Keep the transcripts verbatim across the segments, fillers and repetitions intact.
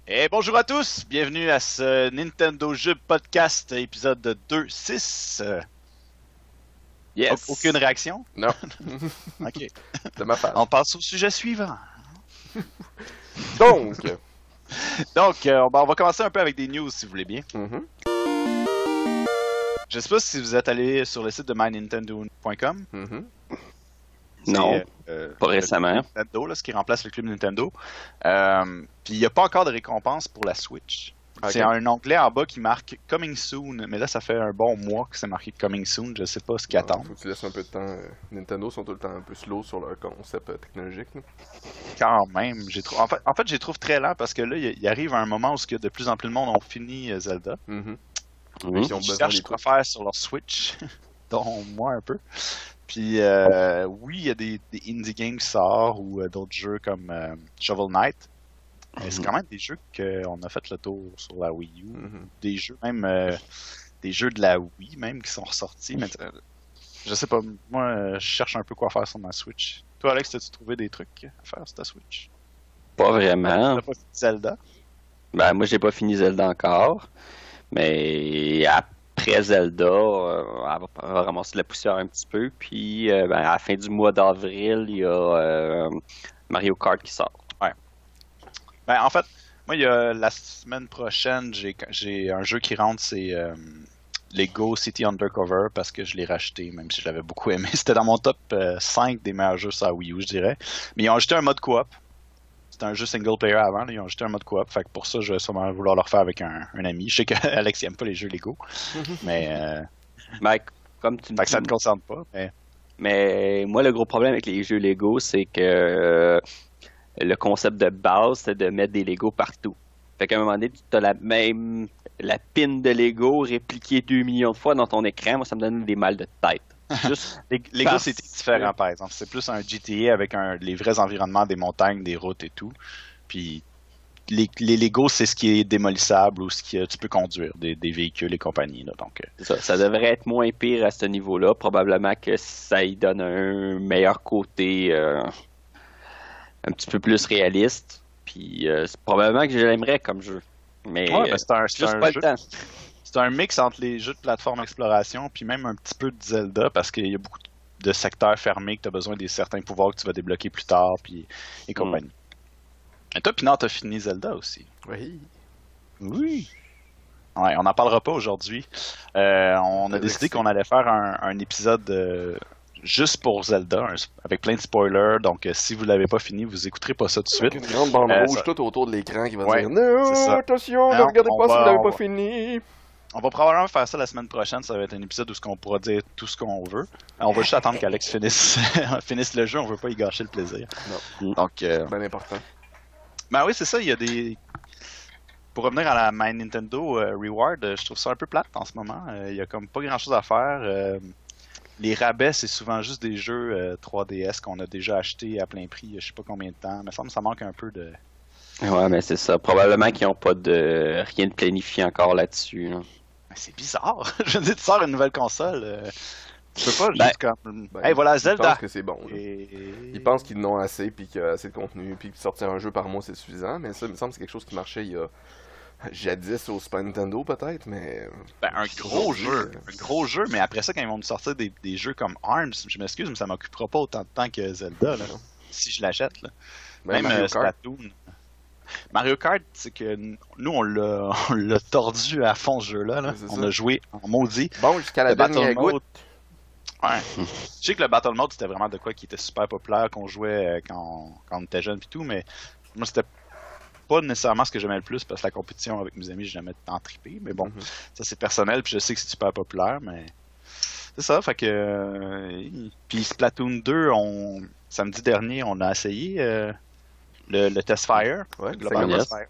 Et bonjour à tous, bienvenue à ce Nintendo Jeux Podcast épisode deux six. Euh, Yes. Aucune réaction? Non. Ok. De ma part. On passe au sujet suivant. Donc. Donc, euh, on va commencer un peu avec des news si vous voulez bien. Mm-hmm. Je sais pas si vous êtes allé sur le site de my nintendo point com. Mm-hmm. Non, euh, pas récemment. Nintendo, là, ce qui remplace le club Nintendo. Euh, Puis il n'y a pas encore de récompense pour la Switch. Okay. C'est un onglet en bas qui marque Coming Soon, mais là ça fait un bon mois que c'est marqué Coming Soon, je sais pas ce qu'ils attendent. Faut que tu laisses un peu de temps. Euh, Nintendo sont tout le temps un peu slow sur leur concept euh, technologique. Là. Quand même, j'ai trouvé. En fait, en fait, j'ai trouvé très lent parce que là, il y arrive un moment où de plus en plus de monde ont fini euh, Zelda. Mm-hmm. Oui. Ils ont Ils besoin cherchent des quoi trucs. faire sur leur Switch, dont moi un peu. Puis euh, oui, il y a des, des indie games qui sortent ou euh, d'autres jeux comme euh, Shovel Knight. Mais c'est quand même des jeux qu'on a fait le tour sur la Wii U. Mm-hmm. Des jeux même euh, des jeux de la Wii même qui sont ressortis. Mais euh, je sais pas, moi euh, je cherche un peu quoi faire sur ma Switch. Toi Alex, as-tu trouvé des trucs à faire sur ta Switch? Pas vraiment. T'as pas fait Zelda? Ben, moi, j'ai pas fini Zelda encore. Mais après Zelda, euh, elle va, elle va ramasser de la poussière un petit peu. Puis, euh, ben, à la fin du mois d'avril, il y a euh, Mario Kart qui sort. Ben, en fait, moi, il y a la semaine prochaine, j'ai, j'ai un jeu qui rentre, c'est euh, Lego City Undercover, parce que je l'ai racheté, même si je l'avais beaucoup aimé. C'était dans mon top euh, cinq des meilleurs jeux sur la Wii U, je dirais. Mais ils ont ajouté un mode coop. C'était un jeu single player avant, là, ils ont ajouté un mode coop. Fait que pour ça, je vais sûrement vouloir le refaire avec un, un ami. Je sais qu'Alex n'aime pas les jeux Lego, mais euh, Mike, comme tu me fait que ça ne dis, te concerne pas. Mais... mais moi, le gros problème avec les jeux Lego, c'est que euh, le concept de base, c'est de mettre des Lego partout. Fait qu'à un moment donné, tu as la même la pin de Lego répliquée deux millions de fois dans ton écran. Moi, ça me donne des mal de tête. Juste Lego, parce c'était différent, par exemple. C'est plus un G T A avec un, les vrais environnements des montagnes, des routes et tout. Puis les, les Lego, c'est ce qui est démolissable ou ce que tu peux conduire, des, des véhicules et compagnie. Là, donc, euh, Ça, ça devrait être moins pire à ce niveau-là. Probablement que ça y donne un meilleur côté euh, un petit peu plus réaliste. Puis euh, c'est probablement que je l'aimerais comme jeu. Mais, ouais, euh, mais c'est un, c'est juste un pas jeu. le temps. C'est un mix entre les jeux de plateforme exploration puis même un petit peu de Zelda parce qu'il y a beaucoup de secteurs fermés que tu as besoin des certains pouvoirs que tu vas débloquer plus tard puis et compagnie. Mm. Et toi, Pinard, t'as fini Zelda aussi. Oui. Oui. Ouais, on n'en parlera pas aujourd'hui. Euh, on a décidé qu'on allait faire un, un épisode euh, juste pour Zelda, un, avec plein de spoilers. Donc, euh, si vous l'avez pas fini, vous écouterez pas ça tout de suite. Avec une grande bande Euh, rouge ça- tout autour de l'écran qui va Ouais, dire non, c'est ça. attention, ne Non, regardez on pas si va- vous l'avez on pas va- fini. On va probablement faire ça la semaine prochaine. Ça va être un épisode où ce qu'on pourra dire tout ce qu'on veut. On va juste attendre qu'Alex finisse, finisse le jeu. On veut pas y gâcher le plaisir. Non. Donc, euh, Ben important. ben oui, c'est ça. Il y a des. Pour revenir à la My Nintendo euh, Reward, euh, je trouve ça un peu plate en ce moment. Euh, Il y a comme pas grand chose à faire. Euh, les rabais, c'est souvent juste des jeux euh, trois D S qu'on a déjà achetés à plein prix. Je sais pas combien de temps. Mais ça me semble que ça manque un peu de. Ouais, mais c'est ça. Probablement qu'ils n'ont pas de rien de planifié encore là-dessus. Là. Mais c'est bizarre. Je veux dire, tu sors une nouvelle console. euh, Tu peux pas Ben, juste comme. Ben, Hey, voilà, ils Zelda. pensent que c'est bon. Là. Et... Ils pensent qu'ils n'ont assez, puis qu'il y a assez de contenu, puis que sortir un jeu par mois c'est suffisant. Mais ça, il me semble que c'est quelque chose qui marchait il y a jadis au Super Nintendo peut-être, mais. Ben, un gros Aujourd'hui, jeu, euh, un gros jeu, mais après ça, quand ils vont nous sortir des, des jeux comme ARMS, je m'excuse, mais ça m'occupera pas autant de temps que Zelda, là, Non. si je l'achète. Là. Même Même Mario euh, Kart. Splatoon. Mario Kart, c'est que n- nous, on l'a, on l'a tordu à fond ce jeu-là. Là. Ouais, c'est On ça. a joué en maudit. Bon, jusqu'à la Le Battle dernière Mode. goutte. Ouais. Je sais que le Battle Mode, c'était vraiment de quoi qui était super populaire, qu'on jouait euh, quand, quand on était jeune et tout, mais moi, c'était pas nécessairement ce que j'aimais le plus parce que la compétition avec mes amis, j'ai jamais tant trippé. Mais bon, Mhm. ça c'est personnel, puis je sais que c'est super populaire, mais c'est ça, fait que. euh, Puis Splatoon deux, on... samedi dernier, on a essayé euh, le, le Test Fire. Ouais, le c'est Global comme Test yes. Fire.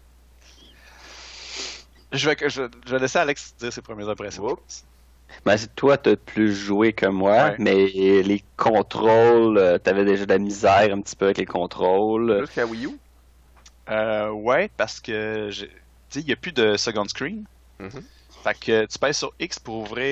Je vais, je, je vais laisser Alex dire ses premières impressions. Oups. Ben, c'est- toi, t'as plus joué que moi, Ouais. mais les contrôles, euh, t'avais déjà de la misère un petit peu avec les contrôles. Plus qu'à Wii U. Euh, ouais, parce que j'ai- tu sais, il n'y a plus de second screen. Mhm. Fait que tu pèses sur X pour ouvrir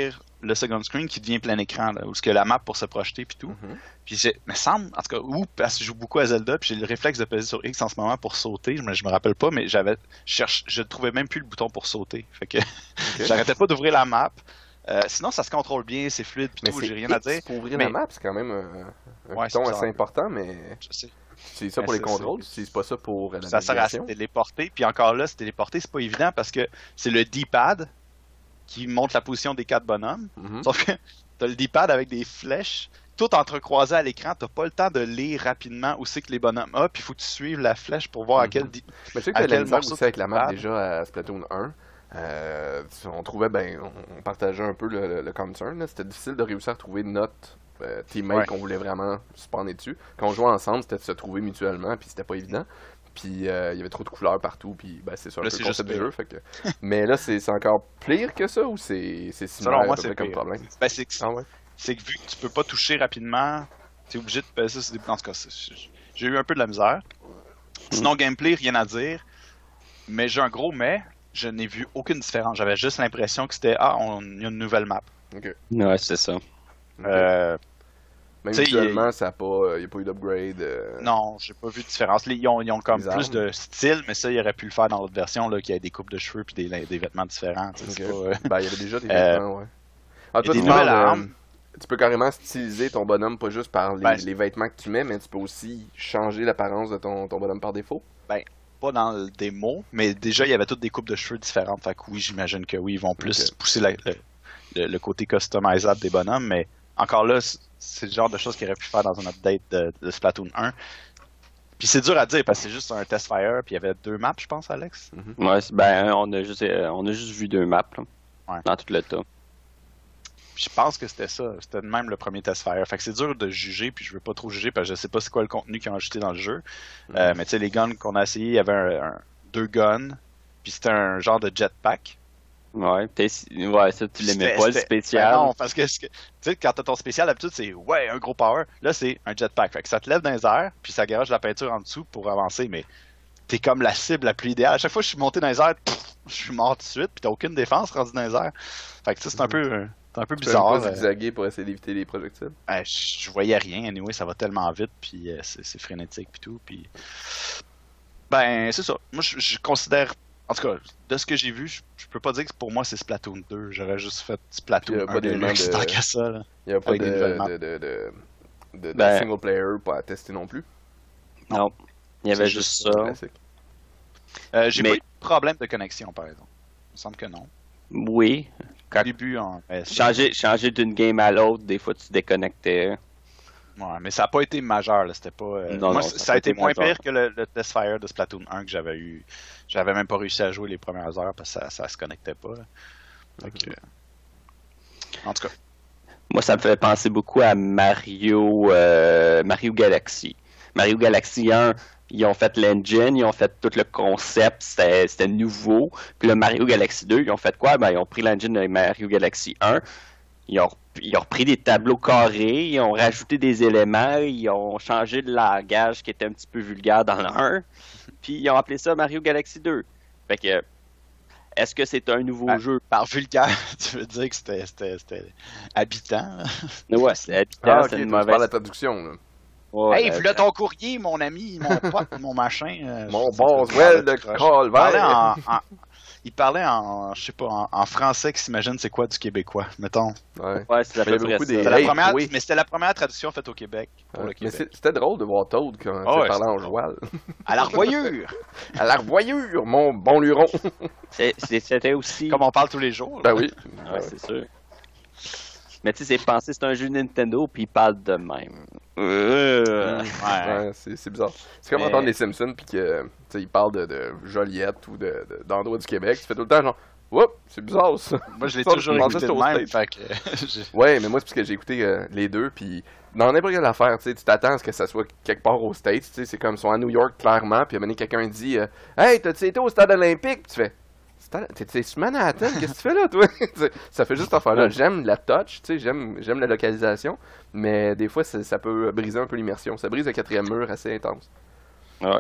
le second screen qui devient plein écran, là, où ce que la map pour se projeter puis tout. Mhm. Puis j'ai, me semble, en tout cas, ou parce que je joue beaucoup à Zelda, puis j'ai le réflexe de peser sur X en ce moment pour sauter. Je me, je me rappelle pas, mais j'avais, je cherche, je trouvais même plus le bouton pour sauter. Fait que Ok. j'arrêtais pas d'ouvrir la map. Euh, sinon, ça se contrôle bien, c'est fluide puis Mais tout. c'est J'ai rien à X dire. pour ouvrir mais- la map, c'est quand même un, un Ouais, bouton c'est assez bizarre. important, mais Je sais. c'est ça Mais pour les c'est- contrôles, c'est- c'est pas ça pour la Ça sert à se navigation. téléporter. Puis encore là, se téléporter, c'est pas évident parce que c'est le D-pad qui montre la position des quatre bonhommes. Mhm. Sauf que t'as le D-pad avec des flèches, tout entrecroisé à l'écran. T'as pas le temps de lire rapidement où c'est que les bonhommes. Ah, puis faut que tu suives la flèche pour voir à Mhm. quel. di- Mais je sais que à t'as de la quel misère morceau aussi avec la map de déjà à Splatoon un. Euh, on trouvait, ben, on, on partageait un peu le, le, le concern. là. C'était difficile de réussir à trouver notre euh, teammate Ouais. qu'on voulait vraiment spawner dessus. Quand on jouait ensemble, c'était de se trouver mutuellement, puis c'était pas évident. Puis euh, il y avait trop de couleurs partout, puis ben, c'est ça un Là, peu c'est le concept juste du jeu. Fait que... Mais là, c'est c'est encore pire que ça ou c'est c'est similaire Selon moi, à peu c'est près comme pire. problème? Ben, c'est que, Ah ouais? c'est que vu que tu peux pas toucher rapidement, t'es obligé de peser sur des. En tout cas, c'est- j'ai eu un peu de la misère. Sinon, gameplay, rien à dire. Mais j'ai un gros mais. Je n'ai vu aucune différence. J'avais juste l'impression que c'était ah, on il y a une nouvelle map. Ok. Ouais, c'est ça. Ok. Euh, Même t'sais, visuellement, ça a pas, il n'y a pas eu d'upgrade. euh, non, j'ai pas vu de différence. Les- Ils ont, ils ont comme Les plus armes. de style, mais ça, ils auraient pu le faire dans l'autre version, là, qu'il y ait des coupes de cheveux puis des, des vêtements différents. tu sais, c'est Ok. pas, euh, Ben, il y avait déjà des Euh, vêtements, ouais. Ah, il y a toi, des tu parles, nouvelles euh, armes. tu peux carrément styliser ton bonhomme, pas juste par les, Ben, les vêtements que tu mets, mais tu peux aussi changer l'apparence de ton, ton bonhomme par défaut. Pas dans le démo, mais déjà, il y avait toutes des coupes de cheveux différentes. Fait que oui, j'imagine que oui, ils vont plus Ok. pousser la- le, le- le côté customisable des bonhommes, mais encore là, c- c'est le genre de choses qu'ils auraient pu faire dans un update de, de Splatoon un. Puis c'est dur à dire parce que c'est juste un test fire, puis il y avait deux maps, je pense, Alex. Ouais, c'est- ben, on a juste, euh, on a juste vu deux maps, là, Ouais. dans tout le tas. Puis je pense que c'était ça, c'était de même le premier test fire. Fait que c'est dur de juger, puis je veux pas trop juger parce que je sais pas c'est quoi le contenu qu'ils ont ajouté dans le jeu. Euh, mais tu sais, les guns qu'on a essayé, il y avait un, un- deux guns, puis c'était un genre de jetpack. Ouais, peut-être si- ouais, ça, tu l'aimais C'était- pas, le c'était- spécial. Ben non, parce que ce que- tu sais, quand t'as ton spécial, d'habitude, c'est ouais, un gros power. Là, c'est un jetpack. Fait que ça te lève dans les airs, puis ça garage la peinture en dessous pour avancer, mais t'es comme la cible la plus idéale. À chaque fois que je suis monté dans les airs, pff, je suis mort tout de suite, puis t'as aucune défense rendu dans les airs. Fait que ça, c'est un peu, euh, c'est un peu Tu peux bizarre. même pas euh. zigzaguer pour essayer d'éviter les projectiles. Euh, je je voyais rien, anyway, ça va tellement vite, puis euh, c'est c'est frénétique, puis tout, puis... Ben, c'est ça. Moi, je, je considère... En tout cas, de ce que j'ai vu, je, je peux pas dire que pour moi, c'est Splatoon deux. J'aurais juste fait Puis, Splatoon y a un pas de d'élément luxe, de- tant qu'à ça, là. Il n'y a pas Avec de, des nouvelles maps. de, de, de, de- de Ben- single player pas à tester non plus. Non, il y avait C'est juste juste ça. Classique. Euh, j'ai Mais- pas eu de problème de connexion, par exemple. Il me semble que non. Oui, Au début, en... mais c'est- changer, changer d'une game à l'autre, des fois tu déconnectais. Ouais, mais ça n'a pas été majeur, là. C'était pas... euh, Non, Moi, non, c- ça ça a a pas été été moins majeur. pire que le, le test fire de Splatoon un que j'avais eu. J'avais même pas réussi à jouer les premières heures parce que ça, ça se connectait pas. là. Fait que, euh, En tout cas, Moi, ça me fait penser beaucoup à Mario, euh, Mario Galaxy. Mario Galaxy un, ils ont fait l'engine, ils ont fait tout le concept, c'était c'était nouveau. Puis le Mario Galaxy deux, ils ont fait quoi? Ben, ils ont pris l'engine de Mario Galaxy un, ils ont, ils ont repris des tableaux carrés, ils ont rajouté des éléments, ils ont changé le langage qui était un petit peu vulgaire dans le un, puis ils ont appelé ça Mario Galaxy deux. Fait que, est-ce que c'est un nouveau Ben, jeu? par vulgaire, tu veux dire que c'était c'était- c'était habitant. là. Ouais, c'est habitant, Ah, ok, c'est tu une parles de mauvaise... la traduction, là. Ouais, Hey, euh, voilà ton courrier, mon ami, mon pote, mon machin. euh, Mon je- Boswell je- de je- Il parlait Colbert. en, en- il parlait en, je sais pas, en, en français qui s'imagine c'est quoi du québécois, mettons. Ouais. Ouais, c'est à Mais il y peu avait près beaucoup ça. des- C'était la Hey, première, oui. mais c'était la première traduction faite au Québec pour Ouais. le Mais Québec. c'est- c'était drôle de voir Toad quand Ah tu ouais, parlais en c'était joual. À la revoyure, À la revoyure, mon bon luron. C'est- c'est- C'était aussi. comme on parle tous les jours. Ben oui. Ouais, c'est sûr. Mais tu sais, c'est pensé, c'est un jeu Nintendo, puis il parle de même. Euh, Ouais. Ouais, c'est c'est bizarre. C'est comme Mais- entendre les Simpsons puis que tu sais, ils parlent de, de Joliette ou de, de- d'endroits du Québec. Tu fais tout le temps genre, oups, c'est bizarre ça. Moi, je l'ai Ça, toujours je pensais écouté que de c'était au même, States. fait que j'ai- Ouais, mais moi c'est parce que j'ai écouté euh, les deux puis dans n'importe quelle affaire, tu sais, tu t'attends à ce que ça soit quelque part aux States, tu sais, c'est comme ils sont à New York clairement, puis à un moment donné, quelqu'un dit euh, Hey, t'as-tu été au stade olympique? Puis tu fais Stade- T'es t'es sur Manhattan, qu'est-ce que tu fais là, toi? Tu sais, ça fait juste affaire là. J'aime la touch, tu sais, j'aime j'aime la localisation, mais des fois ça, ça peut briser un peu l'immersion. Ça brise le quatrième mur assez intense. ouais.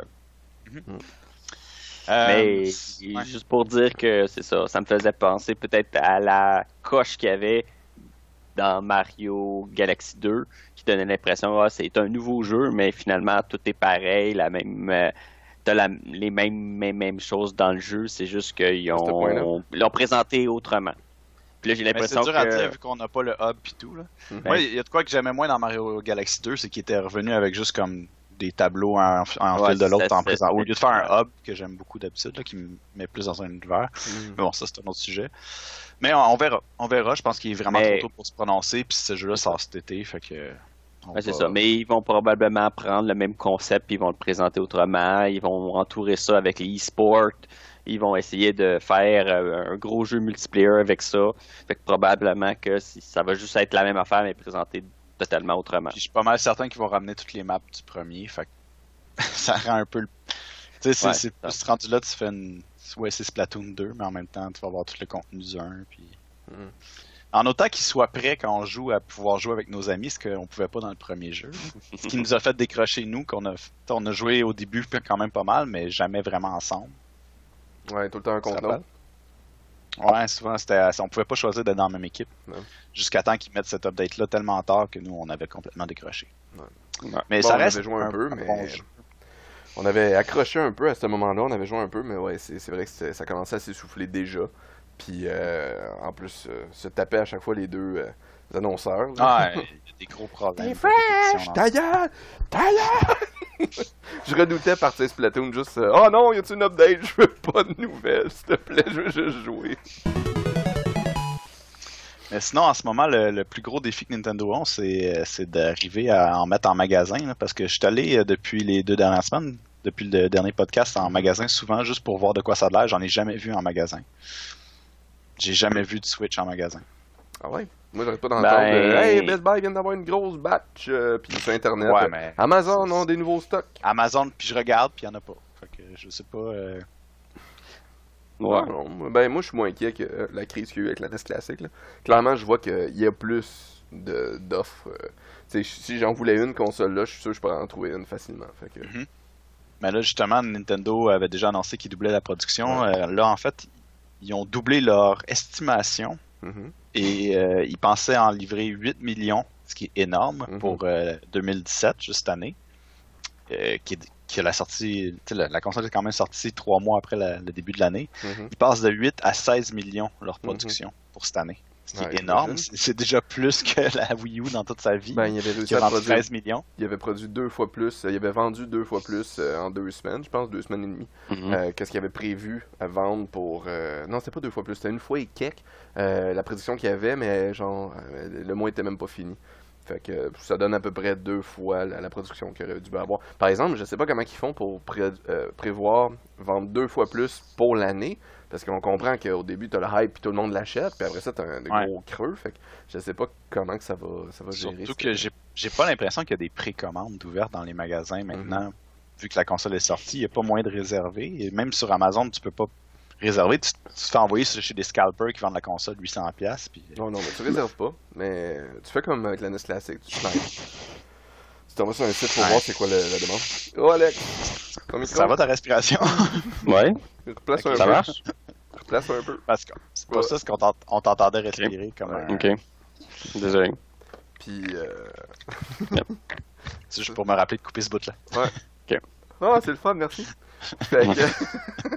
Euh, Mais ouais. juste pour dire que c'est ça, ça me faisait penser peut-être à la coche qu'il y avait dans Mario Galaxy deux, qui donnait l'impression que ah, c'est un nouveau jeu, mais finalement tout est pareil, la même, euh, t'as la, les mêmes, mêmes, mêmes choses dans le jeu, c'est juste qu'ils ont, l'ont présenté autrement. Puis là, j'ai l'impression c'est dur que... à dire vu qu'on n'a pas le hub pis tout. Là. Ben, Moi, il y a de quoi que j'aimais moins dans Mario Galaxy deux, c'est qu'il était revenu avec juste comme des tableaux en, en Ouais, fil de l'autre c'est- en c'est- présent. Au c'est- lieu de faire un hub que j'aime beaucoup d'habitude, là, qui me met plus dans un univers. Mm. Mais bon, ça c'est un autre sujet. Mais on, on verra. On verra. Je pense qu'il est vraiment Mais- trop tôt pour se prononcer. Puis ce jeu-là sort cet été. Fait que. on Ouais, c'est va- ça. Mais ils vont probablement prendre le même concept, puis ils vont le présenter autrement. Ils vont entourer ça avec les e-sports. Ils vont essayer de faire euh, un gros jeu multiplayer avec ça. Fait que probablement que si- ça va juste être la même affaire, mais présenté totalement autrement. Puis je suis pas mal certain qu'ils vont ramener toutes les maps du premier. Fait que ça rend un peu le. Tu sais, c'est Ouais, c'est ça. plus rendu là, tu fais une. Ouais, c'est Splatoon deux, mais en même temps, tu vas avoir tout le contenu du un. Puis. Mm. En autant qu'il soit prêt quand on joue à pouvoir jouer avec nos amis, ce qu'on pouvait pas dans le premier jeu. Ce qui nous a fait décrocher, nous, qu'on a, on a joué au début quand même pas mal, mais jamais vraiment ensemble. Ouais, tout le temps un Tu te contre l'autre. rappelles? Ouais, souvent, c'était, on pouvait pas choisir d'être dans la même équipe. Ouais. Jusqu'à temps qu'ils mettent cet update-là tellement tard que nous, on avait complètement décroché. Ouais. Mais Bon, ça on reste avait joué un peu, un mais- bon jeu. On avait accroché un peu à ce moment-là, on avait joué un peu, mais ouais, c'est c'est vrai que c'était- ça commençait à s'essouffler déjà. Puis euh, en plus, euh, se taper à chaque fois les deux euh, annonceurs. là. Ah, il y a des gros problèmes. T'es de fresh! répétition dans Ta gueule! Ta gueule! Je redoutais partir Splatoon juste euh, oh non, y a-tu une update? Je veux pas de nouvelles, s'il te plaît, je veux juste jouer. Mais sinon, en ce moment, le, le plus gros défi que Nintendo a, c'est, c'est d'arriver à en mettre en magasin. Là, parce que je suis allé euh, depuis les deux dernières semaines, depuis le dernier podcast, en magasin souvent juste pour voir de quoi ça a l'air. J'en ai jamais vu en magasin. J'ai jamais vu de Switch en magasin. Ah ouais? Moi, j'arrête pas d'entendre Ben- euh, hey, Best Buy vient d'avoir une grosse batch, euh, puis sur Internet. Ouais, euh, mais- Amazon ont des nouveaux stocks. Amazon, puis je regarde, puis il n'y en a pas. Fait que je sais pas. euh, Ouais. Non, non. Ben, moi, je suis moins inquiet que euh, la crise qu'il y a eu avec la N E S Classic. Là. Clairement, je vois qu'il y a plus de- d'offres. Euh, tu sais, si j'en voulais une console là, je suis sûr que je pourrais en trouver une facilement. Fait que... Mhm. Mais là, justement, Nintendo avait déjà annoncé qu'ils doublaient la production. Euh, là, en fait, ils ont doublé leur estimation Mhm. et euh, ils pensaient en livrer huit millions, ce qui est énorme Mhm. pour euh, deux mille dix-sept, juste cette année. Euh, qui, est- qui est la sortie, tu sais, la, la console est quand même sortie trois mois après la- le début de l'année. Mhm. Ils passent de huit à seize millions leur production pour cette année. Ce qui Ouais, est énorme. j'imagine. C'est c'est déjà plus que la Wii U dans toute sa vie. Ben, il avait réussi qui a à vendu produire. treize millions. Il avait produit deux fois plus. euh, Il avait vendu deux fois plus euh, en deux semaines, je pense, deux semaines et demie. Mhm. Euh, Qu'est-ce qu'il avait prévu à vendre pour. euh, Non, c'était pas deux fois plus, c'était une fois et quelques. euh, la prédiction qu'il y avait, mais genre, euh, le mois était même pas fini. Fait que euh, ça donne à peu près deux fois la, la production qu'il aurait dû avoir. Par exemple, je sais pas comment ils font pour pré- euh, prévoir vendre deux fois plus pour l'année. Parce qu'on comprend qu'au début, t'as le hype puis tout le monde l'achète. Puis après ça, t'as un Ouais. gros creux. Fait que je sais pas comment que ça va, ça va gérer. Surtout cette- que j'ai j'ai pas l'impression qu'il y a des précommandes ouvertes dans les magasins maintenant. Vu que la console est sortie, il n'y a pas moyen de réserver. Et même sur Amazon, tu peux pas réserver. Tu, tu te fais envoyer chez des scalpers qui vendent la console huit cents dollars. Puis... Non, non, mais tu réserves pas. Mais tu fais comme avec la N E S Classic. Tu snipe. Tu t'en vas sur un site pour Ouais. voir c'est quoi le- la demande. Oh, Alex! Ton micro? Ça va ta respiration? Ouais, Replace Ok, un ça peu. marche? Replace un peu. Parce que c'est pas Ouais. ça ce qu'on t'ent- on t'entendait respirer comme Ouais. un... Ok. Désolé. Puis, euh... C'est juste pour me rappeler de couper ce bout-là. oh, c'est le fun, merci. Fait que,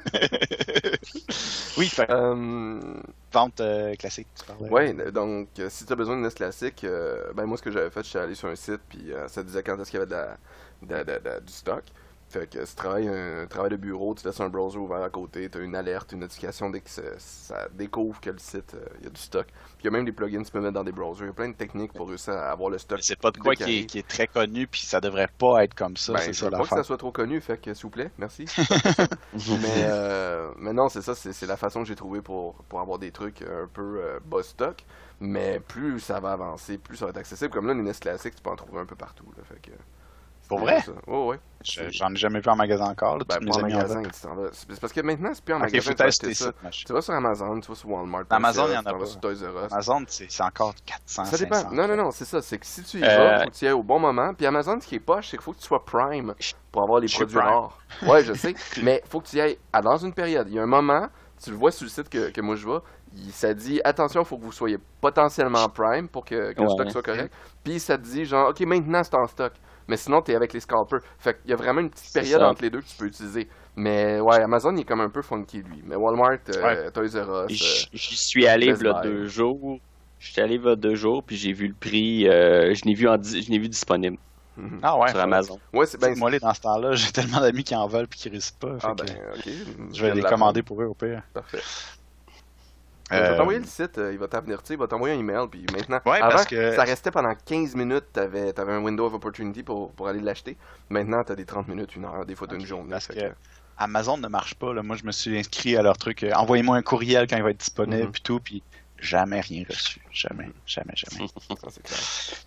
Oui, fait euh, vente euh, classique, tu parlais. ouais, donc, euh, si tu as besoin d'une N E S classique, euh, ben moi, ce que j'avais fait, j'étais allé sur un site, puis euh, ça disait quand est-ce qu'il y avait de la, de- de- de- du stock. Fait que si tu travailles un, un travail de bureau, tu laisses un browser ouvert à côté, tu as une alerte, une notification dès que ça, ça découvre que le site, euh, il y a du stock. Puis il y a même des plugins que tu peux mettre dans des browsers. Il y a plein de techniques pour réussir à avoir le stock. Mais c'est pas de quoi dès qu'il qui est, arrive. qui est très connu, puis ça devrait pas être comme ça, Ben, c'est je ça veux pas que l'affaire. ça soit trop connu, fait que s'il vous plaît, merci. mais, euh, mais non, c'est ça, c'est c'est la façon que j'ai trouvé pour, pour avoir des trucs un peu euh, bas stock. Mais plus ça va avancer, plus ça va être accessible. Comme là, une N E S classique, tu peux en trouver un peu partout. Là, fait que, c'est Pour déjà vrai? ça. Oh, ouais. Je- J'en ai jamais vu en magasin encore, là, Ben, tu nous pas en as mis en magasin, vente. tu t'en vas. C'est parce que maintenant, c'est plus en Ok, magasin faut que tu vas tester acheter ça. ça, machin. Tu vas sur Amazon, tu vas sur Walmart. Amazon, tu il y en a t'en vas pas. sur Toys R Us. Amazon, c'est c'est encore quatre cents, Ça dépend. cinq cents. Non, non, non, c'est ça. C'est que si tu y Euh, vas, faut que tu y ailles au bon moment. Puis Amazon, ce qui est poche, c'est qu'il faut que tu sois Prime pour avoir les Je suis produits Prime. rares. Ouais, je sais. Mais faut que tu y ailles à- dans une période. Il y a un moment, tu le vois sur le site que, que moi je vois, il, ça dit attention, il faut que vous soyez potentiellement prime pour que, que le Ouais. stock soit correct. Puis ça te dit genre ok maintenant c'est en stock. Mais sinon t'es avec les scalpers. Fait qu'il y a vraiment une petite C'est période ça. entre les deux que tu peux utiliser. Mais ouais, Amazon il est comme un peu funky lui. Mais Walmart, euh, Ouais. Toys R Us. J- euh, J'y suis allé Best il y a Buy. deux jours. J'étais allé il y a deux jours, puis j'ai vu le prix. euh, je l'ai vu, en di- je l'ai vu disponible mhm. Ah ouais. sur Amazon. Ouais, c'est ben. Moi, dans ce temps-là, j'ai tellement d'amis qui en veulent puis qui risquent pas. Ah fait ben que ok. je vais les commander pour eux au pire. Parfait. Euh, Je vais t'envoyer le site, euh, il va t'avenir, tu sais, il va t'envoyer un email, puis maintenant, Ouais, avant, parce que- ça restait pendant quinze minutes, t'avais, t'avais un window of opportunity pour, pour aller l'acheter. Maintenant, t'as des trente minutes, une heure, des fois t'as une Ok, journée. parce fait que Amazon ne marche pas. Là. Moi, je me suis inscrit à leur truc. euh, Envoyez-moi un courriel quand il va être disponible Mhm. puis tout, puis jamais rien reçu. Jamais, jamais, jamais. ça, c'est clair.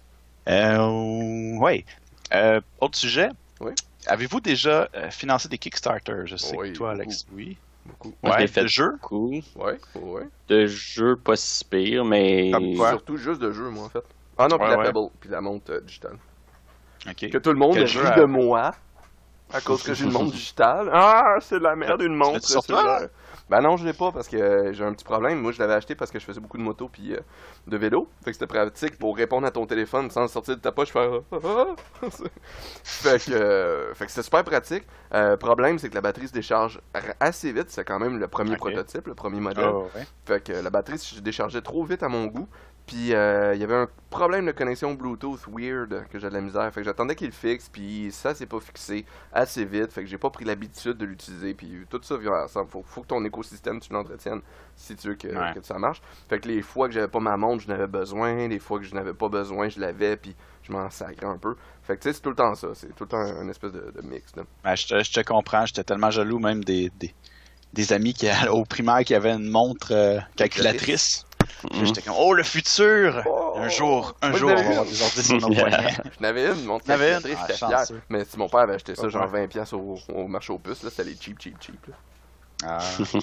Euh, ouais. Euh, autre sujet. Oui. Avez-vous déjà euh, financé des Kickstarter? Je sais Oui, que toi, Alex, oui. Beaucoup. Moi, je Ouais, l'ai fait de jeux? beaucoup. Ouais, ouais. De jeux pas si pires, mais. Comme quoi? Surtout juste de jeux, moi, en fait. Ah non, puis Ouais, la ouais. Pebble, puis la montre euh, digitale. Ok. Que tout le monde Quel rit jeu, de euh, moi, à cause que j'ai une montre digitale. Ah, c'est de la merde, une montre. l'as-tu sur c'est toi, genre- là? Ben non, je l'ai pas parce que euh, j'ai un petit problème. Moi, je l'avais acheté parce que je faisais beaucoup de moto puis euh, de vélo. Fait que c'était pratique pour répondre à ton téléphone sans sortir de ta poche faire. Ah, ah. fait que, euh, fait que c'était super pratique. Euh, problème, c'est que la batterie se décharge r- assez vite. C'est quand même le premier Ok. prototype, le premier modèle. Oh, ouais. Fait que la batterie se déchargeait trop vite à mon goût. Puis euh, il y avait un problème de connexion Bluetooth weird que j'ai de la misère. Fait que j'attendais qu'il le fixe, puis ça s'est pas fixé assez vite. Fait que j'ai pas pris l'habitude de l'utiliser. Puis tout ça vient ensemble. Faut, faut que ton écosystème tu l'entretiennes si tu veux que, Ouais. que ça marche. Fait que les fois que j'avais pas ma montre, je n'avais besoin. Les fois que je n'avais pas besoin, je l'avais, puis je m'en sacrais un peu. Fait que tu sais, c'est tout le temps ça. C'est tout le temps un, un espèce de, de mix. Là. Ben, je, te, je te comprends. J'étais tellement jaloux, même des, des, des amis qui, au primaire qui avaient une montre euh, calculatrice. Puis Mhm. J'étais comme, oh, le futur! Oh! Un jour, un Moi, jour, je on l'avais va avoir vu. des ordi sur nos poignets. Je n'avais une, mon T'en avais une? calculatrice, Ah, j'étais fier. chanceux. Mais si mon père avait acheté ça, Ouais. genre vingt piastres au, au marché aux puces, là, c'était les cheap, cheap, cheap. Là. Ah.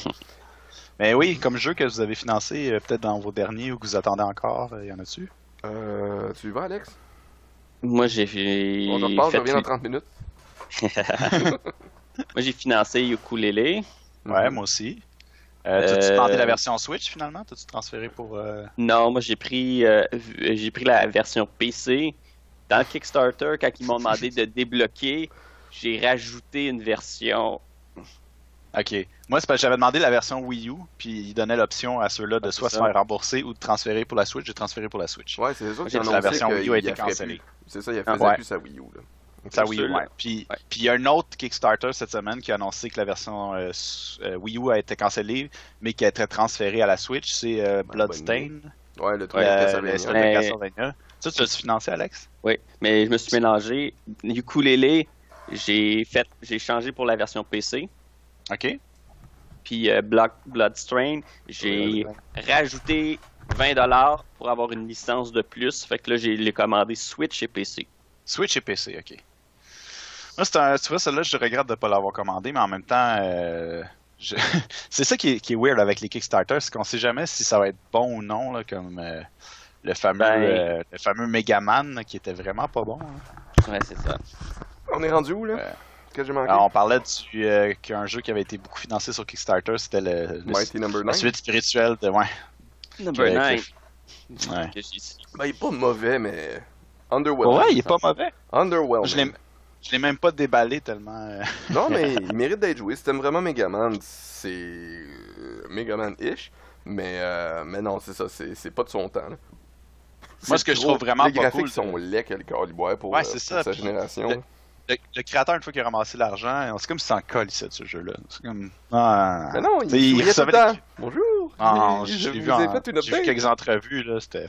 Mais oui, comme jeu que vous avez financé, euh, peut-être dans vos derniers ou que vous attendez encore, il y en a-tu? Euh, tu y vas, Alex? Moi, j'ai fait. On en reparle, je fait- reviens dans trente minutes. Moi, j'ai financé Ukulele. Ouais, Mhm. moi aussi. Euh, T'as-tu Euh, demandé la version Switch finalement? T'as-tu transféré pour. euh, Non, moi, j'ai pris, euh, v- j'ai pris la version P C. Dans le Kickstarter, quand ils m'ont demandé de débloquer, j'ai rajouté une version. Ok. Moi, c'est parce que j'avais demandé la version Wii U, puis ils donnaient l'option à ceux-là de Ouais, soit c'est se ça. faire rembourser ou de transférer pour la Switch. J'ai transféré pour la Switch. Ouais, c'est ça que J'ai j'ai dit, annoncé la version que Wii U a il été la ferait cancellée. plus. C'est ça, il Ah, faisait ouais. plus sa Wii U. Là. Ça Pour Wii U, ceux-là. ouais. Puis Ouais. puis il y a un autre Kickstarter cette semaine qui a annoncé que la version euh, s- euh, Wii U a été cancellée, mais qui a été transférée à la Switch. C'est euh, Bloodstain, Ouais, le truc le- avec le Castlevania. Switch Mais- de Castlevania. Ça, tu l'as financé, Alex? Oui, mais je me suis mélangé. Ukulele, j'ai fait, j'ai changé pour la version P C. Ok. Puis euh, Blood, Bloodstrain, j'ai rajouté vingt dollars pour avoir une licence de plus. Fait que là, j'ai les commandé Switch et P C. Switch et P C, ok. Moi, c'est un, tu vois, celle-là, je regrette de ne pas l'avoir commandé, mais en même temps, euh, je- c'est ça qui est, qui est weird avec les Kickstarter, c'est qu'on sait jamais si ça va être bon ou non, là, comme euh, le fameux, Ben- euh, le fameux Megaman là, qui était vraiment pas bon. hein. Ouais, c'est ça. On est rendu où, là? Euh, Que j'ai manqué? Alors, on parlait du euh, qu'un jeu qui avait été beaucoup financé sur Kickstarter, c'était le, le- Mighty Number la nine. suite spirituelle de ouais. Number que- nine. Ouais. Que j'ai ici. Ben, il est pas mauvais, mais... Underwhelming. Ouais, il est pas mauvais. Underwhelming. Je l'ai, je l'ai même pas déballé tellement. euh, Non, mais il mérite d'être joué. Si t'aimes vraiment Megaman, c'est euh, Megaman-ish. Mais, euh, mais non, c'est ça, c'est c'est pas de son temps. là. Moi, C'est ce que je trop- trouve vraiment les pas graphiques cool, sont laids que le calibre pour, Ouais, euh, c'est pour ça, sa puis génération. le- là. Le, le créateur, une fois qu'il a ramassé l'argent, c'est comme si c'était en colle ici, ce jeu-là. C'est comme. Ah, Mais non, il T'sais, il souriait tout le recevait temps. des- Bonjour, Ah, je, je j'ai vous vu, ai en- fait une j'ai vu update. quelques entrevues, là, c'était.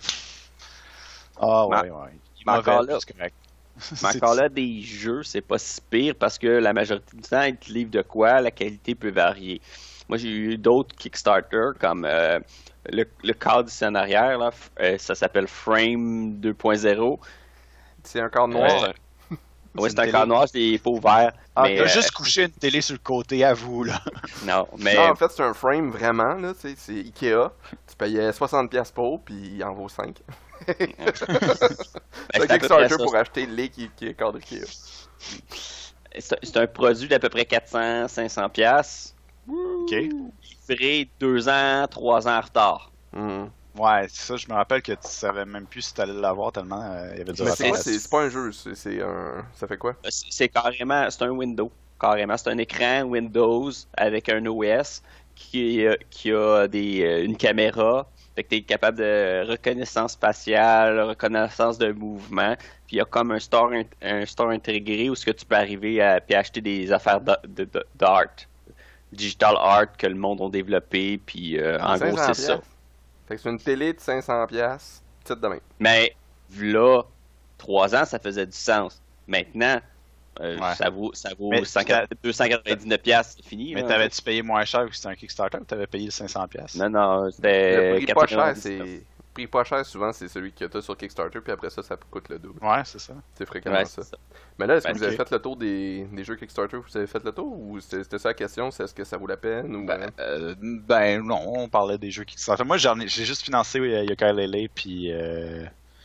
Ah, ouais, ouais. Il mais mauvais, encore là- c'est correct. Mais encore là, des jeux, c'est pas si pire parce que la majorité du temps, ils te livrent de quoi, la qualité peut varier. Moi, j'ai eu d'autres Kickstarter comme euh, le, le cadre ici en arrière, là, f- euh, ça s'appelle Frame deux point zéro. C'est un cadre noir. Ouais. C'est Oui, une c'est un télé. cadre noir, c'est pas ouvert. Ah, mais, T'as euh, juste couché une télé sur le côté à vous, là. Non, mais Non, en fait, c'est un frame vraiment, là, c'est c'est Ikea. Tu payais soixante piastres pour, puis il en vaut cinq. ben, C'est un c'est à peu près Kickstarter ça. pour acheter les qui, qui est cadre Ikea. C'est c'est un produit d'à peu près quatre cents à cinq cents piastres. livré deux ans, trois ans en retard. Mm. Ouais, c'est ça, je me rappelle que tu savais même plus si tu allais l'avoir tellement euh, il y avait du Mais c'est retard. quoi? C'est c'est pas un jeu, c'est c'est un... Ça fait quoi? C'est c'est carrément, c'est un Windows. Carrément, c'est un écran Windows avec un O S qui, euh, qui a des, euh, une caméra. Fait que tu es capable de reconnaissance faciale, reconnaissance de mouvement. Puis il y a comme un store, int- un store intégré où ce que tu peux arriver à puis acheter des affaires d'art, de, de, d'art, digital art que le monde a développé. Puis euh, en gros, c'est ça. Fait que c'est une télé de cinq cents piastres, petite de même. Mais là, trois ans, ça faisait du sens. Maintenant, euh, Ouais. ça vaut, ça vaut Mais cent quatre- deux cent quatre-vingt-dix-neuf piastres, c'est fini. Mais là. t'avais-tu payé moins cher vu que c'était un Kickstarter ou t'avais payé cinq cents pièces? Non, non, Le c'était prix pas cher, quatre-vingt-dix-neuf. c'est... prix pas cher, souvent, c'est celui que t'as sur Kickstarter, puis après ça, ça coûte le double. Ouais, c'est ça. C'est fréquemment Ouais, ça. c'est ça. Mais là, est-ce que Ben, vous avez ok. fait le tour des, des jeux Kickstarter? Vous avez fait le tour? Ou c'était c'était ça la question? C'est est-ce que ça vaut la peine? Ou... Ben, euh, ben non, on parlait des jeux Kickstarter. Moi, j'en ai- j'ai juste financé euh, Yooka-Laylee, puis euh,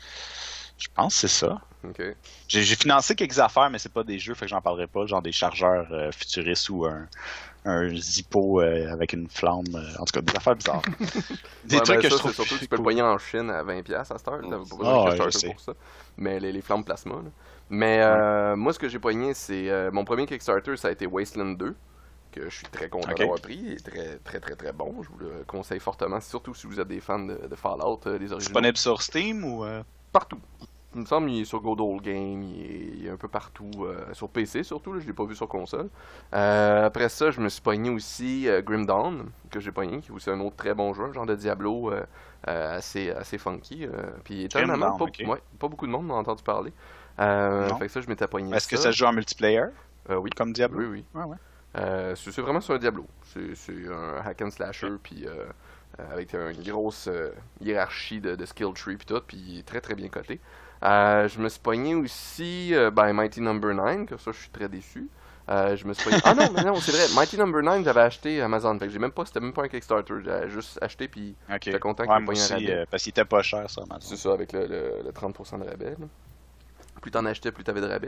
je pense que c'est ça. Ok. J'ai j'ai financé quelques affaires, mais c'est pas des jeux, fait que j'en parlerai pas, genre des chargeurs euh, futuristes ou un, un Zippo euh, avec une flamme. euh, en tout cas, des affaires bizarres. Des Ouais, trucs ben, que ça, je trouve c'est surtout que tu peux le cool. poigner en Chine à vingt piastres à cette heure. T'avais pas besoin Ah, de ouais, je Kickstarter sais. pour ça. Mais les, les flammes plasma. Là. Mais euh, moi, ce que j'ai poigné, c'est... euh, mon premier Kickstarter, ça a été Wasteland deux. Que je suis très content Ok. d'avoir pris. Il est très, très, très, très bon. Je vous le conseille fortement. Surtout si vous êtes des fans de, de Fallout, euh, des originaux. Disponible sur Steam ou. euh, Partout. Il me semble qu'il est sur Good Old Game, il est, il est un peu partout, euh, sur P C surtout, là, je l'ai pas vu sur console. Euh, après ça, je me suis pogné aussi euh, Grim Dawn, que j'ai pogné, qui est aussi un autre très bon jeu, genre de Diablo euh, euh, assez, assez funky. Euh, puis étonnamment, Dawn, pas, ok. ouais, pas beaucoup de monde m'en a entendu parler. Euh, Non. fait que ça, je m'étais pogné Est-ce que ça. ça se joue en multiplayer Euh, oui. comme Diablo? Oui, oui. Ouais, ouais. Euh, c'est c'est vraiment sur un Diablo. C'est c'est un hack and slasher, puis euh, euh, avec une grosse euh, hiérarchie de, de skill tree puis tout, puis il est très très bien coté. Euh, je me suis pogné aussi euh, ben, Mighty Number nine, que ça je suis très déçu. Euh, je me suis pogné... Ah non, mais non, c'est vrai, Mighty Number nine j'avais acheté Amazon, fait que j'ai même pas, c'était même pas un Kickstarter, j'avais juste acheté puis Ok. j'étais content Ouais, qu'il me moi pogne un aussi, rabais. euh, parce qu'il était pas cher, ça, maintenant. C'est ça, avec le, le, le trente pour cent de rabais. Là. Plus t'en achetais, plus t'avais de rabais.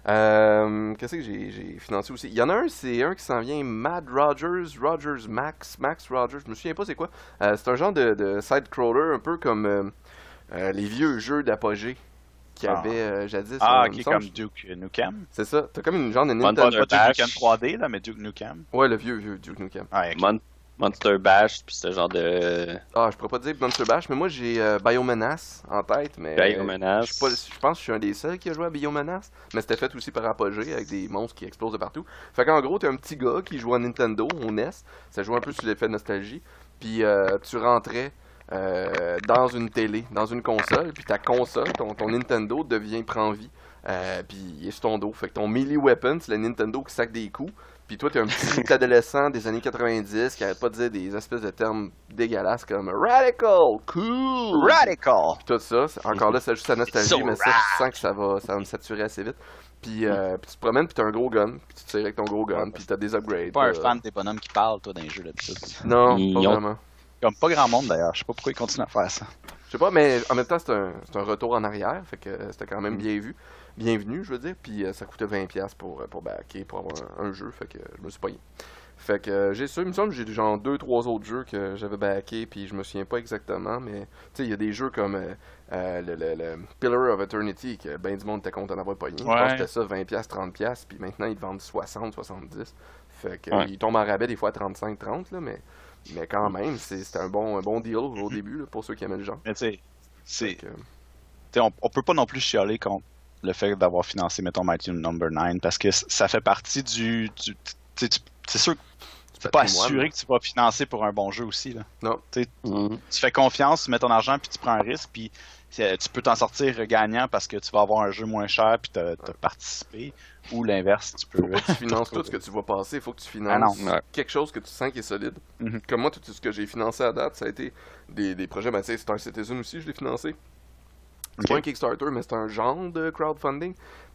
Euh, Qu'est-ce que j'ai j'ai financé aussi? Il y en a un, c'est un qui s'en vient, Mad Rogers, Rogers Max, Max Rogers, je me souviens pas c'est quoi. Euh, c'est un genre de, de side-crawler, un peu comme euh, euh, les vieux jeux d'apogée qu'il y Ah. avait euh, jadis. Ah, euh, il me ok, semble. comme Duke Nukem. C'est ça, t'as comme une genre de Monster Nintendo... Pas Duke Bash. Nukem trois D, là, mais Duke Nukem. Ouais, le vieux, vieux Duke Nukem. Ouais, ok. Mon- Monster Bash, puis ce genre de Ah, je pourrais pas dire Monster Bash, mais moi j'ai euh, Biomenace en tête, mais... Biomenace. Je, suis pas- je pense que je suis un des seuls qui a joué à Biomenace, mais c'était fait aussi par Apogee avec des monstres qui explosent de partout. Fait qu'en gros, t'es un petit gars qui joue à Nintendo, au N E S, ça joue un peu sur l'effet de nostalgie, puis euh, tu rentrais euh, dans une télé, dans une console, puis ta console, ton, ton Nintendo devient, prend vie, euh, puis il est sur ton dos. Fait que ton melee weapon, c'est le Nintendo qui sac des coups, puis toi, t'es un petit adolescent des années quatre-vingt-dix qui arrête pas de dire des espèces de termes dégueulasses comme radical, cool, Radical! puis tout ça. c'est- Encore là, c'est juste la nostalgie, So mais ça, je sens que ça va, ça va me saturer assez vite. Puis, euh, puis tu te promènes, puis t'as un gros gun, puis tu tires avec ton gros gun, Ouais, puis t'as des upgrades. Pas un euh, fan des bonhommes qui parlent, toi, dans les jeux d'habitude. Non, Ils pas ont- vraiment. Comme pas grand monde, d'ailleurs. Je sais pas pourquoi ils continuent à faire ça. Je sais pas, mais en même temps, c'est un, c'est un retour en arrière, fait que c'était quand Mm. même bien vu. Bienvenu, je veux dire, puis euh, ça coûtait vingt piastres pour, euh, pour backer, pour avoir un, un jeu, fait que je me suis pogné. Fait que euh, j'ai ça, il me semble que j'ai genre deux, trois autres jeux que j'avais backé, puis je me souviens pas exactement, mais tu sais, il y a des jeux comme euh, euh, le, le, le Pillar of Eternity, que ben du monde était content d'avoir pogné. Je pense Ouais. que c'était ça, vingt piastres, trente piastres, puis maintenant ils te vendent soixante, soixante-dix. Fait que Ouais. ils tombent en rabais des fois à trente-cinq, trente, là, mais, mais quand même, c'est c'était un bon, un bon deal au début, là, pour ceux qui aimaient le genre. Mais tu sais, c'est. Fait que, T'sais, on, on peut pas non plus chialer contre le fait d'avoir financé, mettons, Mighty Number nine, parce que c- ça fait partie du... du t'sais, tu- c'est sûr que c'est pas patrimoine. assuré que tu vas financer pour un bon jeu aussi. Là. Mhm. Tu fais confiance, tu mets ton argent, puis tu prends un risque, puis c'est- tu peux t'en sortir gagnant parce que tu vas avoir un jeu moins cher, puis t'as as participé, ou l'inverse, tu peux... tu finances tout ce que tu vois passer, il faut que tu Ah non. finances Ouais. quelque chose que tu sens qui est solide. Mhm. Comme moi, tout ce que j'ai financé à date, ça a été des, des projets, ben, tu sais, Star Citizen aussi, je l'ai financé. C'est Ok. pas un Kickstarter, mais c'est un genre de crowdfunding.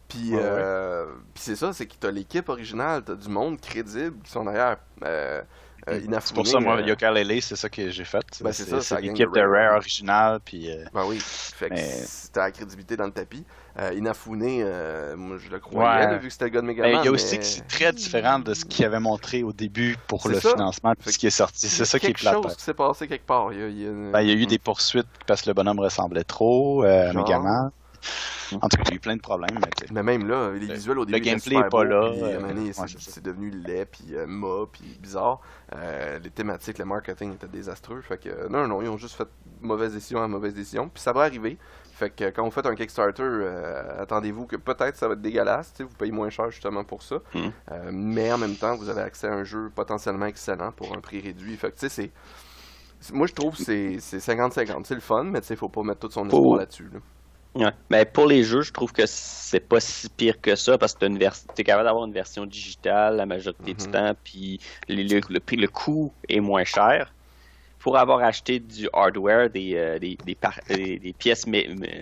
Puis, Ouais, euh, puis c'est ça, c'est que t'as l'équipe originale, t'as du monde crédible qui sont derrière. Euh, euh, Inafune, C'est pour ça, moi, euh, Yooka-Laylee, c'est ça que j'ai fait. Ben, c'est ça, c'est la gang l'équipe de de Rare. Rare originale, puis... euh, Ben oui, fait que Mais- c'était la crédibilité dans le tapis. Euh, Inafune, euh, moi je le croyais, Ouais. là, vu que c'était le gars de Mais Megaman. il y a aussi mais... que c'est très différent de ce qu'il avait montré au début pour C'est le ça. financement, puis Fait ce qui est sorti. Il y C'est a ça qui est quelque plate. chose qui s'est passé quelque part. Il y a, il y a une- Ben, il y a eu des poursuites parce que le bonhomme ressemblait trop euh, à Genre. Megaman. En tout cas, il y a eu plein de problèmes. Mais tu sais. Mais même là, les Le- visuels au le début étaient gameplay super est pas beaux, là, puis, à un euh, moment donné, ouais, c'est c'est ça. c'est devenu laid, puis euh, mat, puis bizarre. Euh, les thématiques, le marketing était désastreux. Fait que euh, non, non, ils ont juste fait mauvaise décision à mauvaise décision. Puis ça va arriver. Fait que euh, quand vous faites un Kickstarter, euh, attendez-vous que peut-être ça va être dégueulasse. Tu sais, vous payez moins cher justement pour ça. Mm. Euh, mais en même temps, vous avez accès à un jeu potentiellement excellent pour un prix réduit. Fait que tu sais, c'est. c'est- Moi, je trouve que c'est c'est cinquante cinquante. C'est le fun, mais tu sais, faut pas mettre tout son espoir Faut- là-dessus. Là. Ouais. Mais pour les jeux, je trouve que c'est pas si pire que ça parce que t'as une vers- t'es capable d'avoir une version digitale la majorité du Mhm. temps, puis le, le, le prix, le coût est moins cher. Pour avoir acheté du hardware, des, euh, des, des, par- des- des pièces, mais, mais,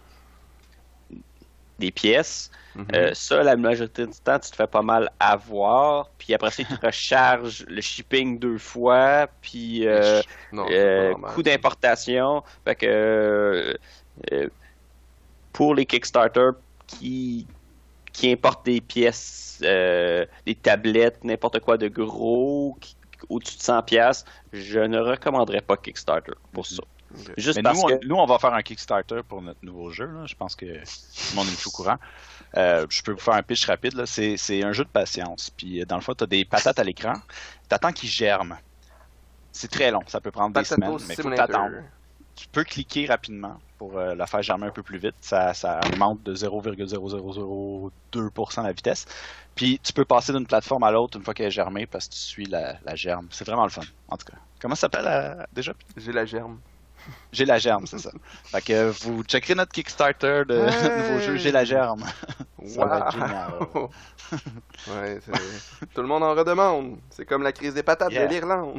euh, des pièces, Mhm. euh, ça, la majorité du temps, tu te fais pas mal avoir, puis après ça, ils te rechargent le shipping deux fois, puis euh, non, c'est euh, pas normal. coût d'importation. Fait que euh, euh, pour les Kickstarter qui, qui importent des pièces, euh, des tablettes, n'importe quoi de gros, qui- au-dessus de cent pièces, je ne recommanderais pas Kickstarter pour ça. Ok. Juste Mais parce nous, on, que nous, on va faire un Kickstarter pour notre nouveau jeu. Là. Je pense que tout le monde est tout au courant. Euh, je peux vous faire un pitch rapide. Là. C'est, c'est un jeu de patience. Puis dans le fond, tu as des patates à l'écran. Tu attends qu'ils germent. C'est très long. Ça peut prendre des Potato semaines, mais il faut Simulator. t'attendre. Tu peux cliquer rapidement pour euh, la faire germer un peu plus vite. Ça, ça augmente de zéro virgule zéro zéro zéro deux pour cent la vitesse. Puis tu peux passer d'une plateforme à l'autre une fois qu'elle est germée parce que tu suis la, la germe. C'est vraiment le fun, en tout cas. Comment ça s'appelle euh, déjà? J'ai la germe. J'ai la germe, c'est ça. Fait que euh, vous checkerez notre Kickstarter de Hey! notre nouveau jeu J'ai la germe. Ça va être génial. Wow! Ouais, c'est- tout le monde en redemande. C'est comme la crise des patates Yeah. de l'Irlande.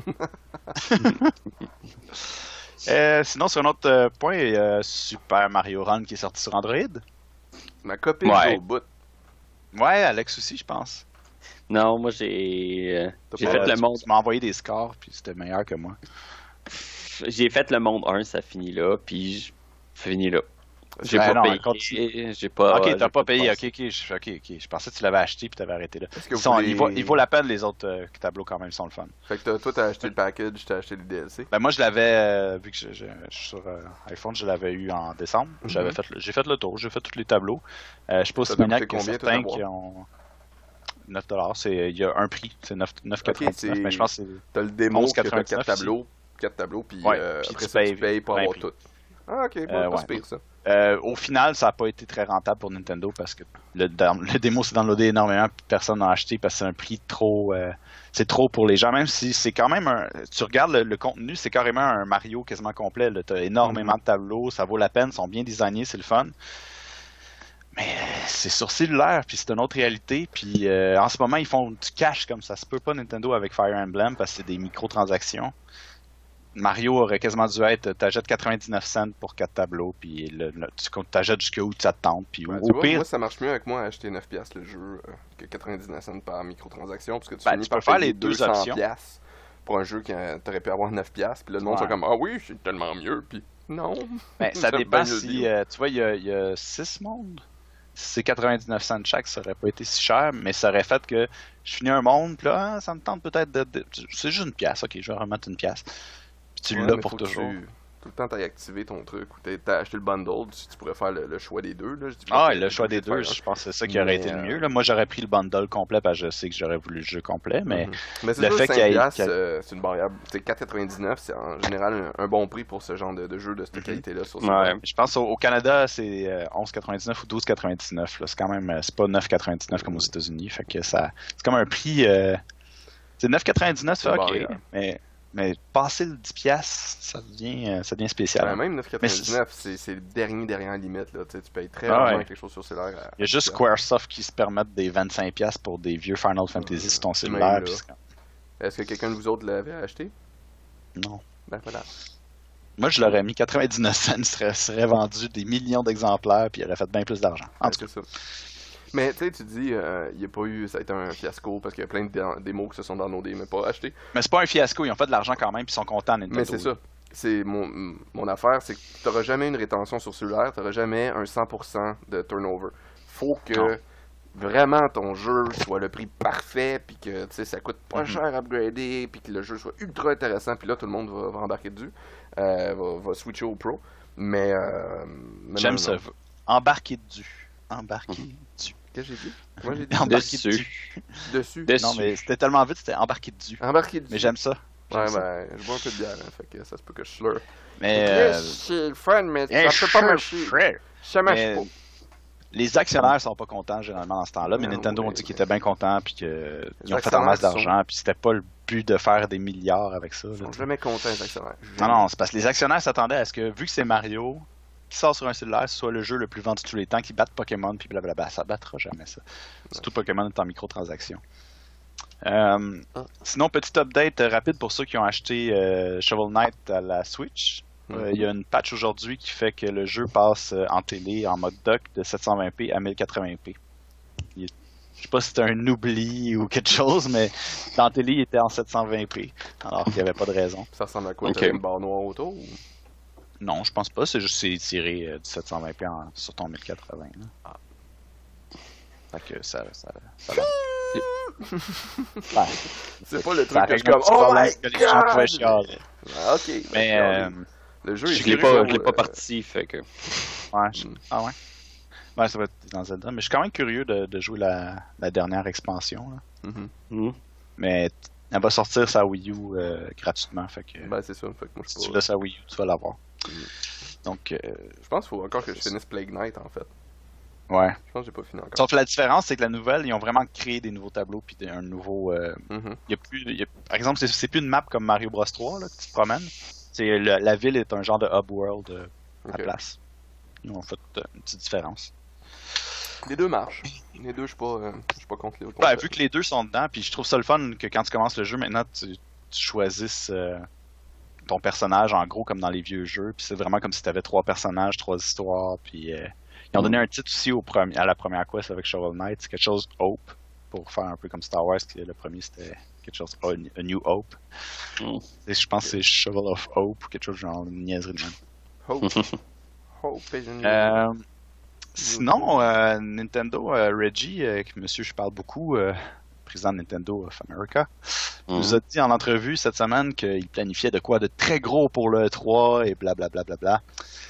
Euh, sinon, sur un autre euh, point, il y a Super Mario Run qui est sorti sur Android. Ma copine Ouais. joue au bout. Ouais, Alex aussi, je pense. non, moi j'ai euh, T'as j'ai pas- fait Euh, le tu- monde Tu m'as envoyé des scores, puis c'était meilleur que moi. j'ai fait le monde un, ça finit là, puis je finis là. J'ai Ah, pas non, payé. continue. J'ai pas. ok, j'ai t'as pas payé. pensé. Ok, ok, je, ok, ok. Je pensais que tu l'avais acheté puis t'avais arrêté là. Est-ce que Ils vous sont- voulez- il, vaut, il vaut la peine, les autres euh, tableaux quand même, ils sont le fun. Fait que t'as- toi, t'as acheté le package, t'as acheté le D L C. Ben moi, je l'avais, euh, vu que je, je- je suis sur euh, iPhone, je l'avais eu en décembre. Mhm. J'avais fait, le- j'ai fait le tour, j'ai fait tous les tableaux. Euh, je sais pas Ça si t'a Maniac coûté que combien, tout certains d'avoir? qui ont neuf dollars, c'est il y a un prix, c'est neuf neuf quatre-vingt-dix-neuf, Ok, c'est- mais je pense que c'est T'as le démo onze que t'as quatre-vingt-dix-neuf quatre tableaux. quatre tableaux, puis Ouais, euh, puis après tu ça, tu payes payes pour plein avoir prix. tout. Ah, ok, bon, Euh, pas ouais. si pire ça. Euh, au final, ça n'a pas été très rentable pour Nintendo parce que le, dans- le démo s'est downloadé énormément, puis personne n'a acheté parce que c'est un prix trop, euh, c'est trop pour les gens. Même si c'est quand même un, tu regardes le, le contenu, c'est carrément un Mario quasiment complet. Tu as énormément de tableaux, ça vaut la peine, ils sont bien designés, c'est le fun. Mais euh, c'est sur cellulaire, puis c'est une autre réalité. Puis euh, en ce moment, ils font du cash comme ça se peut pas Nintendo avec Fire Emblem parce que c'est des microtransactions. Mario aurait quasiment dû être, t'achètes quatre-vingt-dix-neuf cents pour quatre tableaux, puis le, le- tu t'achètes jusqu'où ça te tente, puis Ouais, au, tu au vois, pire, moi, ça marche mieux avec moi à acheter neuf piastres le jeu euh, que quatre-vingt-dix-neuf cents par microtransaction, parce que tu Ben, finis tu peux par faire payer les deux deux cents options. piastres pour un jeu qui euh, t'aurais pu avoir neuf piastres, puis là, le monde Ouais. sont comme « Ah oui, c'est tellement mieux », puis non. ben, ça J'aime dépend bien le si, deal. euh, tu vois, il y a, il y a six mondes. Si c'est quatre-vingt-dix-neuf cents chaque, ça aurait pas été si cher, mais ça aurait fait que je finis un monde, puis là, ah, ça me tente peut-être de, de- c'est juste une pièce, ok, je vais remettre une pièce. Puis tu Ouais, l'as mais pour faut que toujours. tu- tout le temps, t'as activé ton truc, ou t'as t'as acheté le bundle, tu, tu pourrais faire le, le choix des deux. Là. Je dis pas Ah, que et le t'es choix obligé des de faire deux, un. je pense que c'est ça qui aurait Mais, été le euh, mieux. Là. Moi, j'aurais pris le bundle complet parce que je sais que j'aurais voulu le jeu complet, mais Mhm. Mais c'est le sûr, fait cinq qu'il y ait- piastres, qu'il y ait- euh, c'est une variable. C'est quatre quatre-vingt-dix-neuf, c'est en général un, un bon prix pour ce genre de, de jeu de cette Mhm. qualité-là. Sur Ouais. je pense au, au Canada, c'est euh, onze quatre-vingt-dix-neuf ou douze quatre-vingt-dix-neuf. là. C'est quand même, euh, c'est pas neuf quatre-vingt-dix-neuf comme aux États-Unis. Fait que ça, c'est comme un prix. euh, c'est neuf quatre-vingt-dix-neuf, c'est C'est ok. barrière. Mais, mais passer le dix piastres, ça devient, euh, ça devient spécial. Ben, même neuf quatre-vingt-dix-neuf, c'est c'est le dernier derrière la limite. Là. Tu sais, tu payes très Ah rarement ouais. quelque chose sur cellulaire. à- Il y a juste Squaresoft qui se permettent des vingt-cinq piastres pour des vieux Final Fantasy sur ton cellulaire. là. puis c'est comme- Est-ce que quelqu'un de vous autres l'avait acheté? Non. Ben voilà. Moi, je l'aurais mis quatre-vingt-dix-neuf cents, il serait, serait vendu des millions d'exemplaires, puis il aurait fait bien plus d'argent. En Ouais, tout cas, c'est ça. Mais tu sais, tu dis, euh, il n'y a pas eu, ça a été un fiasco parce qu'il y a plein de dé- démos qui se sont downloadés, mais pas achetés. Mais c'est pas un fiasco, ils ont fait de l'argent quand même, puis ils sont contents, Nintendo. Mais c'est ça. C'est mon, mon affaire, c'est que tu n'auras jamais une rétention sur cellulaire, tu n'auras jamais un cent pour cent de turnover. Faut que Non. vraiment ton jeu soit le prix parfait, puis que tu sais, ça coûte pas Mhm. cher à upgrader, puis que le jeu soit ultra intéressant, puis là tout le monde va, va embarquer dessus, euh, va, va switcher au pro. Mais, euh, mais J'aime non, ça. non. Embarquer dessus. Embarquer dessus. Qu'est-ce que j'ai dit? Moi j'ai dit Embarquer Dessus. dessus. dessus. Dessus. Non, mais c'était tellement vite, c'était embarquer dessus. Embarqué dessus. Mais j'aime ça. J'aime Ouais, ça. ben, je bois un peu de bière, hein, fait que ça se peut que je slur. Mais. euh, C'est le fun, mais eh, ça peut pas sure, marcher. frère. Ça marche Mais pas. les actionnaires sont pas contents généralement dans ce temps-là, mais Non, Nintendo ouais, ont dit qu'ils ouais. étaient bien contents puis qu'ils ont fait actionnaires un masse sont- d'argent puis c'était pas le but de faire des milliards avec ça. Ils là, sont tu sais. jamais contents, les actionnaires. Non, non, c'est parce que les actionnaires s'attendaient à ce que, vu que c'est Mario qui sort sur un cellulaire, ce soit le jeu le plus vendu de tous les temps, qui batte Pokémon puis blablabla. Ça battra jamais ça. Surtout Pokémon est en microtransaction. Euh, Ah. Sinon, petit update euh, rapide pour ceux qui ont acheté euh, Shovel Knight à la Switch. Euh, Il y a une patch aujourd'hui qui fait que le jeu passe euh, en télé, en mode dock, de sept cent vingt p à mille quatre-vingts p. Il est- Je sais pas si c'était un oubli ou quelque chose, mais dans la télé, il était en sept cent vingt p, alors qu'il n'y avait pas de raison. Ça ressemble à quoi? Ok. T'as une barre noire autour? Ou... Non, je pense pas, c'est juste c'est tiré euh, du sept cent vingt p en- sur ton mille quatre-vingts. Là. Fait que ça... ça, ça va. Ouais, C'est pas le ça truc que je règle un comme petit Oh problème my que les gens pouvaient god! chialer. Ah, ok. ben, Mais... regardez. euh, Le jeu je est Je l'ai suis pas, curieux, je l'ai euh, pas parti, fait que. Ouais, je- Mm. Ah ouais? Ouais, ça va être dans Zelda. Mais je suis quand même curieux de, de jouer la, la dernière expansion. Là. Mhm. Hmm. Mais t- elle va sortir sa Wii U euh, gratuitement. Fait que Ben, c'est ça. Fait que moi, je si suis tu pas... l'as sa Wii U, tu vas l'avoir. Mm. Donc, euh, Je pense qu'il faut encore que je finisse Plague Knight, en fait. ouais. Je pense que j'ai pas fini encore. Sauf que la différence, c'est que la nouvelle, ils ont vraiment créé des nouveaux tableaux puis des- un nouveau. euh, Mhm. il y a plus, il y a- par exemple, c'est, c'est plus une map comme Mario Bros trois là, que tu te promènes. C'est le- la ville est un genre de hub world euh, à Ok. la place. Ils ont fait euh, une petite différence. Les deux marchent. Les deux, je suis pas, euh, je suis pas contre les autres. Ben, vu que les deux sont dedans, puis je trouve ça le fun que quand tu commences le jeu, maintenant, tu, tu choisisses euh, ton personnage en gros comme dans les vieux jeux, puis c'est vraiment comme si tu avais trois personnages, trois histoires, puis euh, ils ont donné un titre aussi au premier, à la première quest avec Shovel Knight, c'est quelque chose Hope, pour faire un peu comme Star Wars, que le premier c'était quelque chose A A New Hope. Mm. Et je pense que c'est Shovel of Hope ou quelque chose genre une niaiserie de même. Hope. Hope is in you. Euh, sinon, euh, Nintendo, euh, Reggie, euh, que monsieur je parle beaucoup, euh, président de Nintendo of America, Hmm. nous a dit en entrevue cette semaine qu'il planifiait de quoi de très gros pour le E trois et blablabla. Bla, bla, bla.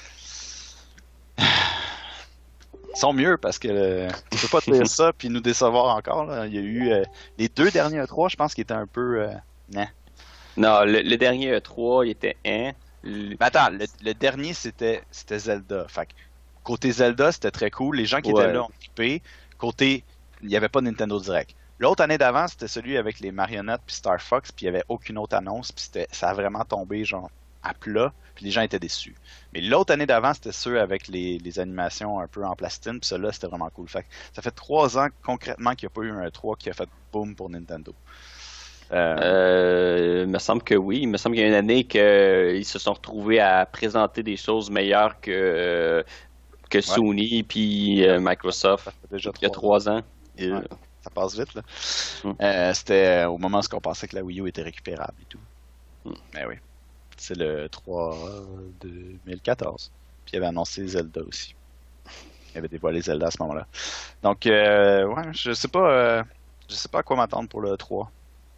Ils sont mieux parce que euh, tu peux pas te dire ça puis nous décevoir encore. Là. Il y a eu euh, les deux derniers E trois, je pense, qui étaient un peu. Euh, nah. Non, le, le dernier E trois, il était un. Le- Mais attends, le, le dernier c'était c'était Zelda. Fait que, côté Zelda, c'était très cool. Les gens qui Ouais. étaient là ont trippé. Côté, il n'y avait pas de Nintendo Direct. L'autre année d'avant, c'était celui avec les marionnettes puis Star Fox, puis il y avait aucune autre annonce, puis c'était, ça a vraiment tombé genre à plat, puis les gens étaient déçus. Mais l'autre année d'avant, c'était ceux avec les, les animations un peu en plastine, puis ceux-là, c'était vraiment cool. Fait que ça fait trois ans concrètement qu'il n'y a pas eu un E trois qui a fait boom pour Nintendo. Euh, Euh, il me semble que oui. Il me semble qu'il y a une année qu'ils se sont retrouvés à présenter des choses meilleures que, que Sony puis euh, Microsoft ça fait déjà il y a trois trois ans. Et, Ouais. Ça passe vite, là. Mm. Euh, c'était au moment où on pensait que la Wii U était récupérable et tout. Mm. Mais oui. C'est le trois deux mille quatorze. Puis il avait annoncé Zelda aussi. Il avait dévoilé Zelda à ce moment-là. Donc, euh, ouais, je sais pas, euh, je sais pas à quoi m'attendre pour le trois.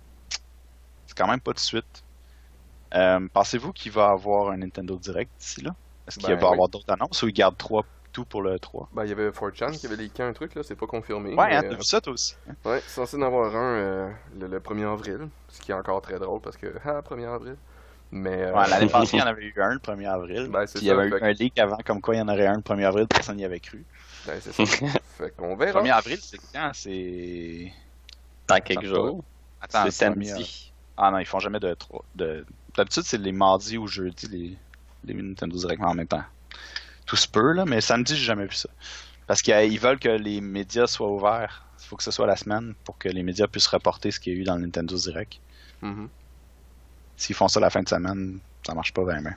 C'est quand même pas de suite. Euh, pensez-vous qu'il va avoir un Nintendo Direct d'ici là? Est-ce qu'il Ben, va y oui. avoir d'autres annonces ou il garde trois, tout pour le trois? Ben, il y avait four chan qui avait leaké un truc, là, c'est pas confirmé. Ouais, mais, hein, euh, t'as vu ça toi aussi? Ouais, c'est censé en avoir un euh, le, le premier avril, ce qui est encore très drôle parce que, ah, premier avril. Mais, euh, Ouais, l'année passée, il y en avait eu un le premier avril. Ben, c'est Puis il y ça, avait fait eu que- un leak avant, comme quoi il y en aurait un le premier avril, personne n'y avait cru. ben, c'est ça. Fait qu'on Le verra. premier avril, c'est quand? C'est. dans quelques Ça jours. Attends, C'est le premier samedi. Ah non, ils font jamais de trois. De... D'habitude, c'est les mardis ou jeudis, les, les Nintendo Direct en même temps. Tout se peut, là, mais samedi, j'ai jamais vu ça. Parce qu'ils veulent que les médias soient ouverts. Il faut que ce soit la semaine pour que les médias puissent reporter ce qu'il y a eu dans le Nintendo Direct. Mhm. S'ils font ça la fin de semaine, ça marche pas vraiment.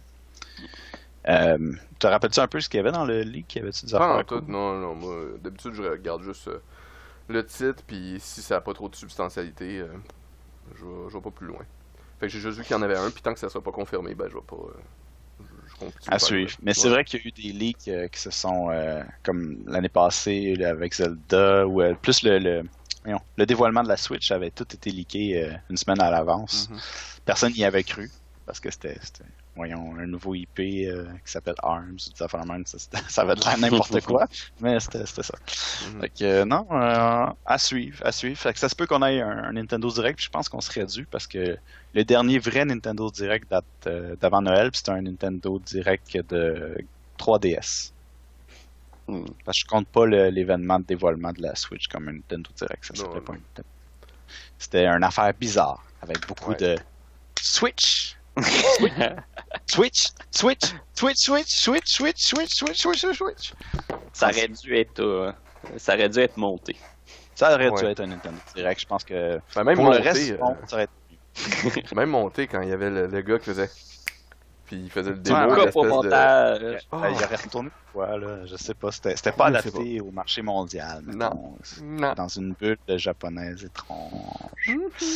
Euh, te rappelles-tu un peu ce qu'il y avait dans le leak? Y avait-tu des Pas affaires en tout, cool? non, non, moi, d'habitude, je regarde juste euh, le titre, puis si ça n'a pas trop de substantialité, euh, je vais, je vais pas plus loin. Fait que j'ai juste vu qu'il y en avait un, puis tant que ça soit pas confirmé, ben je vais pas. Euh, je, je continue À suivre. Mais c'est ouais. vrai qu'il y a eu des leaks euh, qui se sont, euh, comme l'année passée là, avec Zelda, ou euh, plus le, le, voyons, le dévoilement de la Switch avait tout été leaké euh, une semaine à l'avance. Mm-hmm. Personne n'y avait cru, parce que c'était, c'était voyons, un nouveau I P euh, qui s'appelle ARMS, ça, ça, ça avait de l'air n'importe quoi, mais c'était, c'était ça. Mm-hmm. Fait que euh, non, euh, à suivre, à suivre. Fait que ça se peut qu'on ait un, un Nintendo Direct, puis je pense qu'on serait dû, parce que le dernier vrai Nintendo Direct date euh, d'avant Noël, puis c'était un Nintendo Direct de trois D S. Mm. Parce que je compte pas le, l'événement de dévoilement de la Switch comme un Nintendo Direct, ça s'appelait pas un Nintendo. C'était une affaire bizarre, avec beaucoup ouais. de Switch. Switch, Switch, Switch, Switch, Switch, Switch, Switch, Switch, Switch, Switch, Switch. Ça aurait dû être, euh, ça aurait dû être monté. Ça aurait dû ouais. être un Nintendo Direct. Je pense que ben, même pour monté, le reste, euh... bon, ça aurait été même monté quand il y avait le, le gars qui faisait, puis il faisait le démo. Ouais, pour montage. De... Oh. Il aurait retourné quoi là, je sais pas. C'était, c'était pas adapté pas. au marché mondial. Non. non. Dans une bulle japonaise étrange.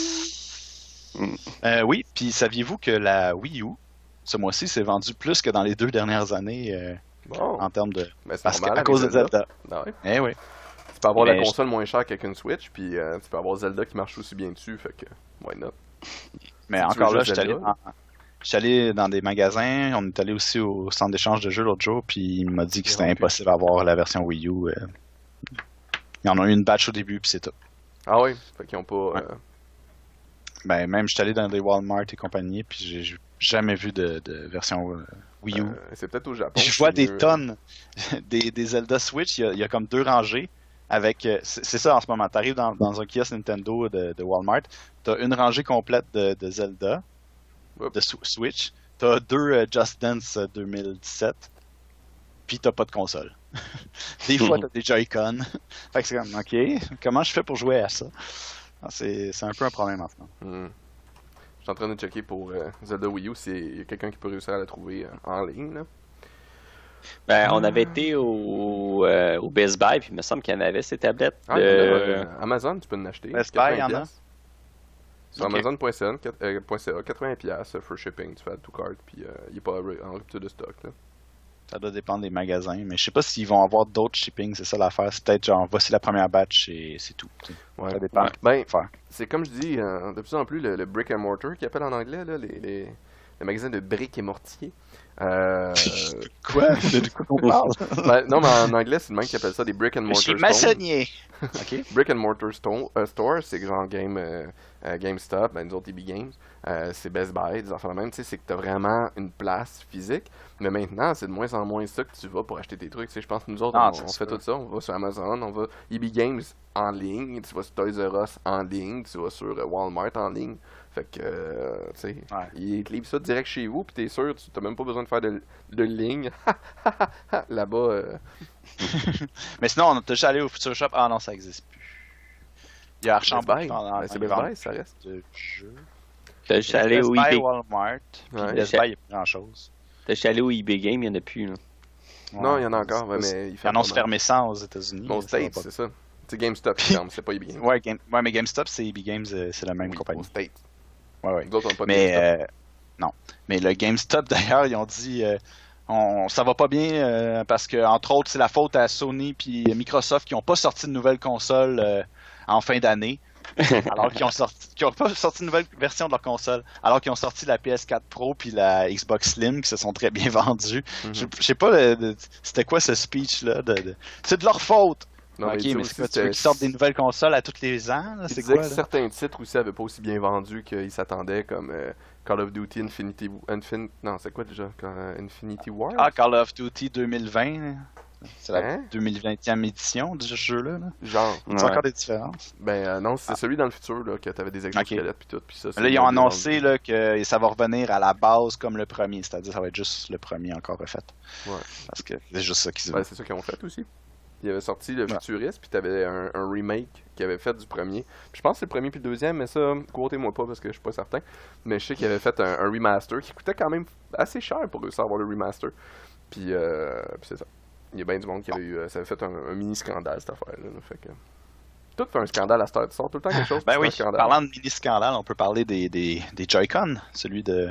Euh, oui, puis saviez-vous que la Wii U, ce mois-ci, s'est vendue plus que dans les deux dernières années euh, bon. en termes de... Ben, c'est parce normal, que, à cause de Zelda. Zelda. Ah ouais. Eh oui. Tu peux avoir Mais la console je... moins chère qu'avec une Switch, puis euh, tu peux avoir Zelda qui marche aussi bien dessus, fait que, why not? Mais si encore là, je suis allé, allé dans des magasins, on est allé aussi au centre d'échange de jeux l'autre jour, puis il m'a dit que c'était ouais, impossible d'avoir la version Wii U. Euh... Ils en ont eu une batch au début, puis c'est tout. Ah oui? Fait qu'ils ont pas... Ouais. Euh... Ben, même, je suis allé dans des Walmart et compagnie, puis j'ai jamais vu de, de version euh, Wii U. Euh, c'est peut-être au Japon. Je vois des mieux... tonnes des, des Zelda Switch, il y, a, il y a comme deux rangées avec... C'est, c'est ça en ce moment, t'arrives dans, dans un kiosque Nintendo de, de Walmart, t'as une rangée complète de, de Zelda, Oups. de Switch, t'as deux euh, Just Dance deux mille dix-sept, puis t'as pas de console. Des fois, t'as des Joy-Con. Fait que c'est comme, ok, comment je fais pour jouer à ça? C'est, c'est un peu un problème maintenant. Mm. Je suis en train de checker pour euh, Zelda Wii U s'il y a quelqu'un qui peut réussir à la trouver euh, en ligne. Là. Ben, on avait été au, euh, au Best Buy, puis il me semble qu'il y en avait ces tablettes. Ah, de... euh, Amazon, tu peux en acheter. Best Buy, il y en a. Sur okay. Amazon point c a, quatre-vingts dollars for shipping, tu fais à tout card, puis euh, il n'est pas en rupture de stock. Là. Ça doit dépendre des magasins, mais je sais pas s'ils vont avoir d'autres shipping, c'est ça l'affaire. C'est peut-être genre, voici la première batch et c'est tout. Ouais. Ça dépend. Ouais. Ben, c'est comme je dis, euh, de plus en plus, le, le brick and mortar, qui appelle en anglais, là, les, les, les magasins de briques et mortier. Euh... Quoi? De quoi qu'on parle? Ben, non, mais en anglais, c'est le même qui appelle ça des brick and mortar. Je suis maçonnier. Okay. Brick and mortar sto- uh, store, c'est genre game, euh, uh, GameStop, ben nous autres E B Games, euh, c'est Best Buy, des affaires de même, tu sais, c'est que t'as vraiment une place physique, mais maintenant, c'est de moins en moins ça que tu vas pour acheter tes trucs, tu sais, je pense que nous autres, ah, on, on fait tout ça, on va sur Amazon, on va E B Games en ligne, tu vas sur Toys R Us en ligne, tu vas sur Walmart en ligne, fait que, euh, tu sais, ouais. Ils te livrent ça direct chez vous, pis t'es sûr, tu t'as même pas besoin de faire de, de ligne, là-bas, euh... Mais sinon, on a déjà allé au Future Shop. Ah non, ça existe plus. Il y a Archambault dans ben, c'est Best Buy, ça reste. De jeux. T'as juste allé au Best Buy, eBay. Walmart. Puis Ouais. Best Buy, il n'y a plus grand-chose. T'as juste allé au eBay Game, il n'y en a plus. Là. Ouais, non, il y en a encore, ouais, mais ils annoncent fermer ça aux États-Unis. Aux States, c'est ça. C'est GameStop qui ferme, c'est pas E B Games. Ouais, game... ouais, mais GameStop, c'est E B Games, c'est la même oui, compagnie. Aux States. Ouais, ouais. Nous autres, on n'a pas de mais, GameStop. Euh, non. Mais le GameStop, d'ailleurs, ils ont dit... Euh, On, ça va pas bien euh, parce que, entre autres, c'est la faute à Sony puis Microsoft qui ont pas sorti de nouvelle console euh, en fin d'année. alors qu'ils ont sorti, qui ont pas sorti une nouvelle version de leur console, alors qu'ils ont sorti la P S quatre Pro puis la Xbox Slim qui se sont très bien vendues. Mm-hmm. Je, je sais pas, le, de, c'était quoi ce speech-là? De, de... C'est de leur faute! Non, ok, mais, mais c'est quoi, tu veux qu'ils sortent des nouvelles consoles à tous les ans? Là? C'est quoi, que certains titres aussi avaient pas aussi bien vendu qu'ils s'attendaient, comme euh, Call of Duty Infinity... Infin... Non, c'est quoi déjà? Infinity War? Ah, Call of Duty deux mille vingt. C'est la hein? deux mille vingtième édition du jeu-là. Là. Genre. Il y a ouais. encore des différences? Ben euh, non, c'est ah. celui dans le futur, là, que t'avais des exosquelettes okay. pis tout. Pis ça, là, ils ont annoncé là, que ça va revenir à la base comme le premier, c'est-à-dire ça va être juste le premier encore refait. Ouais. Parce que c'est juste ça qu'ils ont. Ben, c'est ça qu'ils ont fait aussi. Il avait sorti le Futuriste, puis t'avais un, un remake qu'il avait fait du premier. Puis je pense que c'est le premier puis le deuxième, mais ça, quotez-moi pas parce que je suis pas certain. Mais je sais qu'il avait fait un, un remaster qui coûtait quand même assez cher pour réussir à avoir le remaster. Puis, euh, puis c'est ça. Il y a bien du monde qui avait eu. Ça avait fait un, un mini scandale cette affaire-là. Là, fait que... tout fait un scandale à cette heure. Tu sors tout le temps quelque chose Ben qui oui, fait un scandale. parlant de mini-scandale, on peut parler des, des, des Joy-Con, celui de,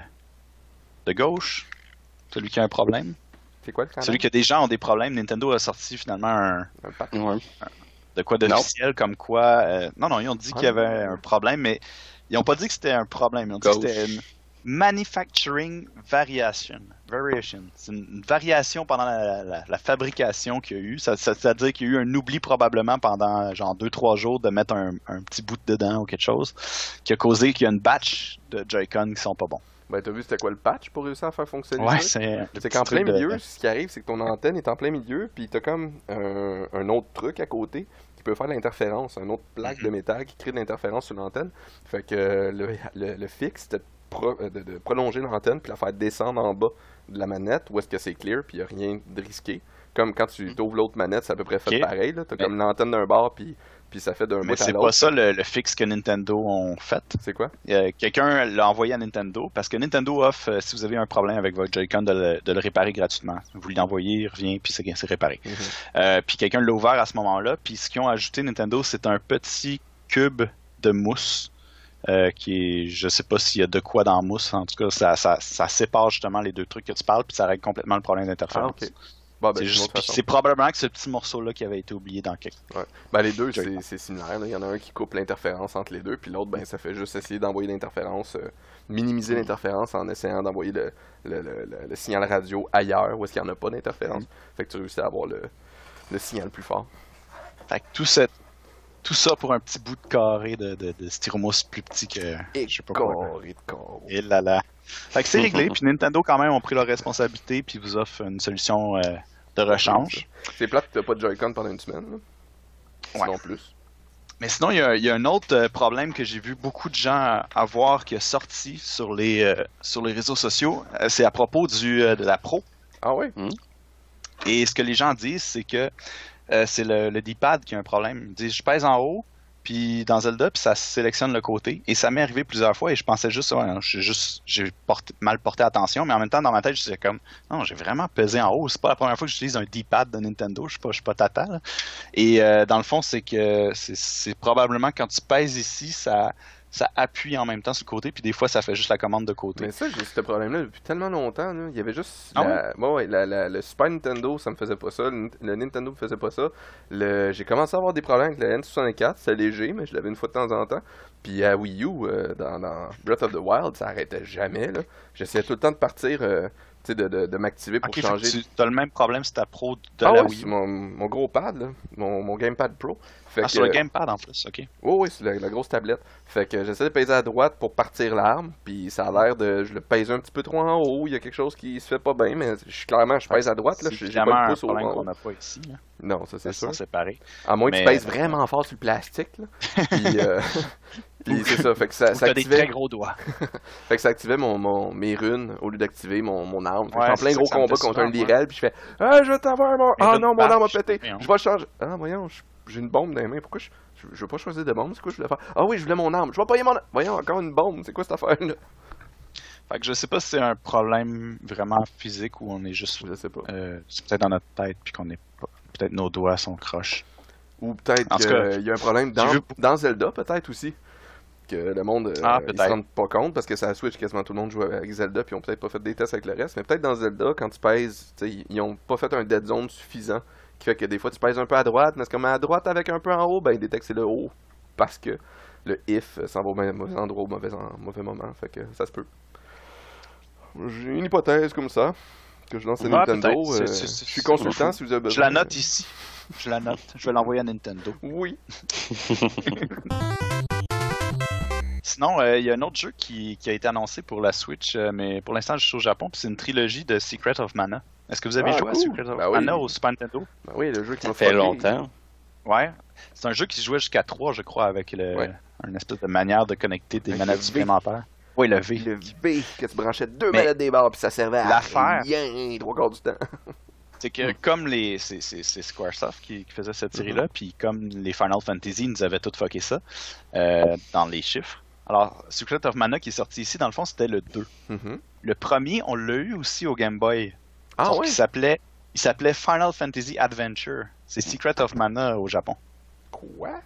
de gauche, celui qui a un problème. C'est quoi le scandale? Celui que des gens ont des problèmes. Nintendo a sorti finalement un, Un pack. Ouais. de quoi d'officiel, comme quoi... euh, non, non, ils ont dit Ah, qu'il y avait un problème, mais ils ont pas dit que c'était un problème. Ils ont dit Gauche. que c'était une manufacturing variation. Variation. C'est une, une variation pendant la, la, la fabrication qu'il y a eu. Ça, ça, c'est-à-dire qu'il y a eu un oubli probablement pendant genre deux trois jours de mettre un, un petit bout dedans ou quelque chose qui a causé qu'il y a une batch de Joy-Con qui sont pas bons. Ben, t'as vu c'était quoi le patch pour réussir à faire fonctionner Ouais, ça? c'est... C'est qu'en plein milieu, ce qui arrive, c'est que ton antenne est en plein milieu, puis t'as comme un, un autre truc à côté qui peut faire de l'interférence, un autre plaque de métal qui crée de l'interférence sur l'antenne. Fait que le, le, le fixe, c'était de, pro, de, de prolonger l'antenne puis la faire descendre en bas de la manette, où est-ce que c'est clear, puis il n'y a rien de risqué. Comme quand tu t'ouvres l'autre manette, c'est à peu près fait Ok. pareil. Là. T'as Mais- comme l'antenne d'un bord, puis, puis ça fait d'un Mais bout à c'est l'autre. pas ça le, le fixe que Nintendo ont fait. C'est quoi? Euh, quelqu'un l'a envoyé à Nintendo parce que Nintendo offre, euh, si vous avez un problème avec votre Joy-Con, de le, de le réparer gratuitement. Vous l'envoyez, il revient, puis c'est, c'est réparé. Mm-hmm. Euh, puis quelqu'un l'a ouvert à ce moment-là, puis ce qu'ils ont ajouté Nintendo, c'est un petit cube de mousse euh, qui est, je sais pas s'il y a de quoi dans la mousse, en tout cas, ça, ça, ça sépare justement les deux trucs que tu parles, puis ça règle complètement le problème Ah, d'interférence. ok. Bon, ben, c'est, c'est juste, une autre puis façon. c'est probablement que ce petit morceau-là qui avait été oublié dans quelque... Ouais. Ben, les deux, Joy-Con. c'est, c'est similaire. là. Il y en a un qui coupe l'interférence entre les deux, puis l'autre, ben, ça fait juste essayer d'envoyer l'interférence, euh, minimiser Mm. l'interférence en essayant d'envoyer le, le, le, le- le signal radio ailleurs, où est-ce qu'il n'y en a pas d'interférence. Mm. Fait que tu réussis à avoir le, le signal plus fort. Fait que tout, cette, tout ça pour un petit bout de carré de, de, de styromousse plus petit que... Et je sais pas quoi. carré de carreau. Et là là. Fait que c'est réglé, puis Nintendo quand même ont pris leur responsabilité, puis vous offrent une solution euh, de rechange. C'est plate que t'as pas de Joy-Con pendant une semaine. Là. Sinon Ouais. plus. Mais sinon, il y a, il y a un autre euh, problème que j'ai vu beaucoup de gens avoir qui a sorti sur les, euh, sur les réseaux sociaux. Euh, c'est à propos du, euh, de la Pro. Ah ouais? Et ce que les gens disent, c'est que euh, c'est le, le D-pad qui a un problème. Ils disent, je pèse en haut, puis dans Zelda, puis ça sélectionne le côté. Et ça m'est arrivé plusieurs fois, et je pensais juste, ouais, non, j'ai juste, j'ai porté- mal porté attention, mais en même temps, dans ma tête, je disais comme, non, j'ai vraiment pesé en haut. C'est pas la première fois que j'utilise un D-pad de Nintendo. Je suis pas, je suis pas tata, là. Et euh, dans le fond, c'est que c'est, c'est probablement quand tu pèses ici, ça, ça appuie en même temps sur le côté, puis des fois, ça fait juste la commande de côté. Mais ça, j'ai ce problème-là depuis tellement longtemps. Là. Il y avait juste. Ah la... ouais, ouais, la- la- le Super Nintendo, ça me faisait pas ça. Le, le Nintendo me faisait pas ça. Le... J'ai commencé à avoir des problèmes avec le N soixante-quatre. C'est léger, mais je l'avais une fois de temps en temps. Puis à Wii U, euh, dans, dans Breath of the Wild, ça arrêtait jamais. Là. J'essayais tout le temps de partir, euh, tu sais, de, de, de m'activer pour Ok, fait que changer. tu as le même problème si ta Pro de ah la ouais, Wii c'est U. mon, mon gros pad, là. Mon, mon Gamepad Pro. Fait Ah, que, sur le gamepad en plus, ok. oui, oui, c'est la, la grosse tablette. Fait que j'essaie de peser à droite pour partir l'arme, puis ça a l'air de... Je le pèse un petit peu trop en haut, il y a quelque chose qui se fait pas bien, mais je suis clairement, je pèse à droite, là, C'est j'ai j'ai évidemment pas un le pouce au problème en haut. qu'on n'a pas ici. Là. Non, ça c'est Ils sûr. sont séparés. À moins que tu Mais, pèses euh, vraiment fort sur le plastique, là. Puis, euh, puis c'est ça, fait que ça, Ou ça t'as des activait... très gros doigts. Fait que ça activait mon, mon, mes runes au lieu d'activer mon, mon arme. Fait que Ouais, je suis en c'est plein ça gros que ça me combat fait contre un souvent, Lirel, puis je fais « Ah, je vais t'avoir mon... Mais Ah là, non, mon baf, arme a je- pété! voyons. Je vais le changer! Ah, voyons, je- j'ai une bombe dans les mains, pourquoi je... Je, je veux pas choisir de bombe, c'est quoi je voulais faire? Ah oui, je voulais mon arme, je vais payer mon arme! Voyons, encore une bombe, c'est quoi cette affaire-là? Fait que je sais pas si c'est un problème vraiment physique ou on est juste. Je sais pas. Euh, c'est peut-être dans notre tête puis qu'on est pas. Peut-être nos doigts sont croches. Ou peut-être En tout cas, qu'il y a un problème dans, j'ai vu- dans Zelda, peut-être aussi. Que le monde, euh, Ah, ils se peut-être. rendent pas compte, parce que ça Switch, quasiment tout le monde joue avec Zelda, puis ils ont peut-être pas fait des tests avec le reste, mais peut-être dans Zelda, quand tu pèses, tu sais, ils ont pas fait un dead zone suffisant, qui fait que des fois tu pèses un peu à droite, mais c'est comme à droite avec un peu en haut, ben il détecte c'est le haut, parce que le if s'en va au mauvais mauvais endroit au mauvais, en- mauvais moment, fait que ça se peut. J'ai une hypothèse comme ça, que je lance à Ouais, Nintendo, peut-être. C'est- euh, c'est- je c'est- suis c'est- consultant si vous avez Je besoin. la note ici. Je la note. Je vais l'envoyer à Nintendo. Oui. Sinon, euh, il y a un autre jeu qui, qui a été annoncé pour la Switch, euh, mais pour l'instant, je suis au Japon, puis c'est une trilogie de Secret of Mana. Est-ce que vous avez Ah, joué à cool. Secret of Ben oui. Mana au Super Nintendo? Ben oui, le jeu qui Ça m'a fait fucké. longtemps. Ouais. C'est un jeu qui se jouait jusqu'à trois, je crois, avec le, Ouais. une espèce de manière de connecter des Avec manettes le V. supplémentaires. Oui, le V. Le V, que tu branchais deux Mais manettes des barres, puis ça servait à l'affaire- rien trois quarts du temps. C'est que comme les c'est, c'est, c'est Squaresoft qui, qui faisait cette série-là, puis comme les Final Fantasy nous avaient tout fucké ça euh, dans les chiffres. Alors, Secret of Mana qui est sorti ici, dans le fond, c'était le deux. Mhm. Le premier, on l'a eu aussi au Game Boy. Ah Sauf ouais? qu'il s'appelait, il s'appelait Final Fantasy Adventure. C'est Secret of Mana au Japon. Quoi?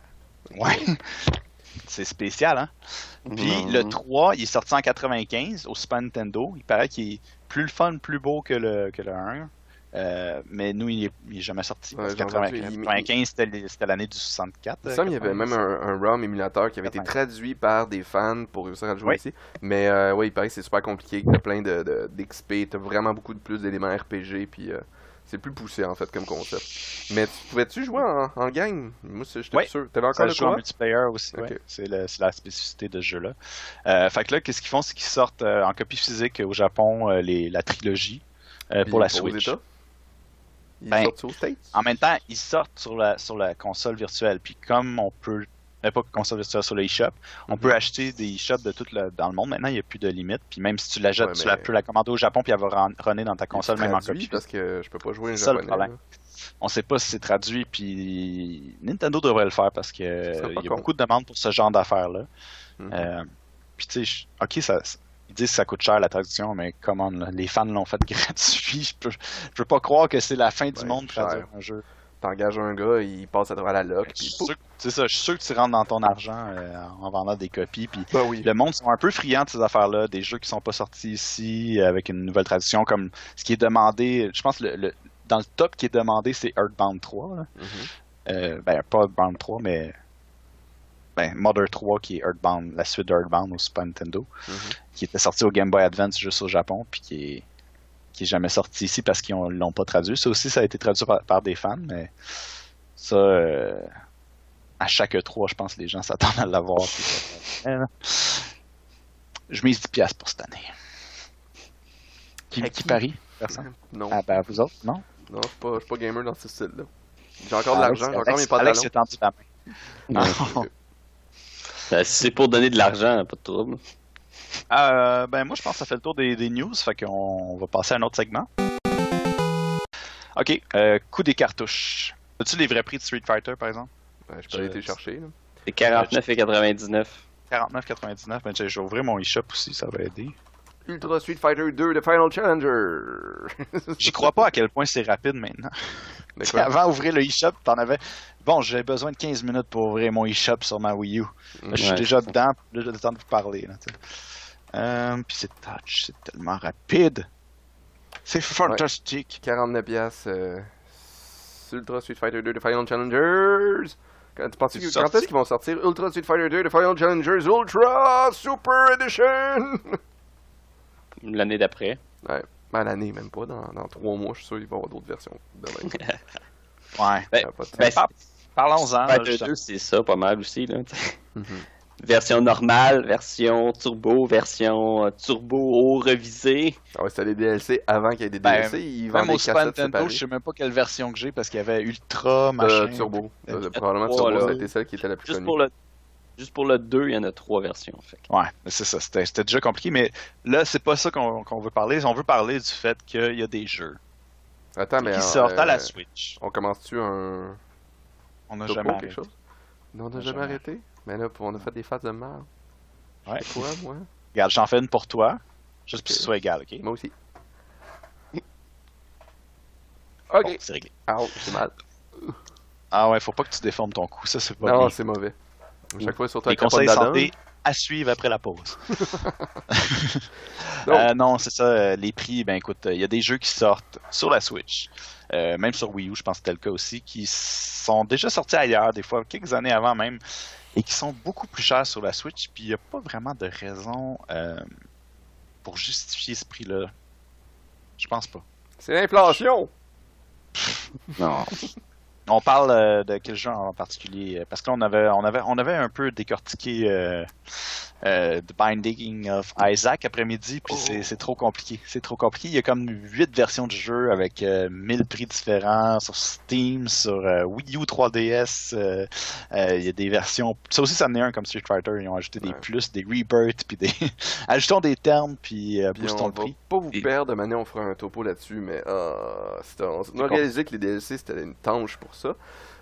Ouais. C'est spécial, hein? Puis Mm-hmm. le trois, il est sorti en quatre-vingt-quinze au Super Nintendo. Il paraît qu'il est plus le fun, plus beau que le, que le un. Euh, mais nous, il est, il est jamais sorti. Ouais, Parce que j'ai entendu, il- quatre-vingt-quinze, c'était les- c'était l'année du soixante-quatre. Il me semble qu'il y avait même un, un ROM émulateur qui avait été traduit par des fans pour réussir à le jouer Oui. ici. Mais euh, ouais, il paraît que c'est super compliqué, que t'as plein de, de, d'X P, t'as vraiment beaucoup de plus d'éléments R P G, puis euh, c'est plus poussé en fait comme concept. Mais tu pouvais-tu jouer en, en gang? Moi, c'est- j'étais Oui. plus sûr. T'avais encore Ça le joue en quoi? multiplayer aussi. Ok. Ouais. C'est le- c'est la spécificité de ce jeu-là. Euh, fait que là, qu'est-ce qu'ils font? C'est qu'ils sortent euh, en copie physique au Japon euh, les, la trilogie euh, Puis pour la aux Switch. États? Ils Ben, sortent aux States? En même temps, ils sortent sur la, sur la console virtuelle. Puis comme on peut, euh, pas console virtuelle sur le eShop, on Mhm. peut acheter des eShops de tout le, dans le monde. Maintenant, il n'y a plus de limite. Puis même si tu l'achètes, Ouais, tu mais- la, peux la commander au Japon puis elle va ren- runner dans ta console même en Traduit, copie. parce que je peux pas jouer en C'est ça, le japonais. problème. On sait pas si c'est traduit. Puis Nintendo devrait le faire parce que Ça serait euh, pas il y a con. beaucoup de demandes pour ce genre d'affaires-là. Mhm. Euh, puis tu sais, je- ok, ça, ils disent que ça coûte cher la traduction, mais come on, là, les fans l'ont fait gratuit. Je peux, je peux pas croire que c'est la fin du Ouais, monde de cher. traduire un jeu. T'engages un gars, il passe à travers la loc, Je puis suis pouf. sûr que- C'est ça, je suis sûr que tu rentres dans ton argent euh, en vendant des copies. Puis Ben oui. le monde sont un peu friands de ces affaires-là, des jeux qui sont pas sortis ici avec une nouvelle traduction, comme ce qui est demandé. Je pense le, le- dans le top qui est demandé, c'est Earthbound trois. Là. Mhm. Euh, ben pas Earthbound trois, mais ben, Mother trois qui est Earthbound, la suite d'Earthbound au Super Nintendo, Mhm. qui était sorti au Game Boy Advance juste au Japon, puis qui est qui est jamais sorti ici parce qu'ils ont- l'ont pas traduit. Ça aussi, ça a été traduit par, par des fans, mais ça, euh, à chaque E trois, je pense que les gens s'attendent à l'avoir. puis, euh, je mise dix piastres pour cette année. Qui, À qui qui? parie? Personne? Non, Ah, ben, vous autres, non? non, je suis pas, je suis pas gamer dans ce style-là. J'ai encore de Alex- l'argent, j'ai Alex- encore mes pantalons. Alex s'est tendu la main. Ouais. Ben, si c'est pour donner de l'argent, pas de trouble. Euh, ben moi je pense que ça fait le tour des, des news, fait qu'on va passer à un autre segment. Ok, euh, coût des cartouches. As-tu les vrais prix de Street Fighter par exemple? Ouais, je peux aller Je- te chercher. Là. C'est quarante-neuf et quatre-vingt-dix-neuf. quarante-neuf quatre-vingt-dix-neuf, ben je vais ouvrir mon eShop aussi, ça va aider. Ultra Street Fighter deux, The Final Challenger. J'y crois pas à quel point c'est rapide maintenant. De T'sais, quoi? avant d'ouvrir le eShop, t'en avais. Bon, j'ai besoin de quinze minutes pour ouvrir mon eShop sur ma Wii U. Là, je suis Ouais, déjà c'est ça. dedans, puis là, j'ai le temps de vous parler. Là, t'sais. euh, puis c'est touch, c'est tellement rapide. C'est fantastique. quarante-neuf piastres. Euh, Ultra Street Fighter deux, The Final Challengers. Quand, tu penses C'est que, sorti? quand est-ce qu'ils vont sortir Ultra Street Fighter deux, The Final Challengers Ultra Super Edition? L'année d'après. Ouais, ben l'année, même pas. Dans, dans trois mois, je suis sûr qu'il va y avoir d'autres versions. demain. Ouais. Ben, Ça a pas de ben, sens. Ah, Parlons-en. là, Fighter justement. deux, c'est ça, pas mal aussi. Là. Mhm. Version normale, version turbo, version euh, turbo revisée. Ah ouais, c'était les D L C avant qu'il y ait des Ben, D L C. Ils Même vendent au des Super cassettes Nintendo, séparées. je sais même pas quelle version que j'ai parce qu'il y avait Ultra, machin. Euh, Turbo. Euh, Euh, probablement trois, Turbo, là. ça a été celle qui était la plus Juste connue. pour le juste pour le deux, il y en a trois versions. Fait. que- Ouais, mais c'est ça, c'était c'était déjà compliqué, mais là, c'est pas ça qu'on qu'on veut parler. On veut parler du fait qu'il y a des jeux Attends, mais qui euh, sortent à euh, la Switch. on commence-tu un On n'a topo, jamais quelque arrêté. chose? Non, on n'a On a jamais jamais arrêté? Mais là, on a fait des faces de merde. Ouais. C'est quoi, moi? Regarde, j'en fais une pour toi, juste pour que Ok. ce soit égal, ok? Moi aussi. Bon, Ok. c'est réglé. Ah, c'est mal. Ah ouais, faut pas que tu déformes ton cou, ça c'est pas Non, bien. c'est mauvais. Chaque fois, surtout Les avec la conseils pomme d'Adam. santé à suivre après la pause. Donc, Euh, non, c'est ça, euh, les prix, ben écoute, il y a des jeux qui sortent sur la Switch, euh, même sur Wii U, je pense que c'était le cas aussi, qui sont déjà sortis ailleurs, des fois quelques années avant même, et qui sont beaucoup plus chers sur la Switch, puis il n'y a pas vraiment de raison euh, pour justifier ce prix-là. Je pense pas. c'est l'inflation! Non. On parle euh, de quel jeu en particulier? Parce que là, on avait, on avait, on avait un peu décortiqué euh, euh, The Binding of Isaac après-midi, puis c'est, c'est trop compliqué. C'est trop compliqué. Il y a comme huit versions du jeu avec euh, mille prix différents sur Steam, sur euh, Wii U trois D S. Euh, euh, il y a des versions. Ça aussi, ça en est un comme Street Fighter. Ils ont ajouté des Ouais. plus, des rebirths, puis des. Ajoutons des termes, puis euh, Puis boostons on le va prix. pas vous Et- perdre, maintenant on fera un topo là-dessus, mais euh, c'était- on, on a réalisé que les D L C c'était une tanche pour ça.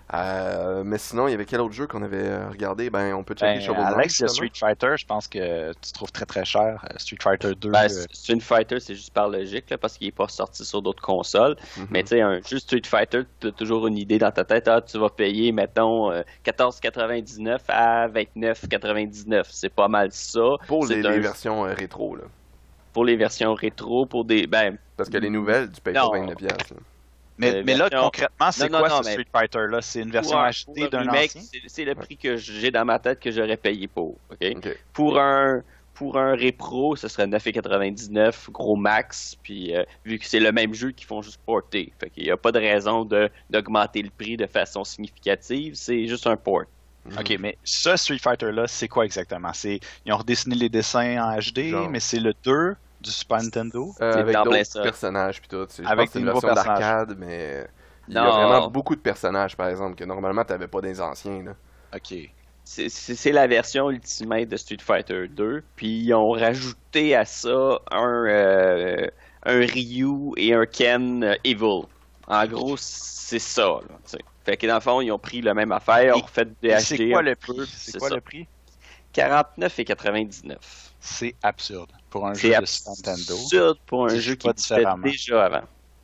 Euh, mais sinon, il y avait quel autre jeu qu'on avait euh, regardé? Ben, on peut checker Ben, Shovel Knight. Alex, le justement. Street Fighter, je pense que tu trouves très très cher. Euh, Street Fighter deux. Ben, euh, Street Fighter, c'est juste par logique, là, parce qu'il est pas sorti sur d'autres consoles. Mhm. Mais tu sais, un jeu Street Fighter, tu as toujours une idée dans ta tête. Ah, tu vas payer, mettons, euh, quatorze quatre-vingt-dix-neuf à vingt-neuf quatre-vingt-dix-neuf. C'est pas mal ça. Pour C'est les, un- les versions euh, rétro, là. Pour les versions rétro, pour des. Ben, Parce que les nouvelles, tu payes Non. pas vingt-neuf piastres. là. Mais, euh, mais là, version- concrètement, c'est Non, quoi non, non, ce mais- Street Fighter-là? C'est une version pour un- achetée pour un d'un remake, ancien? c'est- C'est le prix que j'ai dans ma tête que j'aurais payé pour. OK? Ok. Pour un. Pour un Repro, ce serait neuf quatre-vingt-dix-neuf, gros max, puis euh, vu que c'est le même jeu qu'ils font juste porter, fait qu'il n'y a pas de raison de- d'augmenter le prix de façon significative, c'est juste un port. Ok, mais ce Street Fighter-là, c'est quoi exactement? C'est Ils ont redessiné les dessins en H D, Genre. mais c'est le deux du Super Nintendo. Euh, C'est avec en plein d'autres ça. personnages puis tout. tu sais, Je Avec pense que c'est des une nouveaux version personnages. d'arcade, mais il y a Non. vraiment beaucoup de personnages, par exemple, que normalement t'avais pas des anciens. Là. Ok. C'est- C'est c'est la version Ultimate de Street Fighter deux, puis ils ont rajouté à ça un, euh, un Ryu et un Ken euh, Evil. En gros, c'est ça. Là, tu sais. Fait que dans le fond, ils ont pris la même affaire, Et- ont refait des Et H D. c'est quoi un le peu, prix? c'est C'est quoi ça. le prix? quarante-neuf et quatre-vingt-dix-neuf. C'est absurde pour un C'est jeu de Super Nintendo. absurde pour un Tu jeu joues qui pas existait différemment. déjà avant.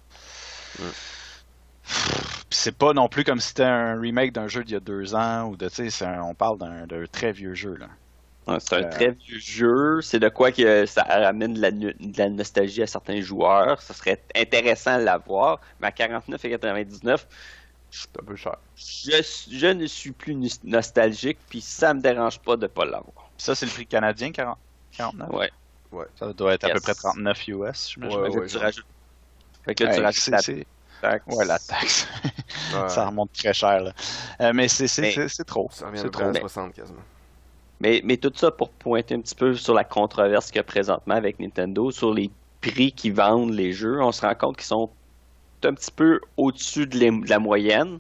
Puis c'est pas non plus comme si c'était un remake d'un jeu d'il y a deux ans ou de, tu sais, c'est un- on parle d'un d'un très vieux jeu là. Ouais, c'est un Euh, très vieux jeu. C'est de quoi que ça ramène de la, nu- de la nostalgie à certains joueurs. Ça serait intéressant à l'avoir. Mais à quarante-neuf et quatre-vingt-dix-neuf, C'est un peu cher. je, je ne suis plus nu- nostalgique. Puis ça me dérange pas de pas l'avoir. Puis ça c'est le prix canadien, quarante, quarante-neuf. Ouais. Ça doit être à Yes. peu près trente-neuf U S, j'imagine. Ouais, Fait que ouais, tu ouais. rajoutes. Fait que là, tu Ouais, rajoutes c'est- la c'est- taxe. Ouais, la taxe. Ouais. Ça remonte très cher là. Euh, mais c'est c'est- Mais- c'est- c'est trop. Ça revient à C'est peu près trop. à Mais- soixante quasiment. Mais, mais tout ça pour pointer un petit peu sur la controverse qu'il y a présentement avec Nintendo, sur les prix qu'ils vendent les jeux, on se rend compte qu'ils sont un petit peu au-dessus de, les- de la moyenne.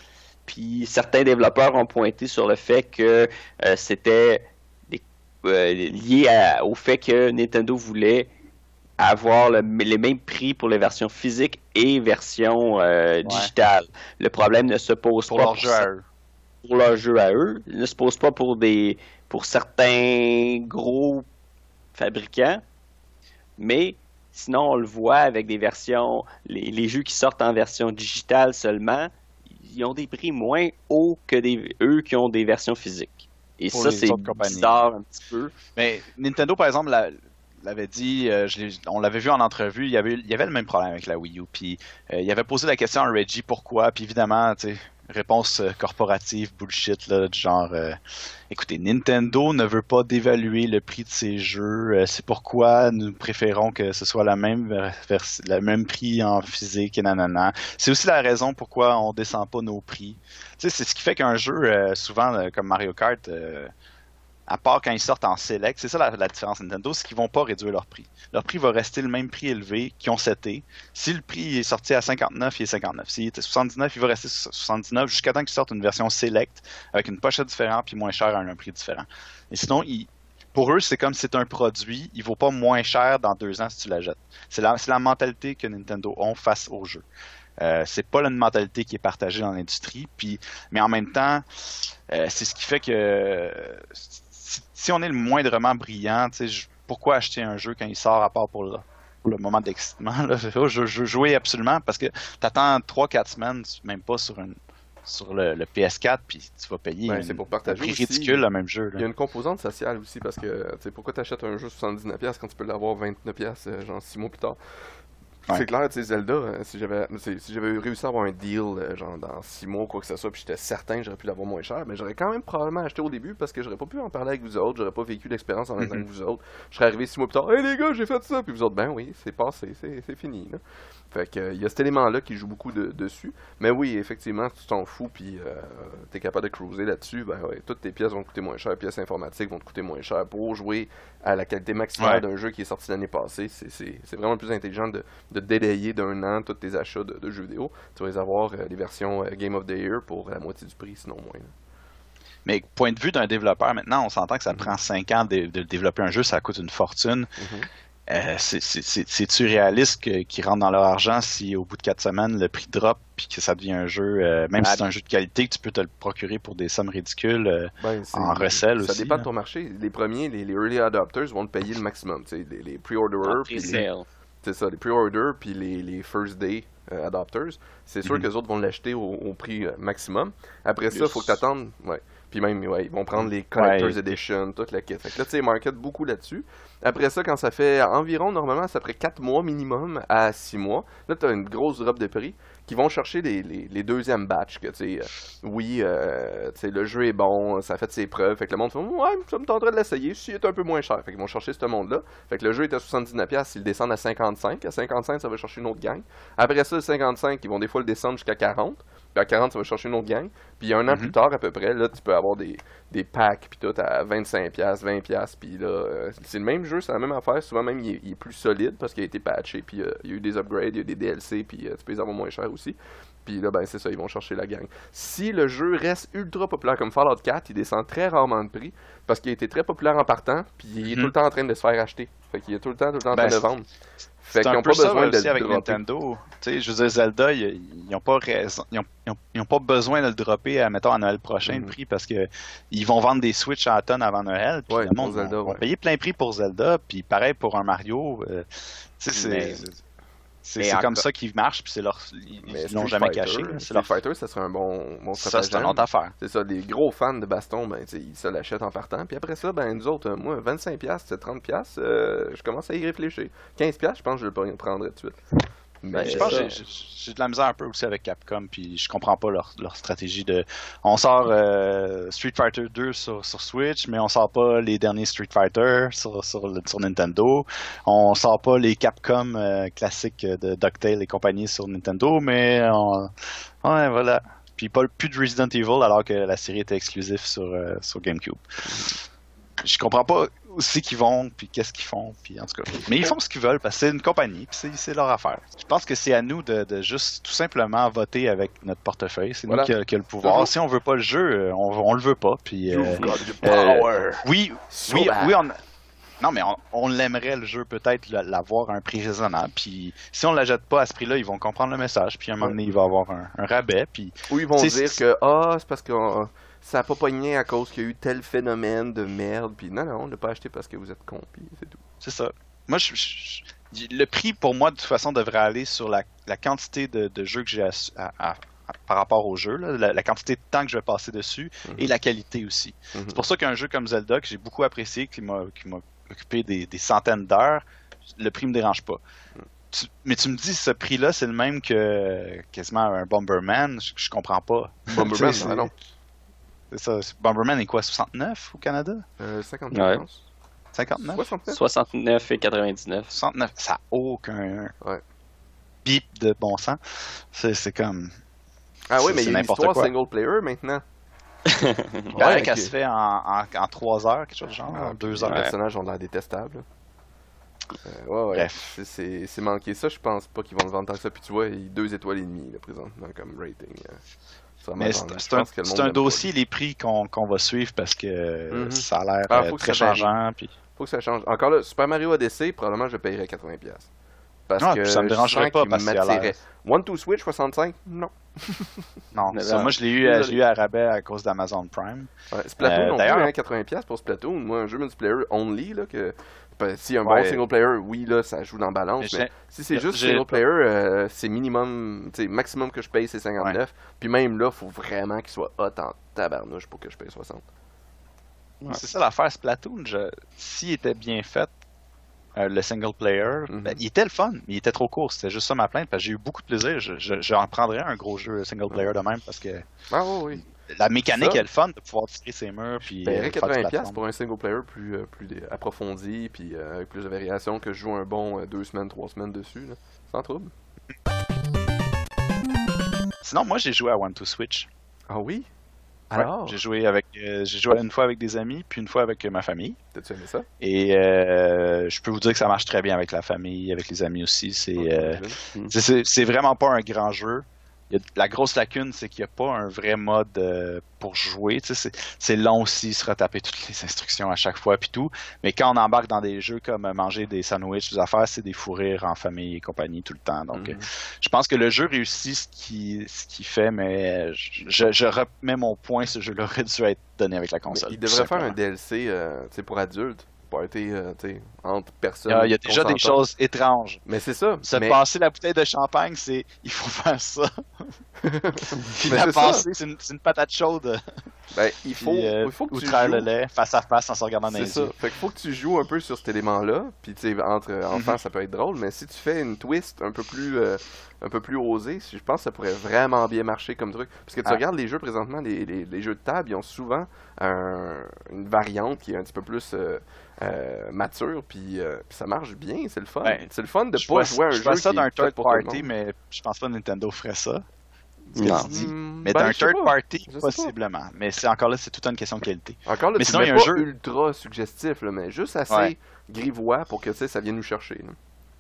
Puis certains développeurs ont pointé sur le fait que euh, c'était des- euh, lié à- au fait que Nintendo voulait avoir le- les mêmes prix pour les versions physiques et versions euh, digitales. Le problème ne se pose Pour pas leur jeu à eux. pour leur jeu à eux. Il ne se pose pas pour des pour certains gros fabricants, mais sinon on le voit avec des versions, les, les jeux qui sortent en version digitale seulement, ils ont des prix moins hauts que des, eux qui ont des versions physiques. Et Pour ça les c'est autres compagnies. bizarre un petit peu. Mais Nintendo, par exemple, la- l'avait dit, euh, je l'ai- on l'avait vu en entrevue, il y avait, il y avait le même problème avec la Wii U. Puis euh, il avait posé la question à Reggie pourquoi. Puis évidemment, tu sais, réponse euh, corporative bullshit là, du genre, euh, écoutez, Nintendo ne veut pas dévaluer le prix de ses jeux. euh, c'est pourquoi nous préférons que ce soit la même vers- vers- le même prix en physique et nanana. C'est aussi la raison pourquoi on descend pas nos prix. Tu sais, c'est ce qui fait qu'un jeu, euh, souvent euh, comme Mario Kart. euh, à part quand ils sortent en select, c'est ça la, la différence Nintendo, c'est qu'ils vont pas réduire leur prix. Leur prix va rester le même prix élevé qu'ils ont seté. Si le prix est sorti à cinquante-neuf, il est cinquante-neuf. S'il était soixante-dix-neuf, il va rester soixante-dix-neuf jusqu'à temps qu'ils sortent une version select avec une pochette différente puis moins cher à un prix différent. Et sinon, ils, pour eux, c'est comme si c'est un produit, il vaut pas moins cher dans deux ans si tu l'achètes. C'est la, c'est la mentalité que Nintendo ont face au jeu. Euh, c'est pas une mentalité qui est partagée dans l'industrie, puis mais en même temps, euh, c'est ce qui fait que euh, si, si on est le moindrement brillant, tu sais, je- pourquoi acheter un jeu quand il sort à part pour le, pour le moment d'excitement là? Oh, je, je veux jouer absolument parce que t'attends trois quatre semaines, même pas sur une sur le, le P S quatre, puis tu vas payer Ouais, une- c'est pour un partager prix aussi. ridicule le même jeu. Il y a Là. une composante sociale aussi parce que, tu sais, pourquoi t'achètes un jeu soixante-dix-neuf piastres quand tu peux l'avoir vingt-neuf piastres, euh, genre six mois plus tard? Ouais. C'est clair, tu sais, Zelda, euh, si j'avais si si j'avais réussi à avoir un deal, euh, genre dans six mois ou quoi que ce soit, puis j'étais certain que j'aurais pu l'avoir moins cher, mais j'aurais quand même probablement acheté au début parce que j'aurais pas pu en parler avec vous autres, j'aurais pas vécu l'expérience en même temps Mhm. que vous autres. Je serais arrivé six mois plus tard, hey les gars, j'ai fait ça, puis vous autres, ben oui, c'est passé, c'est c'est fini, là. Fait que, euh, il y a cet élément-là qui joue beaucoup de- dessus. Mais oui, effectivement, si tu t'en fous puis euh, t'es capable de cruiser là-dessus, ben ouais, toutes tes pièces vont te coûter moins cher, les pièces informatiques vont te coûter moins cher. Pour jouer à la qualité maximale Ouais. d'un jeu qui est sorti l'année passée, c'est- c'est c'est vraiment le plus intelligent de, de délayer d'un an tous tes achats de, de jeux vidéo. Tu vas les avoir, euh, les versions euh, Game of the Year, pour la moitié du prix, sinon moins. là. Mais point de vue d'un développeur, maintenant, on s'entend que ça Mhm. prend cinq ans de, de développer un jeu, ça coûte une fortune. Mhm. euh, c'est, c'est, c'est, c'est-tu réaliste que, qu'ils rentrent dans leur argent si au bout de quatre semaines le prix drop puis que ça devient un jeu, euh, même ah, si c'est un jeu de qualité, que tu peux te le procurer pour des sommes ridicules euh, ben, en recel aussi. Ça dépend là. de ton marché. Les premiers, les, les early adopters vont te payer le maximum. Les, les pre-orderers, puis les, c'est ça, les pre-orders puis les, les first day euh, adopters, c'est sûr mm-hmm. que les autres vont l'acheter au, au prix euh, maximum. Après yes. ça, il faut que tu attendes. Ouais. Puis même, ouais, ils vont prendre les Collector's ouais. Edition, toute la kit. Fait que là, tu sais, ils marketent beaucoup là-dessus. Après ça, quand ça fait environ, normalement, ça ferait quatre mois minimum à six mois, là, tu as une grosse drop de prix qui vont chercher les, les, les deuxièmes batchs. Que, tu sais, euh, oui, euh, tu sais, le jeu est bon, ça a fait ses preuves. Fait que le monde fait, ouais, ça me tenterait de l'essayer s'il est un peu moins cher. Fait qu'ils vont chercher ce monde-là. Fait que le jeu est à soixante-dix-neuf dollars, ils le descendent à cinquante-cinq. À cinquante-cinq, ça va chercher une autre gang. Après ça, le cinquante-cinq, ils vont des fois le descendre jusqu'à quarante. Puis à quarante, ça va chercher une autre gang. Puis un an mm-hmm. plus tard, à peu près, là, tu peux avoir des, des packs, puis tout à vingt-cinq dollars, vingt dollars. Puis là, euh, c'est le même jeu, c'est la même affaire. Souvent même, il est, il est plus solide parce qu'il a été patché. Puis euh, il y a eu des upgrades, il y a eu des D L C, puis euh, tu peux les avoir moins cher aussi. Puis là, ben c'est ça, ils vont chercher la gang. Si le jeu reste ultra populaire comme Fallout quatre, il descend très rarement de prix parce qu'il a été très populaire en partant, puis il est mm-hmm. tout le temps en train de se faire acheter. Fait qu'il est tout le temps, tout le temps en train ben, de vendre. Fait qu'ils n'ont pas besoin de aussi avec dropper. Nintendo. Tu sais, je veux dire, Zelda, ils n'ont pas raison, ils ont, ils ont, ils ont pas besoin de le dropper, à, mettons, à Noël prochain, mm-hmm. le prix, parce que ils vont vendre des Switch à tonnes avant Noël, puis ouais, le monde Zelda, va, ouais. va payer plein prix pour Zelda, puis pareil pour un Mario. Euh, tu sais, c'est... Mais... C'est, c'est comme ça qu'ils marchent, puis c'est leur, ils ne l'ont jamais Fighter, caché. C'est leur Fighter, ça serait un bon, bon ça, c'est une autre affaire. C'est ça, les gros fans de baston, ben, ils se l'achètent en partant. Puis après ça, ben, nous autres, moi, vingt-cinq dollars, trente dollars, euh, je commence à y réfléchir. quinze dollars, je pense que je le prendrais tout de suite. Ben, je pense que j'ai, j'ai de la misère un peu aussi avec Capcom, puis je comprends pas leur, leur stratégie de... On sort euh, Street Fighter deux sur, sur Switch, mais on sort pas les derniers Street Fighter sur, sur, sur Nintendo. On sort pas les Capcom euh, classiques de DuckTales et compagnie sur Nintendo, mais on... ouais, voilà. Puis pas plus de Resident Evil alors que la série était exclusive sur, euh, sur GameCube. Je comprends pas aussi qu'ils vont, puis qu'est-ce qu'ils font, puis en tout cas. Mais ils font ce qu'ils veulent, parce que c'est une compagnie, puis c'est, c'est leur affaire. Je pense que c'est à nous de, de juste tout simplement voter avec notre portefeuille. C'est voilà. nous qui a, qui a le pouvoir. Toujours. Si on veut pas le jeu, on, on le veut pas, puis... Euh, euh, oui, so oui, oui, on... Non, mais on, on l'aimerait, le jeu, peut-être l'avoir à un prix raisonnable. Puis si on ne l'achète pas à ce prix-là, ils vont comprendre le message. Puis à un moment donné, il va y avoir un, un rabais. Puis, ou ils vont dire que ah, c'est parce que euh, ça n'a pas pogné à cause qu'il y a eu tel phénomène de merde. Puis non, non, on ne l'a pas acheté parce que vous êtes con. Puis c'est tout. C'est ça. Moi, je, je, je, le prix, pour moi, de toute façon, devrait aller sur la, la quantité de, de jeux que j'ai à, à, à, à, par rapport au jeu, là, la, la quantité de temps que je vais passer dessus mm-hmm. et la qualité aussi. Mm-hmm. C'est pour ça qu'un jeu comme Zelda, que j'ai beaucoup apprécié, qui m'a, qui m'a occupé des, des centaines d'heures, le prix me dérange pas. Mm. Tu, mais tu me dis, ce prix-là, c'est le même que quasiment un Bomberman, je, je comprends pas. Bomberman, c'est, non. C'est ça. Bomberman est quoi, soixante-neuf au Canada? Euh, cinquante-neuf, je pense. cinquante-neuf? soixante-neuf? soixante-neuf et quatre-vingt-dix-neuf. soixante-neuf, ça n'a aucun ouais. bip de bon sens. C'est, c'est comme... Ah oui, mais il y a une histoire quoi. Single player maintenant. ouais, ouais, qu'elle se fait en, en, en trois heures, quelque chose de genre, en deux heures. Les personnages ont l'air détestables. Euh, ouais, ouais. Bref. C'est, c'est, c'est manqué ça, je pense pas qu'ils vont se vendre tant que ça. Puis tu vois, il y a deux étoiles et demie, là, présentement, comme rating. Euh, Mais c'est, c'est un, c'est un dossier, pas. Les prix qu'on, qu'on va suivre, parce que mm-hmm. ça a l'air ah, euh, très changeant. Puis... Faut que ça change. Encore là, Super Mario Odyssey, probablement je paierais quatre-vingts dollars. Parce non, que ça me dérangerait pas, parce que One to Switch, soixante-cinq? Non. Non, ça, moi je l'ai eu, je l'ai eu à rabais à cause d'Amazon Prime. Ouais, Splatoon euh, non d'ailleurs... plus, hein, quatre-vingts dollars pour Splatoon. Moi, un jeu multiplayer only, là, que ben, si un ouais. bon single player, oui, là, ça joue dans la balance. Mais, mais si c'est juste j'ai... single player, euh, c'est minimum, tu sais, maximum que je paye, c'est cinquante-neuf. Ouais. Puis même là, il faut vraiment qu'il soit hot en tabarnouche pour que je paye soixante. Ouais. C'est ça l'affaire Splatoon. Je... S'il était bien fait, Euh, le single player, mm-hmm. ben, il était le fun, mais il était trop court. C'était juste ça ma plainte, parce que j'ai eu beaucoup de plaisir. Je, je, j'en prendrais un gros jeu single player de même, parce que ah, oui, oui. la mécanique ça, est le fun de pouvoir tirer ses murs. Puis ben, euh, quatre-vingts dollars pour un single player plus, euh, plus approfondi, puis euh, avec plus de variations, que je joue un bon euh, deux semaines, trois semaines dessus, là. Sans trouble. Sinon, moi j'ai joué à One to Switch. Ah oui? Alors, ouais, j'ai joué avec, euh, j'ai joué une fois avec des amis, puis une fois avec euh, ma famille. T'as-tu aimé ça? Et euh, je peux vous dire que ça marche très bien avec la famille, avec les amis aussi. C'est, okay, euh, c'est, c'est, c'est vraiment pas un grand jeu, il y a, la grosse lacune, c'est qu'il n'y a pas un vrai mode euh, pour jouer. Tu sais, c'est, c'est long aussi, se retaper toutes les instructions à chaque fois puis tout. Mais quand on embarque dans des jeux comme manger des sandwichs, des affaires, c'est des fous rires en famille et compagnie tout le temps. Donc, Mhm. euh, je pense que le jeu réussit ce qu'il ce qu'il fait, mais je, je remets mon point, ce jeu-là aurait dû être donné avec la Mais console. il tout devrait faire un simplement. D L C euh, tu sais, pour adultes, pour être euh, tu sais, entre Il y personnes. a, il y a déjà des consentantes. choses étranges. Mais c'est ça. Se mais... passer la bouteille de champagne, c'est il faut faire ça. Puis Mais la c'est ça. passer, c'est une, c'est une patate chaude. Ben, il faut, Puis, euh, il faut que tu outraire le joues. lait, face à face, en se regardant dans C'est les ça. yeux. Fait qu'il faut que tu joues un peu sur cet élément-là. Puis, tu sais, entre enfants, Mhm. ça peut être drôle. Mais si tu fais une twist un peu plus, euh, un peu plus osée, je pense que ça pourrait vraiment bien marcher comme truc. Parce que tu Ah. regardes les jeux présentement, les, les, les jeux de table, ils ont souvent un- une variante qui est un petit peu plus euh, euh, mature. Puis, euh, puis ça marche bien. C'est le fun. Ouais. C'est le fun de Je pas vois, jouer à un je jeu vois ça qui d'un est fait third pour tout le party, monde. mais je pense pas que Nintendo ferait ça. Ce que Non. tu dis. Hmm, Mais ben, d'un je sais third pas. party, Je sais pas. possiblement. Mais c'est encore là, c'est toute une question de qualité. Encore là, Mais tu sinon, mets il y a un pas jeu- ultra suggestif, là, mais juste assez Ouais. grivois pour que tu sais, ça vienne nous chercher. là.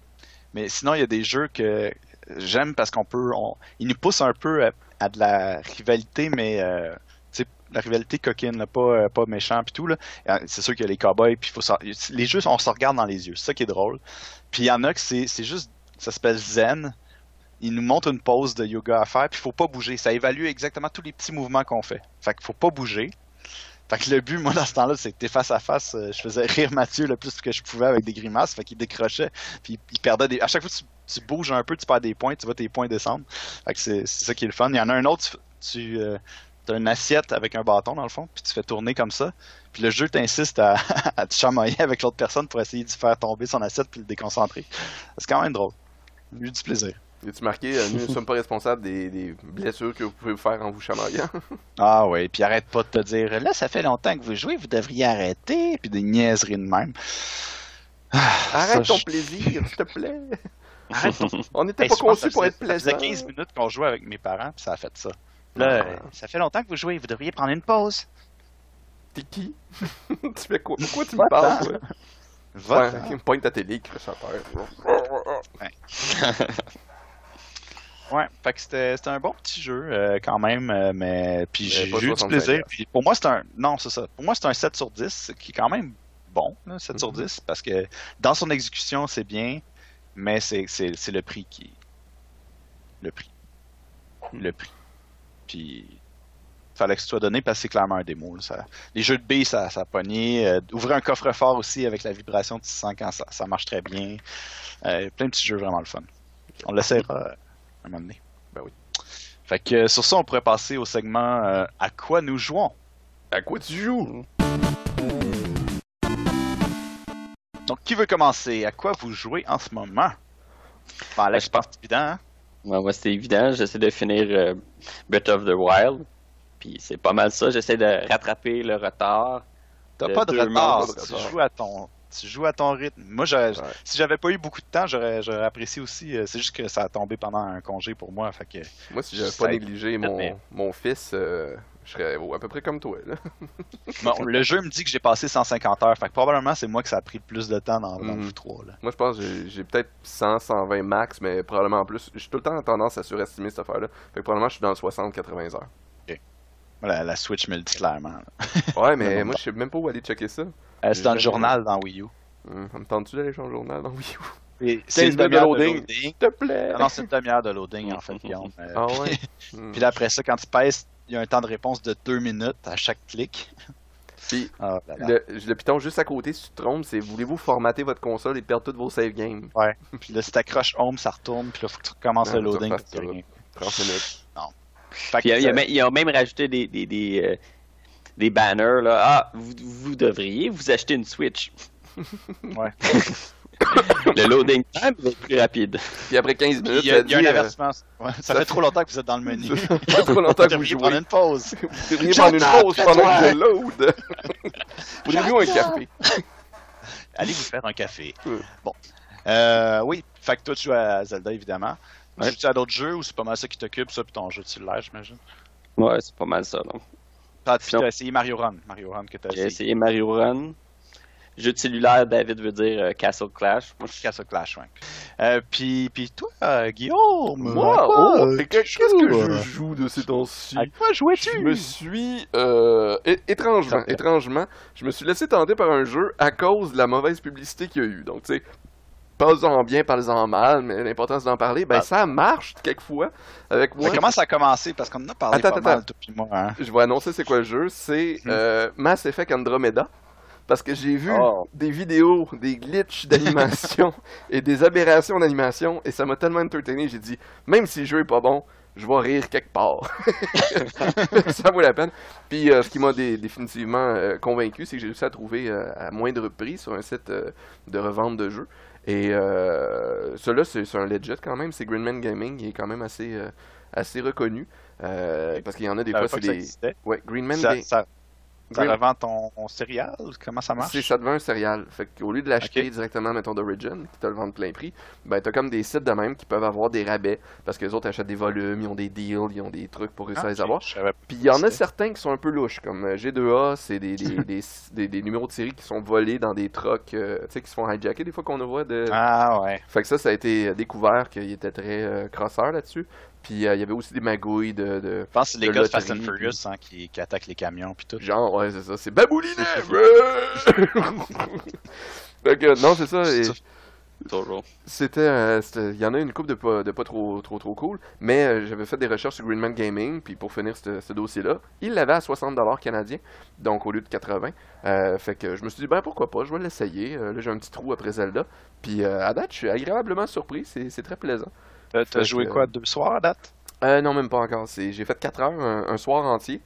Mais sinon, il y a des jeux que j'aime parce qu'on peut. On, ils nous poussent un peu à, à de la rivalité, mais euh, tu sais, la rivalité coquine, là, pas, euh, pas méchant puis tout. Là. Euh, C'est sûr qu'il y a les cowboys, puis faut s'en- les jeux, on se regarde dans les yeux. C'est ça qui est drôle. Puis il y en a que c'est c'est juste. Ça s'appelle Zen. Il nous montre une pose de yoga à faire, puis il faut pas bouger. Ça évalue exactement tous les petits mouvements qu'on fait. Fait qu'il faut pas bouger. Fait que le but, moi, dans ce temps-là, c'est que t'es face à face. euh, Je faisais rire Mathieu le plus que je pouvais avec des grimaces. Fait qu'il décrochait. Puis il perdait des. À chaque fois que tu, tu bouges un peu, tu perds des points. Tu vois tes points descendre. Fait que c'est c'est ça qui est le fun. Il y en a un autre, tu. tu euh, T'as une assiette avec un bâton dans le fond, puis tu fais tourner comme ça. Puis le jeu t'insiste à, à te chamailler avec l'autre personne pour essayer de faire tomber son assiette puis le déconcentrer. C'est quand même drôle. J'ai eu du plaisir. Et tu marqué, euh, nous ne sommes pas responsables des, des blessures que vous pouvez vous faire en vous chamaillant. Ah ouais, puis arrête pas de te dire là, ça fait longtemps que vous jouez, vous devriez arrêter, puis des niaiseries de même. Ah, Arrête ça, ton je- plaisir, s'il te plaît. Arrête ton- On n'était Hey, pas je pense conçus que pour ça être faisait- Ça plaisant. faisait quinze minutes qu'on jouait avec mes parents, puis ça a fait ça. Là, Ah. euh, ça fait longtemps que vous jouez, vous devriez prendre une pause. T'es qui? Tu fais quoi? Pourquoi tu me parles, toi? Va. Ouais, pointe ta télé, crèche à terre. Ouais, fait que c'était c'était un bon petit jeu euh, quand même, euh, mais puis Mais j'ai pas j'ai eu du soixante-cinq plaisir. piastres. Puis pour moi, c'est un non, c'est ça. Pour moi, c'est un sept sur dix qui est quand même bon, là, sept sur Mhm. dix, parce que dans son exécution, c'est bien, mais c'est c'est c'est le prix qui le prix. Le prix. Puis fallait que ce soit donné parce que c'est clairement un démo. Là, ça... Les jeux de billes, ça, ça a pogné. Euh, ouvrir un coffre-fort aussi avec la vibration, tu sens quand ça, ça marche très bien. Euh, plein de petits jeux vraiment le fun. On l'essaiera euh, un moment donné. Ben oui. Fait que euh, sur ça, on pourrait passer au segment euh, À quoi nous jouons? À quoi tu joues? Donc, qui veut commencer? À quoi vous jouez en ce moment? Bon, Alex, je pense que c'est évident, hein? Ouais, moi, c'est évident. J'essaie de finir euh, Breath of the Wild. Puis c'est pas mal ça. J'essaie de rattraper le retard. T'as de pas de deux retard, mois. tu joues à ton... Tu joues à ton rythme. Moi, j'aurais- Ouais. si j'avais pas eu beaucoup de temps, j'aurais j'aurais apprécié aussi. Euh, C'est juste que ça a tombé pendant un congé pour moi. Fait que Moi, si j'avais Ça pas aide. négligé Mais- mon, mon fils, euh, je serais oh, à peu près comme toi. Là. bon, le jeu me dit que j'ai passé cent cinquante heures. Fait que probablement c'est moi que ça a pris le plus de temps dans, dans Mhm. vous trois. Là. Moi, je pense que j'ai- j'ai peut-être cent, cent vingt max, mais probablement en plus. J'ai tout le temps tendance à surestimer cette affaire-là. Fait que probablement, je suis dans le soixante quatre-vingts heures. Voilà, la Switch me le dit clairement. là. Ouais, mais Non, moi, je sais même pas où aller checker ça. Euh, c'est dans le jamais- journal dans Wii U. Hum, me tentes-tu d'aller sur le journal dans Wii U? Et C'est une minutes de demi-heure de loading. loading. S'il te plaît! Ah non, c'est une demi-heure de loading en fait, Guillaume. Euh, Ah puis- ouais? Hum. Puis là, après ça, quand tu pèses, il y a un temps de réponse de deux minutes à chaque clic. Puis, Ah, là, là. le, le piton juste à côté, si tu te trompes, c'est voulez-vous formater votre console et perdre tous vos save games? Puis là, si t'accroches home, ça retourne. Puis là, faut que tu recommences Ah, le tu loading. refasses puis ça. rien. trente minutes. Fait Puis il y a- que, il y a euh, même- ils ont même rajouté des, des, des, euh, des banners. Là. Ah, vous, vous devriez vous acheter une Switch. ouais. Le loading time va être plus rapide. Puis après quinze Puis minutes, il y a, ça il y a un dit, euh, avertissement. Ouais, ça, ça fait fait- trop longtemps que vous êtes dans le menu. ça fait trop longtemps Vous que vous devriez jouez. prendre une pause. Vous devriez prendre une pause pendant que je load. Voulez-vous un café? Allez vous faire un café. Ouais. Bon. Euh, oui, fait que toi, tu joues à Zelda, évidemment. Ouais. Joues-tu à d'autres jeux ou c'est pas mal ça qui t'occupe, ça, puis ton jeu de cellulaire, j'imagine? Ouais, c'est pas mal ça. Là. T'as Puis on- t'as essayé Mario Run. Mario Run que t'as J'ai essayé. essayé Mario Run. Jeu de cellulaire, David veut dire euh, Castle Clash. Moi, je Castle Clash, ouais. Euh, puis, puis toi, euh, Guillaume, Moi, à quoi, oh, euh, et tu qu'est-ce que joues, je euh? joue de ces temps-ci? À quoi jouais-tu? Je me suis, euh, é- étrangement, Rappelle. étrangement, je me suis laissé tenter par un jeu à cause de la mauvaise publicité qu'il y a eu. Donc, tu sais, pas-en bien, pas-en mal, mais l'important c'est d'en parler. Ben, Ah. ça marche quelquefois avec moi. Mais comment ça a commencé? Parce qu'on en a parlé Attends, pas attends, mal, toi puis moi. Hein? Je vais annoncer c'est quoi le jeu. C'est Mhm. euh, Mass Effect Andromeda. Parce que j'ai vu Oh. des vidéos, des glitches d'animation et des aberrations d'animation et ça m'a tellement entertainé, j'ai dit, même si le jeu est pas bon, je vais rire quelque part. Ça vaut la peine. Puis euh, ce qui m'a dé- définitivement euh, convaincu, c'est que j'ai réussi à trouver euh, à moindre prix sur un site euh, de revente de jeux. Et euh, celui-là, c'est c'est un legit quand même. C'est Greenman Gaming, il est quand même assez, euh, assez reconnu. Euh, parce qu'il y en a des Je savais fois, pas c'est que ça des. existait. Ouais, Greenman Ça, Gaming. ça, ça Green- revend ton, ton céréal? Comment ça marche? C'est ça devient un céréal. Fait qu'au lieu de l'acheter Ok. directement, mettons, d'Origin, qui te le vendent plein prix, ben t'as comme des sites de même qui peuvent avoir des rabais, parce que les autres achètent des volumes, ils ont des deals, ils ont des trucs pour réussir à les Ah, ok, avoir. je savais pas. Puis il y en a C'était- certains qui sont un peu louches, comme euh, G deux A, c'est des, des, des, des- des numéros de série qui sont volés dans des trucks, euh, tu sais, qui se font hijacker des fois qu'on voit de... Ah ouais. Fait que ça, ça a été découvert qu'il était très euh, crosseur là-dessus. Puis euh, il y avait aussi des magouilles de... de Je pense que c'est les de gars de Fast and loterie, Furious hein, qui, qui attaquent les camions puis tout. Genre, ouais, c'est ça, c'est baboulinet! Fait que, non, c'est ça, et... C'est- Toujours. C'était, euh, c'était- il y en a une coupe de pas, de pas trop, trop, trop cool, mais euh, j'avais fait des recherches sur Greenman Gaming, puis pour finir ce, ce dossier-là, il l'avait à soixante dollars canadiens, donc au lieu de quatre-vingts. Euh, fait que je me suis dit, ben pourquoi pas, je vais l'essayer. Euh, là, j'ai un petit trou après Zelda, puis euh, à date, je suis agréablement surpris, c'est, c'est très plaisant. T'as t'as Fait joué que- quoi, deux soirs à date? Euh, non, même pas encore. C'est, j'ai fait quatre heures, un, un soir entier.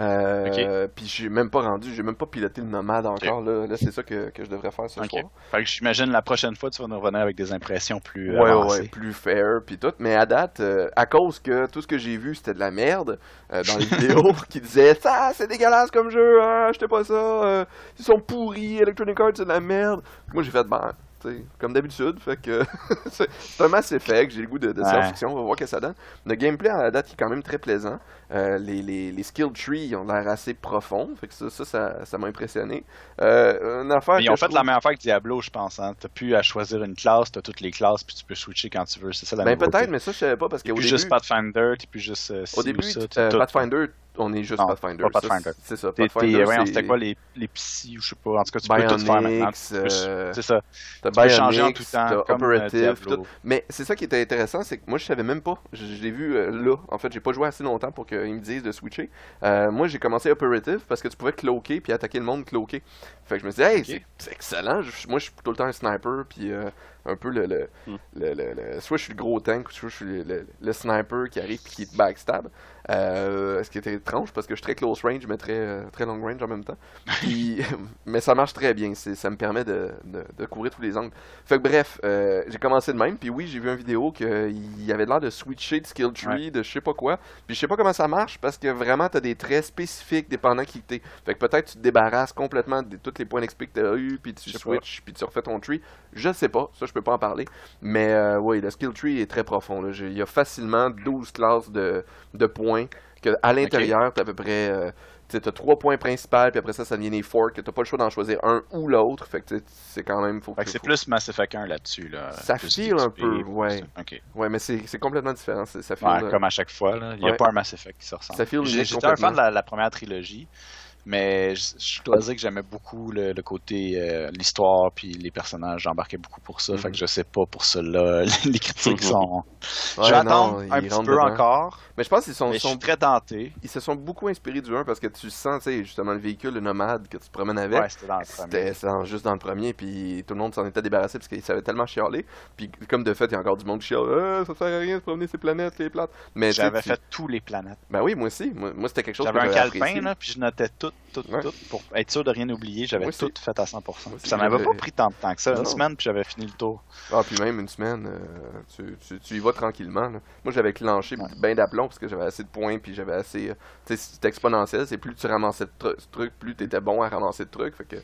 Euh, Puis j'ai même pas rendu, j'ai même pas piloté le nomade encore. Là, là c'est ça que, que je devrais faire ce Ok. soir. Fait que j'imagine la prochaine fois, tu vas nous revenir avec des impressions plus Ouais, ouais, avancées. ouais, plus fair, puis tout. Mais à date, euh, à cause que tout ce que j'ai vu, c'était de la merde euh, dans les vidéos qui disaient ça, c'est dégueulasse comme jeu, hein, achetez pas ça, euh, ils sont pourris, Electronic Arts, c'est de la merde. Moi, j'ai fait, ben, tu sais, comme d'habitude, fait que c'est c'est un Mass Effect, j'ai le goût de, de Ouais. science-fiction, on va voir ce que ça donne. Le gameplay à la date il est quand même très plaisant. Euh, les, les, les skill trees ils ont l'air assez profonds, fait que ça, ça, ça, ça m'a impressionné. Euh, une affaire Mais ils que ont je fait trouve- la même affaire que Diablo, je pense. Hein. T'as plus à choisir une classe, t'as toutes les classes, puis tu peux switcher quand tu veux. C'est ça la Ben nouveauté. peut-être, mais ça, je savais pas, parce T'es qu'au plus début... juste Pathfinder, t'es plus juste euh, ci Au ou début, ça, tu- t'as euh, tout. Pathfinder, on est juste Non, Pathfinder. pas Ça, Pathfinder. c'est- C'est ça, T'es, t'es, Pathfinder, voyons, c'est c'était quoi les, les psys ou je sais pas. En tout cas, tu peux tout faire maintenant. Bionics, Tu peux- euh, C'est ça. t'as tu peux changer en Bionics, tout temps, t'as comme, euh, Operative, Diablo. tout. Mais c'est ça qui était intéressant, c'est que moi, je savais même pas. Je, je l'ai vu euh, là. En fait, j'ai pas joué assez longtemps pour qu'ils me disent de switcher. Euh, moi, j'ai commencé Operative parce que tu pouvais cloaker puis attaquer le monde cloaké. Fait que je me suis dit, hey, Ok. c'est, c'est excellent. Je- moi, je suis tout le temps un sniper, puis euh, un peu le, le, Hmm. le, le- le- soit je suis le gros tank, soit je suis le, le- le sniper qui arrive puis qui te backstab. Euh, ce qui était étrange parce que je suis très close range, mais très, euh, très long range en même temps. Puis, mais ça marche très bien. C'est, ça me permet de, de, de couvrir tous les angles. Fait que bref, euh, j'ai commencé de même. Puis oui, j'ai vu une vidéo qu'il y avait l'air de switcher de skill tree, de je sais pas quoi. Puis je sais pas comment ça marche parce que vraiment, t'as des traits spécifiques dépendant qui t'es. Fait que peut-être tu te débarrasses complètement de tous les points d'X P que t'as eu, puis tu Je sais switches, puis tu refais ton tree. Je sais pas, ça je peux pas en parler. Mais euh, oui, le skill tree est très profond. Là. J'ai- Il y a facilement douze classes de, de points. Que à l'intérieur, t'as à peu près. Euh, tu as trois points principaux, puis après ça, ça devient des forks. T'as pas le choix d'en choisir un ou l'autre. Fait que tu sais, c'est quand même. Faut, Fait que c'est faut- plus Mass Effect un là-dessus. Là. Ça Plus file un X P, peu, plus- ouais. Ok. Ouais, mais c'est c'est complètement différent. c'est- Ça file, Ouais, euh, comme à chaque fois. Là. Il n'y a ouais. pas un Mass Effect qui se ressemble. Ça file J'ai- unique J'étais un fan complètement. de la, la première trilogie, mais je, je dois dire que j'aimais beaucoup le, le côté, euh, l'histoire, puis les personnages. J'embarquais beaucoup pour ça. Fait que je sais pas pour cela. Les critiques sont. Ouais, je vais non, attendre un ils petit rentrent peu dedans. encore, Mais je pense qu'ils sont, mais je sont- suis très tenté. ils se sont beaucoup inspirés du un parce que tu sens, tu sais, justement, le véhicule, le nomade que tu te promènes avec. Ouais, c'était dans le premier. C'était c'est en- juste dans le premier, puis tout le monde s'en était débarrassé parce qu'il savait tellement chialer. Puis comme de fait, il y a encore du monde qui chiale, ah, ça sert à rien de se promener ces planètes, les plates. Mais tu sais, J'avais tu- fait tous les planètes. Ben oui, moi aussi. Moi, moi, c'était quelque chose que J'avais un j'avais calepin, apprécié. là, puis je notais tout, tout, Ouais. tout, pour être sûr de rien oublier. J'avais Moi aussi. tout fait à cent pour cent. Moi aussi, Puis ça m'avait j'avais- pas pris tant de temps que ça. Non, Une non. semaine, puis j'avais fini le tour. Ah, puis même une semaine, euh, tu, tu, tu y vas tranquillement. Là. Moi, j'avais clenché Ouais. bien d'aplomb parce que j'avais assez de points, puis j'avais assez. euh, Tu sais, c'est exponentiel. C'est plus tu ramassais de tru- trucs, plus tu étais bon à ramasser de trucs. Fait que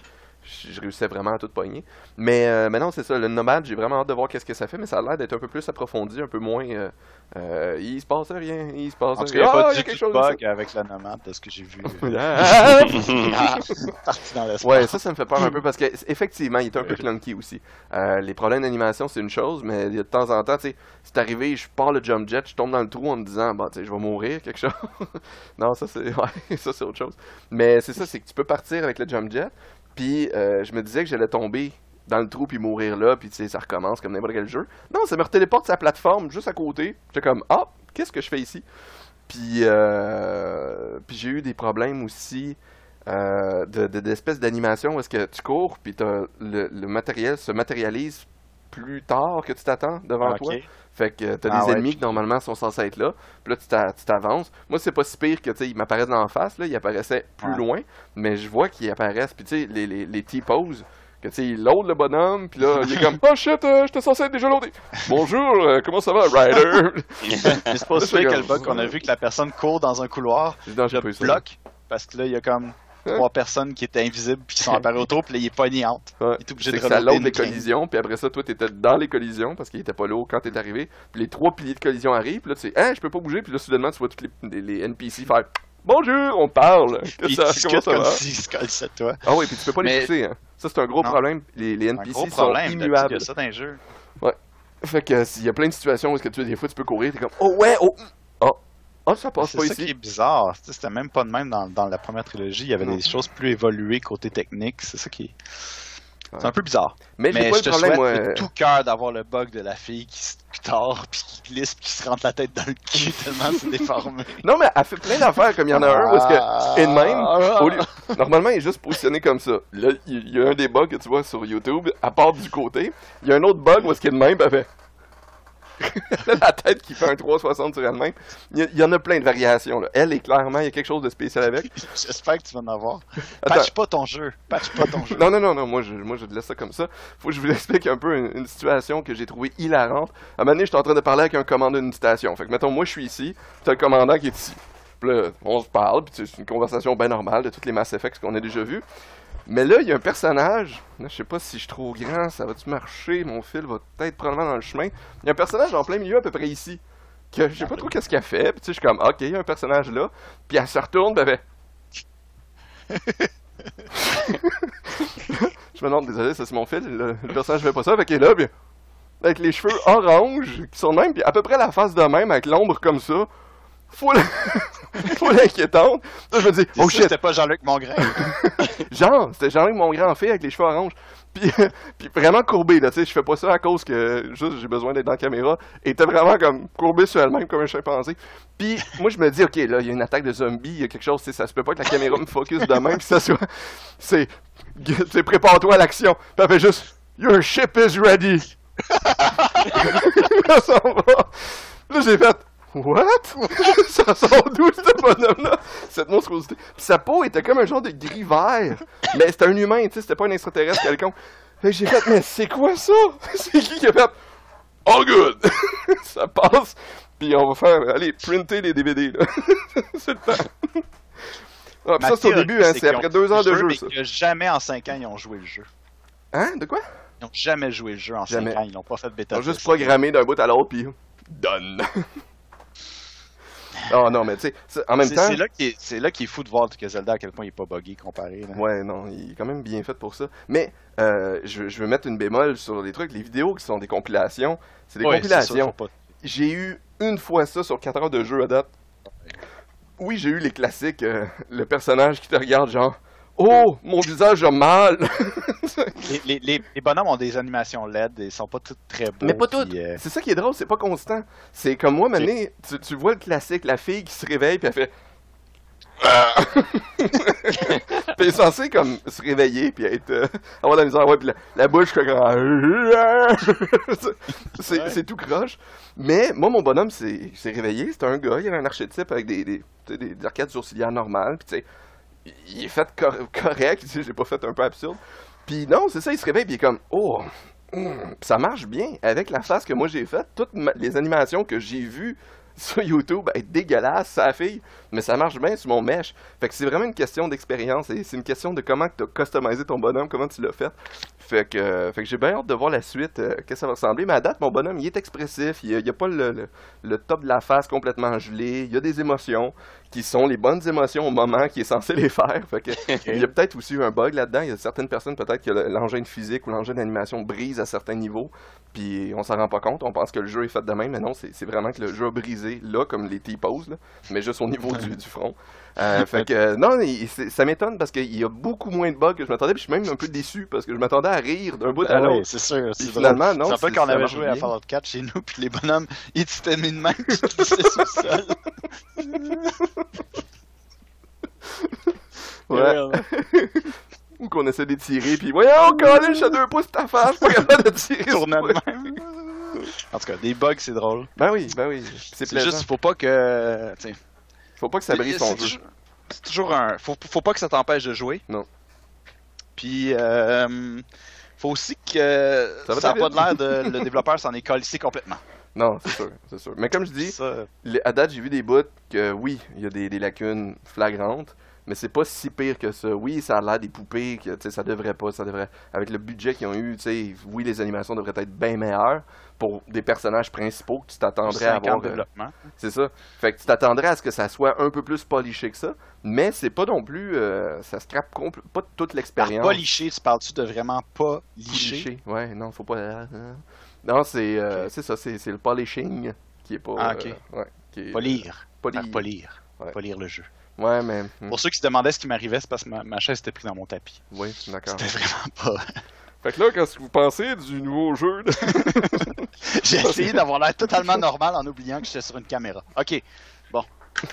je, je réussissais vraiment à tout pogner. Mais, euh, mais non, c'est ça, le nomade, j'ai vraiment hâte de voir qu'est-ce que ça fait, mais ça a l'air d'être un peu plus approfondi, un peu moins... Euh, euh, il se passe rien, il se passe En tout rien. cas, il n'y a Ah, pas il y a du quelque tout chose de de bug avec la nomade, de ce que j'ai vu. Ah! Ah, parti dans l'espace. Ouais, ça, ça me fait peur un peu parce que effectivement, il est un peu clunky aussi. Euh, les problèmes d'animation, c'est une chose, mais il y a de temps en temps, tu sais, c'est arrivé, je pars le jump jet, je tombe dans le trou en me disant, bon, tu sais, je vais mourir, quelque chose. Non, ça, c'est ouais, ça, c'est autre chose. Mais c'est ça, c'est que tu peux partir avec le jump jet, puis euh, je me disais que j'allais tomber dans le trou puis mourir là, puis tu sais, ça recommence comme n'importe quel jeu. Non, ça me retéléporte sa plateforme juste à côté. J'étais comme, ah, qu'est-ce que je fais ici? Puis, euh, puis j'ai eu des problèmes aussi euh, de, de- d'espèces d'animation où est-ce que tu cours, puis t'as le, le matériel se matérialise plus tard que tu t'attends devant Ah, toi. ok. Fait que t'as Ah des ouais, ennemis puis- qui normalement sont censés être là, puis là tu t'a- tu t'avances. Moi c'est pas si pire que tu sais ils m'apparaissent dans la face, là, ils apparaissaient plus Ouais. loin, mais je vois qu'ils apparaissent, puis tu sais les, les, les T-poses, que tu sais il load le bonhomme, puis là il est comme oh shit, euh, j'étais censé être déjà loadé. Bonjour, euh, comment ça va, Ryder? Mais c'est pas Ça, si pire c'est que le comme- bug qu'on a vu que la personne court dans un couloir, Non, j'ai le pas eu ça. bloque, parce que là, il y a comme trois personnes qui étaient invisibles puis qui sont apparues autour, puis là, il est pogné entre. Ouais. Il est obligé C'est de que ça reloader load les une game. collisions, puis après ça, toi, t'étais dans les collisions, parce qu'il était pas là quand t'es arrivé, puis les trois piliers de collision arrivent, puis là, tu sais, hein, je peux pas bouger, puis là, soudainement, tu vois tous les, les, les N P C faire « Bonjour, on parle! » Puis Ça, il discute comment ça comme va? s'il se colle sur toi. Ah oui, puis tu peux pas les Mais- pousser, hein. Ça, c'est un gros Non. problème. Les, les Un N P gros C sont problème, d'habitude, il y immuables. a ça dans les jeux. Fait que s'il y a plein de situations où est-ce que tu des fois, tu peux courir, t'es comme « Oh ouais, oh! Oh! Oh, ça passe C'est pas ça qui est ici! bizarre. Tu sais, c'était même pas de même dans, dans la première trilogie. Il y avait Non. des choses plus évoluées côté technique. C'est ça qui est... C'est Ouais. un peu bizarre. » Mais j'ai Mais pas je te le problème, souhaite moi. de tout cœur d'avoir le bug de la fille qui se tord, puis qui glisse, puis qui se rentre la tête dans le cul tellement c'est déformé. Non, mais elle fait plein d'affaires, comme il y en a un où est-ce que... Et de même, Ah. au lieu- normalement, il est juste positionné comme ça. Là, il il y a un des bugs que tu vois sur YouTube, à part du côté. Il y a un autre bug où est-ce qu'il est de même, puis elle fait... Elle a la tête qui fait un trois cent soixante sur elle-même. Il y, a- il y en a plein de variations, là. Elle est clairement, il y a quelque chose de spécial avec. J'espère que tu vas en avoir. Attends. Patch pas ton jeu. Patch pas ton jeu. Non, non, non, non, moi je, moi je te laisse ça comme ça. Faut que je vous explique un peu une, une situation que j'ai trouvée hilarante. À un moment donné, j'étais en train de parler avec un commandant d'une station. Fait que, mettons, moi je suis ici, t'as le commandant qui est ici. Puis là, on se parle, puis c'est une conversation bien normale de toutes les Mass Effect qu'on a déjà vus. Mais là, il y a un personnage, là, je sais pas si je suis trop grand, ça va-tu marcher, mon fil va peut-être probablement dans le chemin. Il y a un personnage en plein milieu à peu près ici, que je sais pas trop qu'est-ce qu'elle fait, puis tu sais, je suis comme, ok, il y a un personnage là, puis elle se retourne, puis elle fait... Je me demande, désolé, ça c'est mon fil, le, le personnage fait pas ça, fait qu'il est là, puis avec les cheveux orange, qui sont de même, puis à peu près la face de même, avec l'ombre comme ça, full, full inquiétante. Là, je me dis, T'es oh sûr shit, C'était pas Jean-Luc Mongrain. genre, c'était Jean-Luc mon grand fait avec les cheveux orange. Puis, puis vraiment courbé, là, tu sais, je fais pas ça à cause que juste j'ai besoin d'être dans la caméra. Et était vraiment comme courbé sur elle-même comme un chimpanzé. Puis moi je me dis, ok, là, il y a une attaque de zombies, il y a quelque chose, tu sais, ça se peut pas que la caméra me focus de même, puis ça soit. C'est. C'est prépare-toi à l'action. Puis elle fait juste, Your ship is ready. Là, ça va. Là, j'ai fait. What? Ça sort d'où ce bonhomme-là? Cette monstruosité. Puis sa peau était comme un genre de gris vert. Mais c'était un humain, tu sais, c'était pas un extraterrestre quelconque. Fait que j'ai fait, mais c'est quoi ça? C'est qui qui a fait? All good! Ça passe. Puis on va faire, allez, printer les D V D, là. C'est le temps. Ah, puis ça, c'est au début, hein, c'est après deux heures de jeu, mais ça. que jamais en cinq ans ils ont joué le jeu. Hein? De quoi? Ils ont jamais joué le jeu en Jamais. cinq ans. Ils l'ont pas fait de bêta. Ils ont juste test. programmé d'un bout à l'autre, puis done. Oh non, mais tu sais, c'est- en même C'est temps... c'est là qui est, c'est là qu'il est fou de voir que Zelda à quel point il est pas buggé comparé. Là. Ouais, non, il est quand même bien fait pour ça. Mais euh, je, je veux mettre une bémol sur les trucs. Les vidéos qui sont des compilations, c'est des Ouais, c'est sûr, compilations. faut pas- J'ai eu une fois ça sur quatre heures de jeu à date. Oui, j'ai eu les classiques. euh, le personnage qui te regarde genre « Oh, mon visage a mal! » Les, les, les, les bonhommes ont des animations L E D et ils sont pas tous très beaux. Mais pas puis, toutes. euh, C'est ça qui est drôle, c'est pas constant. C'est comme moi, Mané, tu, tu vois le classique, la fille qui se réveille puis elle fait... Puis elle est censée comme se réveiller puis être euh, avoir de la misère, ouais, puis la, la bouche fait comme... c'est Ouais. c'est tout croche. Mais moi, mon bonhomme s'est s'est réveillé, c'était un gars, il avait un archétype avec des, des, tu sais, des, des arcades sourcilières normales, puis tu sais, il est fait cor- correct, tu sais, j'ai pas fait un peu absurde. Puis non, c'est ça, il se réveille puis il est comme, oh... Hum, pis ça marche bien avec la face que moi j'ai faite. Toutes ma- les animations que j'ai vues sur YouTube être dégueulasse, sa fille, mais ça marche bien sur mon mesh. Fait que c'est vraiment une question d'expérience et c'est une question de comment tu as customisé ton bonhomme, comment tu l'as fait. Fait que, euh, fait que j'ai bien hâte de voir la suite, euh, qu'est-ce que ça va ressembler. Mais à date, mon bonhomme, il est expressif, il n'y a, a pas le, le, le top de la face complètement gelé, il y a des émotions qui sont les bonnes émotions au moment qu'il est censé les faire. Fait que, il y a peut-être aussi eu un bug là-dedans. Il y a certaines personnes, peut-être que l'engin physique ou l'engin d'animation brise à certains niveaux, puis on s'en rend pas compte. On pense que le jeu est fait de même, mais non, c'est vraiment que le jeu a brisé, là, comme les T-poses, mais juste au niveau du, du front. Euh, fait que, euh, non, il, ça m'étonne parce qu'il y a beaucoup moins de bugs que je m'attendais, puis je suis même un peu déçu parce que je m'attendais à rire d'un bout à Ah l'autre. oui, c'est sûr. Puis finalement, non. C'est un peu quand on ça avait marche joué à bien. Fallout quatre chez nous, puis les bonhommes, ils t'étaient mis de même, puis ils glissaient sur le sol. Ouais. Ou qu'on essaie d'étirer, puis voyons, Colin, je suis à deux pouces de ta face, je suis pas capable de tirer. Tournait de même. En tout cas, des bugs, c'est drôle. Ben oui, ben oui. C'est C'est juste, faut pas que. T'sais, faut pas que ça brise ton jeu. C'est toujours un. Faut, faut pas que ça t'empêche de jouer. Non. Puis, euh, faut aussi que Ça va ça n'a très pas vite. de l'air de le développeur s'en est calissé complètement. Non, c'est sûr, c'est sûr. Mais comme je dis, Ça, les- à date, j'ai vu des bouts que oui, il y a des, des lacunes flagrantes, mais c'est pas si pire que ça. Oui, ça a l'air des poupées, que tu sais, ça devrait pas, ça devrait. Avec le budget qu'ils ont eu, tu sais, oui, les animations devraient être bien meilleures pour des personnages principaux que tu t'attendrais à cinq ans avoir. de euh, développement. C'est ça. Fait que tu t'attendrais à ce que ça soit un peu plus poliché que ça, mais c'est pas non plus. euh, ça scrape compl- pas toute Par l'expérience. pas liché, tu parles-tu de vraiment pas liché? Liché. Ouais, non, faut pas. euh, euh. Non, c'est euh, c'est ça, c'est c'est le polishing qui est pas. Ah, ok. euh, ouais, qui est, Pas lire. Polir. Par pas lire. Ouais. Pas lire le jeu. Ouais, mais. hmm, Pour ceux qui se demandaient ce qui m'arrivait, c'est parce que ma, ma chaise était prise dans mon tapis. Oui, d'accord. C'était vraiment pas. Fait que là, qu'est-ce que vous pensez du nouveau jeu? de- J'ai essayé d'avoir l'air totalement normal en oubliant que j'étais sur une caméra. Ok, bon.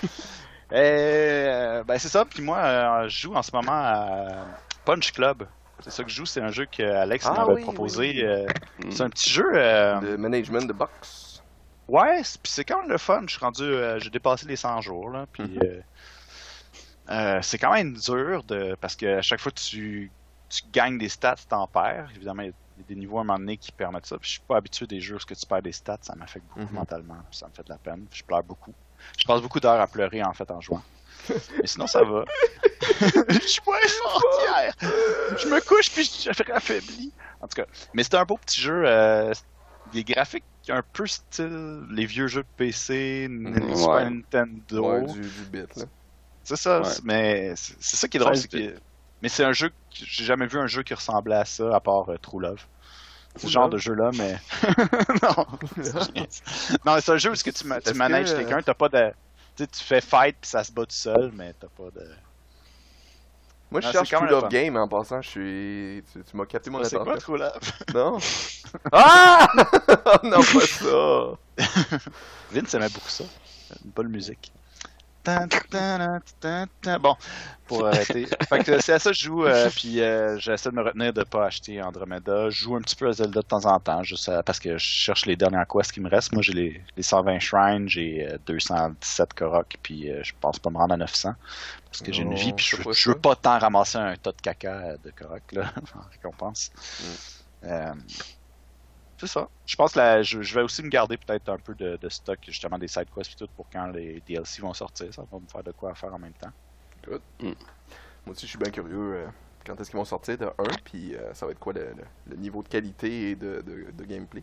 Euh, ben c'est ça, puis moi, euh, je joue en ce moment à Punch Club. C'est ça que je joue, c'est un jeu que Alex Ah m'avait oui, proposé. oui. euh, Mm. c'est un petit jeu. euh, de management de boxe. Ouais, c'est- puis c'est quand même le fun. Je suis rendu, euh, j'ai dépassé les cent jours là, puis Mhm. euh, euh, c'est quand même dur de parce que à chaque fois que tu, tu gagnes des stats, t'en perds. Évidemment, il y a des niveaux à un moment donné qui permettent ça. Puis je suis pas habitué des jeux où ce que tu perds des stats, ça m'affecte beaucoup Mhm. mentalement, puis ça me fait de la peine. Je pleure beaucoup. Je passe beaucoup d'heures à pleurer en fait en jouant. Mais sinon ça va. Je suis pas fort hier. Je me couche puis je suis affaibli. En tout cas, mais c'est un beau petit jeu. Euh, des graphiques un peu style les vieux jeux de P C, Mhm. Super Ouais. Nintendo. Ouais, du, du bit, là. C'est ça, Ouais. c'est- mais c'est c'est ça qui est Ça, drôle. c'est- c'est que- Mais c'est un jeu que j'ai jamais vu un jeu qui ressemblait à ça à part euh, True Love. Ce True genre Love? de jeu-là, mais. non. non, c'est un jeu où est-ce que tu, ma- tu Est-ce manages que- quelqu'un, t'as pas de. Tu sais, tu fais fight puis ça se bat tout seul, mais t'as pas de. Moi, je Ah, cherche c'est quand True même Love fun. Game en passant. Je suis. Tu, tu m'as capté mon C'est quoi attention. True Love? Non? Ah! Non, pas ça! Vince aimait beaucoup ça. Une bonne musique. Tan, tan, tan, tan, tan. Bon, pour arrêter. Fait que c'est à ça que je joue, euh, puis euh, j'essaie de me retenir de pas acheter Andromeda. Je joue un petit peu à Zelda de temps en temps, juste à- parce que je cherche les dernières quests qui me restent. Moi, j'ai les, les cent vingt shrines, j'ai euh, deux cent dix-sept Korok, puis euh, je pense pas me rendre à neuf cents, parce que j'ai une Oh, vie, puis je, c'est pas je veux ça. pas tant ramasser un tas de caca euh, de Korok, là, en récompense. Euh, c'est ça. Je pense que la- je, je vais aussi me garder peut-être un peu de, de stock, justement, des side quests et tout, pour quand les D L C vont sortir. Ça va me faire de quoi faire en même temps. Moi aussi, je suis bien curieux. euh, quand est-ce qu'ils vont sortir de un, puis euh, ça va être quoi le, le- le niveau de qualité et de, de, de gameplay?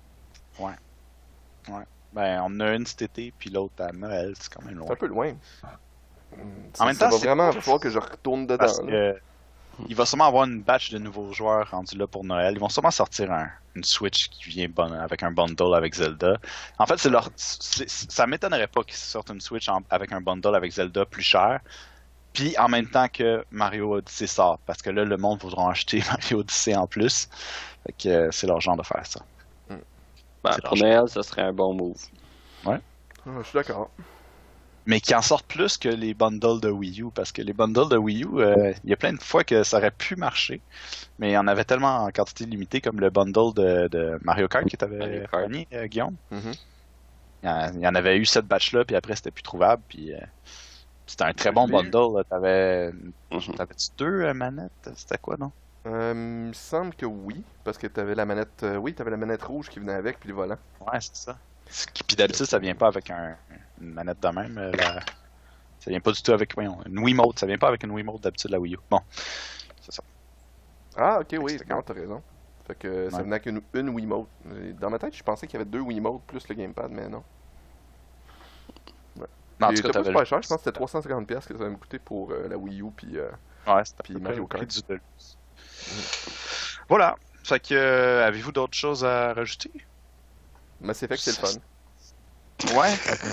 Ben, on en a une cet été, puis l'autre à Noël, c'est quand même C'est loin. un peu loin. En même ça temps, va c'est vraiment pas- il va falloir que je retourne dedans. Parce là. que il va sûrement avoir une batch de nouveaux joueurs rendus là pour Noël. Ils vont sûrement sortir un, une Switch qui vient bon, avec un bundle avec Zelda. En fait, c'est leur, c'est- ça m'étonnerait pas qu'ils sortent une Switch en- avec un bundle avec Zelda plus cher. Puis en même temps que Mario Odyssey sort, parce que là, le monde voudra acheter Mario Odyssey en plus. Fait que euh, c'est leur genre de faire ça. Ben, C'est pour leur Noël, ça serait un bon move. Ah, je suis d'accord. Mais qui en sortent plus que les bundles de Wii U, parce que les bundles de Wii U, euh, il y a plein de fois que ça aurait pu marcher, mais il y en avait tellement en quantité limitée, comme le bundle de, de Mario Kart que tu avais Mario Kart. fourni, euh, Guillaume. Mhm. Il y, en, il y en avait eu cette batch-là, puis après c'était plus trouvable, puis euh, c'était un très bon Je l'ai eu. bundle. là. T'avais, Mhm. t'avais-tu deux euh, manettes? C'était quoi, non? Euh, il me semble que oui, parce que t'avais la manette. euh, oui, t'avais la manette rouge qui venait avec, puis le volant. Ouais, c'est ça. Puis d'habitude, ça vient pas avec un, une manette de même. euh, La... Ça vient pas du tout avec voyons, une Wiimote. Ça vient pas avec une Wiimote d'habitude, la Wii U. Bon, c'est ça. Ah, ok, oui, C'était non, t'as raison. Fait que ça Ouais. venait avec une, une Wiimote. Dans ma tête, je pensais qu'il y avait deux Wiimotes plus le gamepad, mais non. Ouais. Non, en Et tout cas, c'était pas t'avais super le- cher, je pense que c'était trois cent cinquante dollars que ça allait me coûter pour euh, la Wii U puis euh, Ouais, c'était puis à peu Mario près le Kart. prix du Deluxe. Voilà. Fait que, euh, avez-vous d'autres choses à rajouter? Mass Effect, c'est le fun. Ouais.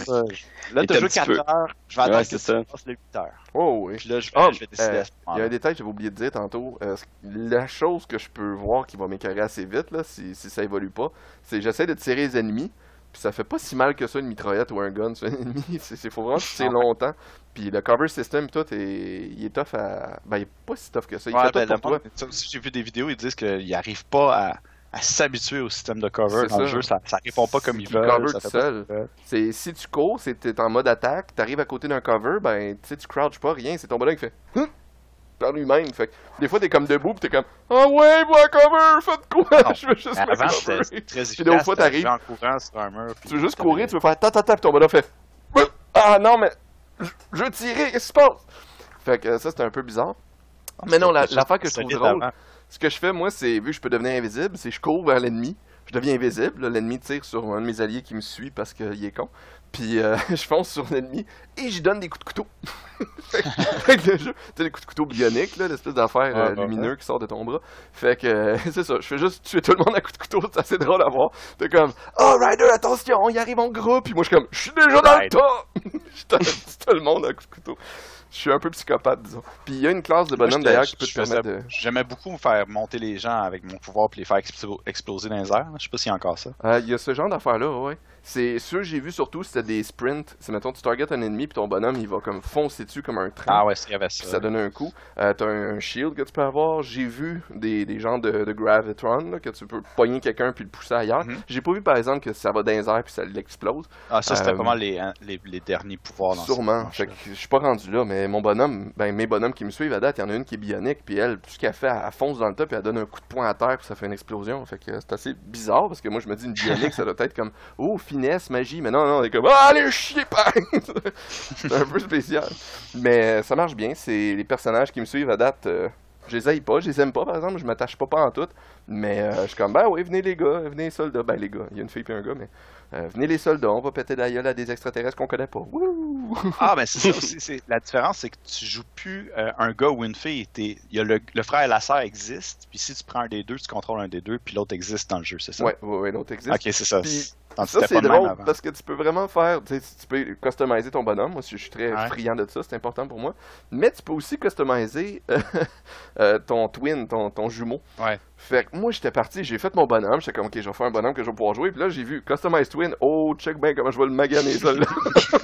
Là, Il t'as était joué un petit quatre peu. heures. Je vais attendre Ouais, que c'est tu ça. passes les huit heures. Oh oui. Puis là, je vais, Ah, je vais décider euh, à ce il y a moment-là. un détail que j'avais oublié de dire tantôt. Euh, ce- la chose que je peux voir qui va m'écœurer assez vite, là, si, si ça évolue pas, c'est j'essaie de tirer les ennemis, puis ça fait pas si mal que ça une mitraillette ou un gun sur un ennemi. C'est c'est- faut vraiment que tu tires Ah ouais. longtemps. Puis le cover system, tout, est, il est tough à. Ben, il est pas si tough que ça. Il Ouais, fait ben, tout le pour monde- toi. ça aussi, j'ai vu des vidéos, ils disent qu'ils n'arrivent pas à, à s'habituer au système de cover C'est dans le ça. jeu. Ça, ça répond pas comme C'est ils qu'il veulent. cover ça tout fait pas seul. ce qu'ils veulent. C'est si tu cours, c'est t'es en mode attaque, t'arrives à côté d'un cover, ben tu sais tu crouches pas rien, c'est ton bonhomme qui fait Hum! par lui-même. Fait que des fois t'es comme debout pis t'es comme ah ouais, moi cover, faites quoi? Non. Je veux juste me Avant, c'était cover. c'était très efficace. Puis des fois, t'arrives t'arrives. en courant sur un mur. Tu veux juste courir, tu veux faire ta ta ta pis ton bonhomme fait Hum! ah non mais je je veux tirer, qu'est-ce qui se passe? Fait que ça c'était un peu bizarre. Mais non, la- l'affaire que je trouve drôle, ce que je fais moi c'est vu que je peux devenir invisible, c'est je cours vers l'ennemi. Je deviens invisible, là, l'ennemi tire sur un de mes alliés qui me suit parce qu'il est con. Puis euh, je fonce sur l'ennemi et j'y donne des coups de couteau. fait, que- fait que le jeu, tu sais, les coups de couteau bioniques, là, l'espèce d'affaire euh, Ouais, ouais, lumineux qui sort de ton bras. Fait que euh, c'est ça, je fais juste tuer tout le monde à coups de couteau, c'est assez drôle à voir. T'es comme, oh Ryder, attention, il arrive en groupe. Puis moi je suis comme, je suis déjà dans le Ryder. tas. Je tue tout le monde à coups de couteau. Je suis un peu psychopathe, disons. Puis il y a une classe de Moi, bonhomme j'étais- d'ailleurs qui peut te je faisais- permettre de. J'aimais beaucoup me faire monter les gens avec mon pouvoir puis les faire explo- exploser dans les airs. Je sais pas s'il y a encore ça. Euh, Il y a ce genre d'affaires-là, ouais. C'est ceux que j'ai vu surtout, c'était des sprints. C'est mettons, tu targetes un ennemi, puis ton bonhomme, il va comme foncer dessus comme un train. Ah ouais, il y avait Puis ça. ça donne un coup. Euh, T'as un, un shield que tu peux avoir. J'ai vu des, des genres de, de Gravitron, là, que tu peux pogner quelqu'un puis le pousser ailleurs. Mhm. J'ai pas vu par exemple que ça va dans les airs puis ça l'explose. Ah, ça, c'était Euh, pas mal les, hein, les, les derniers pouvoirs dans Sûrement. ce Fait que je suis pas rendu là, mais mon bonhomme, ben mes bonhommes qui me suivent à date, il y en a une qui est bionique, puis elle, tout ce qu'elle fait, elle fonce dans le tas, puis elle donne un coup de poing à terre, puis ça fait une explosion. Fait que c'est assez bizarre, parce que moi je me dis une bionique, ça doit être comme, oh, finesse, magie, mais non, non, on est comme, ah, allez chier, bang! C'est un peu spécial. Mais ça marche bien, c'est les personnages qui me suivent à date. euh, Je les aille pas, je les aime pas par exemple, je m'attache pas pas en tout, mais euh, je suis comme, ben oui, venez les gars, venez les soldats, ben les gars, il y a une fille et un gars, mais euh, venez les soldats, on va péter la gueule à des extraterrestres qu'on connaît pas. Wouh! Ah, ben c'est ça aussi. c'est- La différence, c'est que tu joues plus euh, un gars ou une fille. t'es- Il y a le, le frère et la sœur existent, puis si tu prends un des deux, tu contrôles un des deux, puis l'autre existe dans le jeu, c'est ça? Ouais, ouais, ouais, l'autre existe. Ok, c'est ça. Puis, Tandis Ça, que c'était c'est pas le même drôle avant. parce que tu peux vraiment faire, tu sais, tu peux customiser ton bonhomme. Moi, je suis très Ouais. friand de ça, c'est important pour moi. Mais tu peux aussi customiser euh, euh, ton twin, ton, ton jumeau. Ouais. Fait que moi, j'étais parti, j'ai fait mon bonhomme. J'étais comme, ok, je vais faire un bonhomme que je vais pouvoir jouer. Puis là, j'ai vu Customize Twin. Oh, check bien comment je vais le maganer, ça là.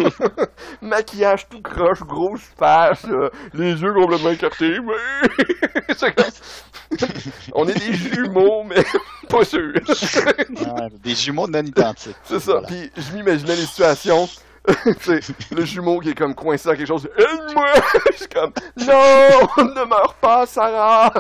Maquillage tout croche, grosse face, euh, les yeux complètement écartés. Mais... C'est comme- On est des jumeaux, mais pas sûr. Ouais, des jumeaux non identiques. C'est ça. Voilà. Puis je m'imaginais les situations. Tu sais, le jumeau qui est comme coincé à quelque chose. Aide-moi! Je suis comme non, ne meurs pas, Sarah!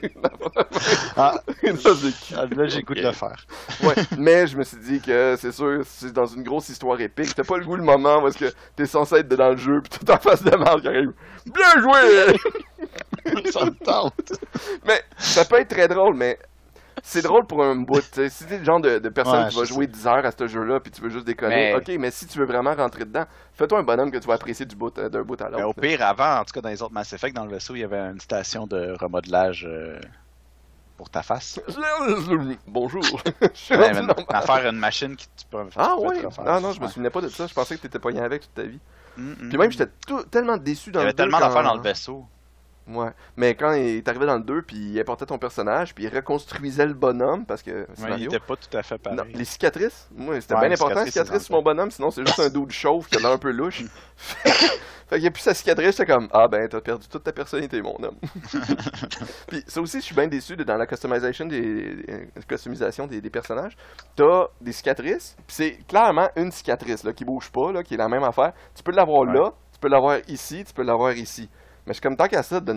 Ah, Une phase de cul. ah, là, j'ai le goût de le faire. Ouais, mais je me suis dit que c'est sûr, c'est dans une grosse histoire épique. T'as pas le goût le moment parce que t'es censé être dans le jeu pis tout en face de mal qui arrive. Bien joué! Ça me tente. Mais ça peut être très drôle, mais c'est drôle pour un bout. T'sais. Si t'es le genre de, de personne Ouais, qui va je jouer sais. dix heures à ce jeu-là puis tu veux juste déconner, Mais- ok, mais si tu veux vraiment rentrer dedans, fais-toi un bonhomme que tu vas apprécier du bout, euh, d'un bout à Mais au l'autre. pire, avant, en tout cas dans les autres Mass Effect, dans le vaisseau, il y avait une station de remodelage euh, pour ta face. Bonjour. Je suis Ouais, rendu mais normal. à faire une machine qui tu peux, Ah tu peux ouais? te refaire. Ah non, je me Ouais. souvenais pas de ça. Je pensais que t'étais pogné avec toute ta vie. Mm, mm, Puis même, mm. j'étais tout- tellement déçu dans Il y le avait deux tellement quand- d'affaires dans le vaisseau. Ouais. Mais quand il est arrivé dans le deux, puis il importait ton personnage, puis il reconstruisait le bonhomme, parce que c'est Ouais, il Mario. était pas tout à fait pareil. Non, les cicatrices, moi, c'était Ouais, bien les important, les cicatrices, c'est cicatrices sur dans mon bonhomme, sinon c'est juste un dude chauve qui a l'air un peu louche. Fait qu'il n'y a plus sa cicatrice, j'étais comme, ah ben, t'as perdu toute ta personnalité, mon homme. Puis ça aussi, je suis bien déçu de, dans la customization des, des- customisation des, des personnages. T'as des cicatrices, puis c'est clairement une cicatrice là, qui bouge pas, là, qui est la même affaire. Tu peux l'avoir Ouais. là, tu peux l'avoir ici, tu peux l'avoir ici. Mais je suis comme, tant qu'à ça, donne-moi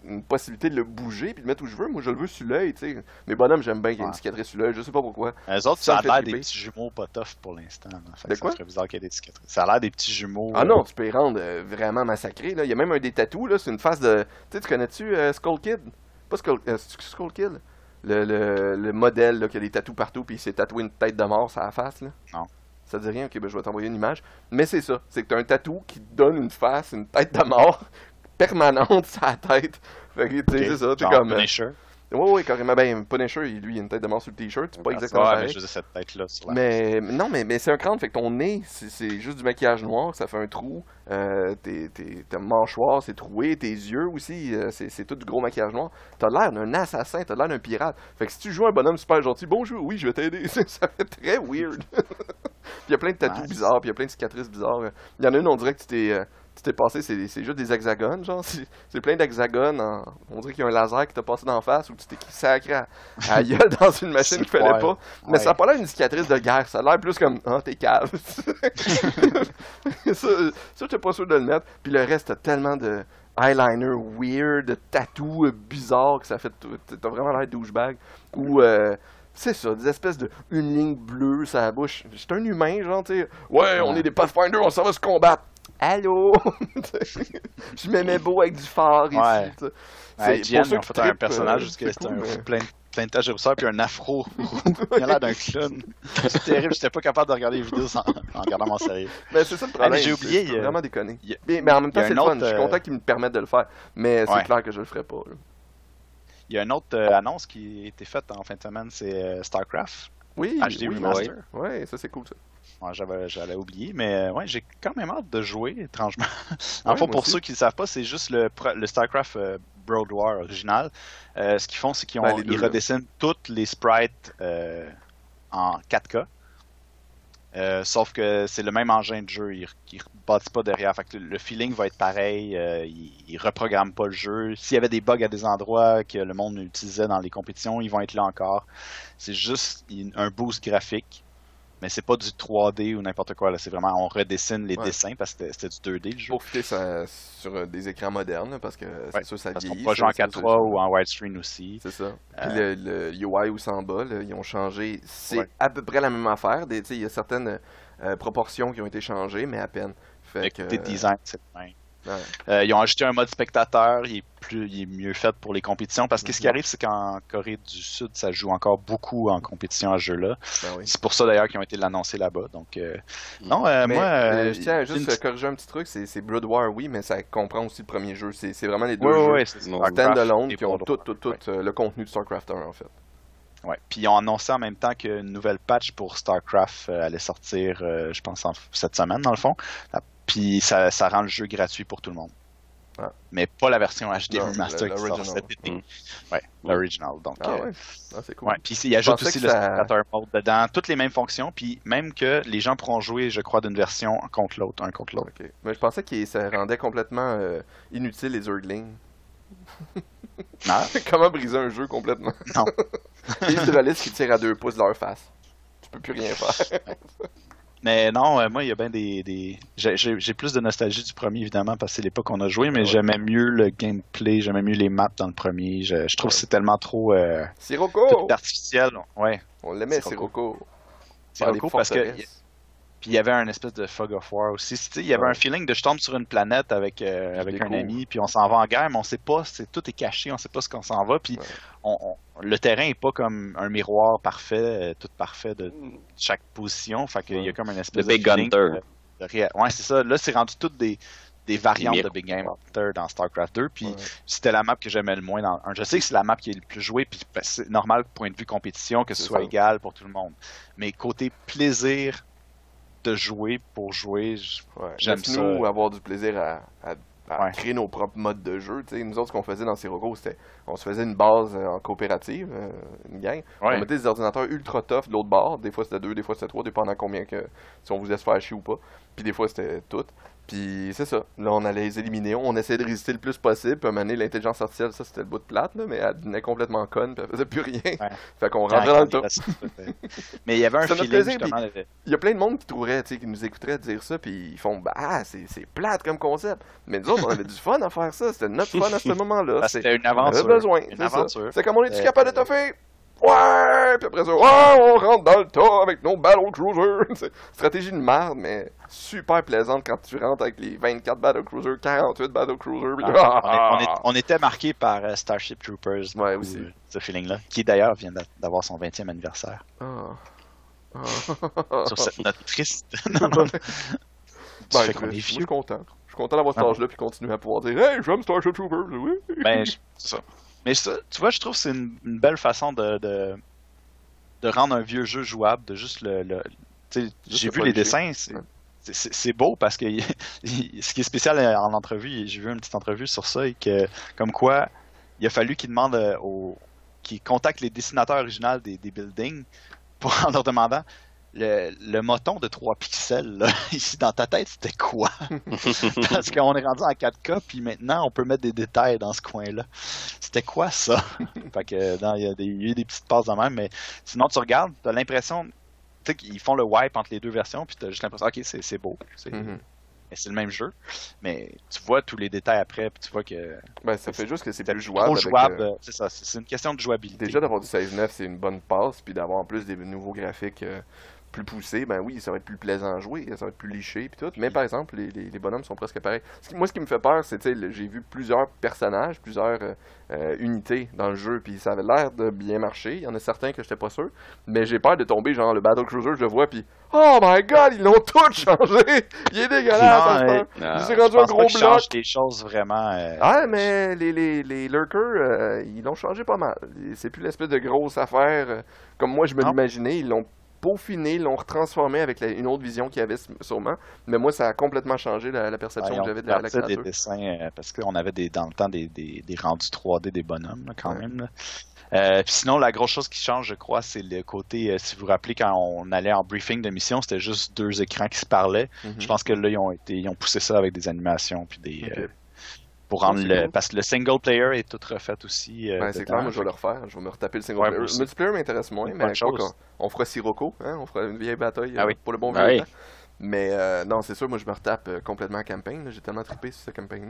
une possibilité de le bouger puis de le mettre où je veux. Moi, je le veux sur l'œil, tu sais. Mes bonhommes, j'aime bien qu'il y ait une Ouais. cicatrice sur l'œil, je sais pas pourquoi. Les autres, Ça ça, me a fait l'air des triper. petits jumeaux pas tough pour l'instant. là. Fait De que quoi? Ça serait bizarre qu'il y ait des cicatrices. Ça a l'air des petits jumeaux. Ah euh, non, tu peux y rendre euh, vraiment massacré, là. Il y a même un des tatous, là, c'est une face de... Tu sais, tu connais-tu euh, Skull Kid? Pas Skull... euh, c'est Skull Kid? Le, le, le modèle, là, qui a des tatous partout, puis il s'est tatoué une tête de mort sur la face, là. Non. Ça te dit rien? Ok, ben je vais t'envoyer une image. Mais c'est ça, c'est que t'as un tatou qui te donne une face, une tête de mort, permanente sur la tête. Fait que, tu sais, ok, c'est ça, t'es genre comme... euh, Punisher. Ouais, ouais, carrément. Ben, Punisher, lui, il a une tête de mort sur le t-shirt, c'est pas exactement Ouais, pareil. mais je veux dire cette tête-là sur la Mais non, mais, mais c'est un crâne, fait que ton nez, c'est c'est juste du maquillage noir, ça fait un trou. Euh, tes, tes, ta mâchoire, c'est troué. Tes yeux aussi, euh, c'est c'est tout du gros maquillage noir. T'as l'air d'un assassin, t'as l'air d'un pirate. Fait que si tu joues un bonhomme super gentil, bonjour, oui, je vais t'aider. Ça fait très weird. Puis il y a plein de tatous Ouais. bizarres, puis il y a plein de cicatrices bizarres. Il y en a une, on dirait que tu t'es... euh, tu t'es passé, c'est c'est juste des hexagones, genre. C'est c'est plein d'hexagones. en- On dirait qu'il y a un laser qui t'a passé d'en face ou tu t'es sacré à, à la gueule dans une machine qu'il fallait Ouais. pas. Mais Ouais. ça a pas l'air d'une cicatrice de guerre. Ça a l'air plus comme, ah, t'es cave. ça, ça j'étais pas sûr de le mettre. Puis le reste, t'as tellement de eyeliner weird, de tatous euh, bizarres que ça fait. T'as vraiment l'air douchebag. Ou. Euh, c'est ça, des espèces de. Une ligne bleue sur la bouche. J'étais un humain, genre, tu sais. Ouais, on est des Pathfinder, on s'en va se combattre. Allô? Je m'aimais beau avec du phare ici. Ouais. tu sais. Ouais, C'est Gian, pour ceux ils ont qui fait un trippent, personnage euh, jusqu'à c'est c'était cool, un mais- fou plein, plein de taches de rousseur puis un afro. Il a l'air d'un clown. C'est terrible, j'étais pas capable de regarder les vidéos sans, en regardant mon sérieux. Ben, c'est ça le problème. Ah, mais j'ai c'est- oublié, je peux euh, vraiment déconner. il y a- Mais, mais en même il y a temps, c'est un le fun. autre, Je suis euh, content qu'ils me permettent de le faire. Mais c'est Ouais. clair que je le ferai pas. là. Il y a une autre euh, annonce qui a été faite en fin de semaine, c'est euh, StarCraft. Oui, H D oui, Remaster. ouais. Ouais, ça c'est cool ça. Ouais, j'avais, j'allais oublier, mais euh, ouais, j'ai quand même hâte de jouer, étrangement. En Ouais, fait, moi pour aussi. ceux qui ne savent pas, c'est juste le, pro- le StarCraft euh, Broad War original. Euh, ce qu'ils font, c'est qu'ils ont, Ben, les deux, ils là. redessinent toutes les sprites euh, en quatre K. Euh, sauf que c'est le même engin de jeu, ils ne rebâtissent pas derrière. Fait que le, le feeling va être pareil, euh, ils, ils reprogramment pas le jeu. S'il y avait des bugs à des endroits que le monde utilisait dans les compétitions, ils vont être là encore. C'est juste une- un boost graphique. Mais c'est pas du trois D ou n'importe quoi, là. C'est vraiment, on redessine les Ouais. dessins parce que c'était- c'était du deux D le jeu. Pour fitter ça sur euh, des écrans modernes, là, parce que c'est Ouais, sûr ça Parce qu'on vieillit. peut pas ça, jouer en c'est une quatre trois solution. ou en widescreen aussi. C'est ça. Puis Euh, le, le U I aussi en bas, là, ils ont changé. C'est Ouais. à peu près la même affaire. Des- tu sais, il y a certaines euh, proportions qui ont été changées, mais à peine. Fait Le que, côté design, c'est le même. ouais. Euh, ils ont ajouté un mode spectateur, il est, plus, il est mieux fait pour les compétitions parce que ce qui Mhm. arrive, c'est qu'en Corée du Sud, ça joue encore beaucoup en compétition à ce jeu-là. Ben oui. C'est pour ça d'ailleurs qu'ils ont été l'annoncer là-bas. Donc, euh, non, euh, Mais, moi. euh, euh, je tiens à j'ai juste une petite- corriger un petit truc, c'est c'est Blood War, oui, mais ça comprend aussi le premier jeu. C'est c'est vraiment les deux Ouais, ouais, jeux ouais, c'est Non, StarCraft standalone et qui ont Broad tout, War. tout, tout Ouais. euh, le contenu de StarCraft un, en fait. Ouais. Puis ils ont annoncé en même temps qu'une nouvelle patch pour StarCraft euh, allait sortir, euh, je pense, en, cette semaine, dans le fond. Ah, Puis ça, ça rend le jeu gratuit pour tout le monde. Ah. Mais pas la version H D Non, Remaster le- qui sort l'original. cet été. Mm. Ouais, l'original. Donc, Ah euh, ouais, ah, c'est cool. ouais. Puis il ajoute pensais aussi que le ça- spectateur mode dedans, toutes les mêmes fonctions, puis même que les gens pourront jouer, je crois, d'une version contre l'autre, un contre l'autre. Ok. Mais je pensais que ça rendait complètement euh, inutile les Zerglings. Ah, Comment briser un jeu complètement? non. Les dualistes qui tirent à deux pouces de leur face. Tu peux plus rien faire. Mais non, euh, moi, il y a bien des. des... J'ai, j'ai- j'ai plus de nostalgie du premier, évidemment, parce que c'est l'époque qu'on a joué, mais Ouais. j'aimais mieux le gameplay, j'aimais mieux les maps dans le premier. Je, je trouve que c'est tellement trop euh, Sirocco! tout artificiel. Ouais. On l'aimait, Sirocco. Sirocco. Sirocco, Dans les parce que- forteresses. Puis il y avait un espèce de fog of war aussi. Tu sais, il y avait Ouais. un feeling de je tombe sur une planète avec, euh, Je avec un découvre. ami, puis on s'en va en guerre, mais on sait pas, c'est, tout est caché, on sait pas ce qu'on s'en va. Puis Ouais. on, on- le terrain est pas comme un miroir parfait, euh, tout parfait de chaque position. Fait qu'il y a Ouais. comme une espèce Le de Big feeling Hunter. de- de réa- Ouais, c'est ça. Là, c'est rendu toutes des, des variantes Des de miroirs. Big Game Hunter dans StarCraft deux. Puis Ouais. c'était la map que j'aimais le moins dans le un. Je sais que c'est la map qui est le plus jouée, puis ben, c'est normal, point de vue compétition, que ce C'est soit ça. égal pour tout le monde. Mais côté plaisir de jouer pour jouer, je- Ouais. J'aime Laisse-nous ça. avoir du plaisir à, à- à Ouais. créer nos propres modes de jeu. Tu sais, nous autres, ce qu'on faisait dans Sirocco, c'était on se faisait une base euh, en coopérative, euh, une gang. Ouais. On mettait des ordinateurs ultra tough de l'autre bord. Des fois, c'était deux, des fois, c'était trois, dépendant combien que si on vous laisse faire chier ou pas. Puis des fois, c'était tout. Puis c'est ça. Là, on allait les éliminer. On essayait de résister le plus possible. Puis à un moment donné, l'intelligence artificielle, ça, c'était le bout de plate, là, mais elle devenait complètement conne, puis elle faisait plus rien. Ouais. Fait qu'on rentrait dans le tas. Mais il y avait un Ça notre feeling, plaisir, justement. puis il y a plein de monde qui trouverait, tu sais, qui nous écouterait dire ça, puis ils font, bah, ah, c'est c'est plate comme concept. Mais nous autres, on avait du fun à faire ça. C'était notre fun à ce moment-là. Parce que C'est- C'était une On avait aventure. besoin. Une C'est ça. aventure. C'est comme on est-tu Euh, capable de toffer? Ouais! Puis après ça, ouais, on rentre dans le tas avec nos battle cruisers. C'est stratégie de merde, mais super plaisante quand tu rentres avec les vingt-quatre battle cruisers, quarante-huit battle cruisers. puis- Ah, on, est- on est- on était marqué par euh, Starship Troopers, Ouais, beaucoup, aussi. euh, ce feeling-là, qui d'ailleurs vient d'a- d'avoir son vingtième anniversaire. Ah. Ah. Sur cette note triste. non, non, non. Tu Ben, fais je, qu'on est je suis vieux. content. Je suis content d'avoir cet Ah bon. âge-là puis continuer à pouvoir dire Hey, j'aime Starship Troopers, oui. Ben, je- c'est ça. Mais ça, tu vois, je trouve que c'est une, une belle façon de, de, de rendre un vieux jeu jouable, de juste le... le- tu sais, Juste j'ai le vu les polisher. dessins, c'est Ouais. c'est- c'est- c'est beau parce que il- il- ce qui est spécial en entrevue, j'ai vu une petite entrevue sur ça, et que comme quoi il a fallu qu'il demande euh, aux... qu'il contacte les dessinateurs originaux des, des buildings pour en leur demandant le, le moton de trois pixels, là, ici dans ta tête, c'était quoi? Parce qu'on est rendu en quatre K, puis maintenant on peut mettre des détails dans ce coin-là. C'était quoi ça? Fait que non, il y a des, il y a eu des petites passes de même, mais sinon tu regardes, t'as l'impression, tu sais qu'ils font le wipe entre les deux versions, puis t'as juste l'impression, ok, c'est c'est beau, c'est Mhm. mais c'est le même jeu, mais tu vois tous les détails après, puis tu vois que Ben, ça fait juste que c'est c'est plus jouable. trop avec, jouable. euh, C'est ça, c'est c'est une question de jouabilité. Déjà d'avoir du seize neuf, c'est une bonne passe, puis d'avoir en plus des nouveaux graphiques euh, plus poussés, ben oui, ça va être plus plaisant à jouer, ça va être plus liché, puis tout. Mais par exemple, les, les, les bonhommes sont presque pareils. Ce qui- moi, ce qui me fait peur, c'est, tu sais, le- j'ai vu plusieurs personnages, plusieurs euh, euh, unités dans le jeu, puis ça avait l'air de bien marcher. Il y en a certains que j'étais pas sûr, mais j'ai peur de tomber, genre le Battle Cruiser, je le vois, puis oh my god, ils l'ont tout changé! Il est dégueulasse, Non, à cette euh, heure. Ah, Il s'est Je rendu un pense pas gros qu'ils bloc. changent des choses vraiment. euh, Ah, mais les, les, les lurkers, euh, ils l'ont changé pas mal. C'est plus l'espèce de grosse affaire. euh, comme moi, je me Non. l'imaginais. Ils l'ont peaufiné, ils l'ont retransformé avec la- une autre vision qu'il y avait s- sûrement. Mais moi, ça a complètement changé la, la perception Ouais, que on j'avais de la, la partait des créature. dessins euh, parce qu'on avait des, dans le temps des, des, des rendus trois D des bonhommes là, quand Ouais. même. Là. Euh, puis sinon, la grosse chose qui change, je crois, c'est le côté, euh, si vous vous rappelez, quand on allait en briefing de mission, c'était juste deux écrans qui se parlaient. Mhm. Je pense que là, ils ont été, ils ont poussé ça avec des animations puis des Ok. euh, pour rendre c'est le cool. parce que le single player est tout refait aussi. euh, Ben, c'est dedans. clair, moi je vais le refaire. Je vais me retaper le single Ouais, player. moi Le aussi. multiplayer m'intéresse moins, Une mais bonne quoi chose. qu'on on fera Sirocco, hein? On fera une vieille bataille Ah euh, oui. pour le bon Ben vieux oui. temps. Mais euh, non, c'est sûr, moi je me retape euh, complètement à campagne. là. J'ai tellement trippé sur cette campagne-là.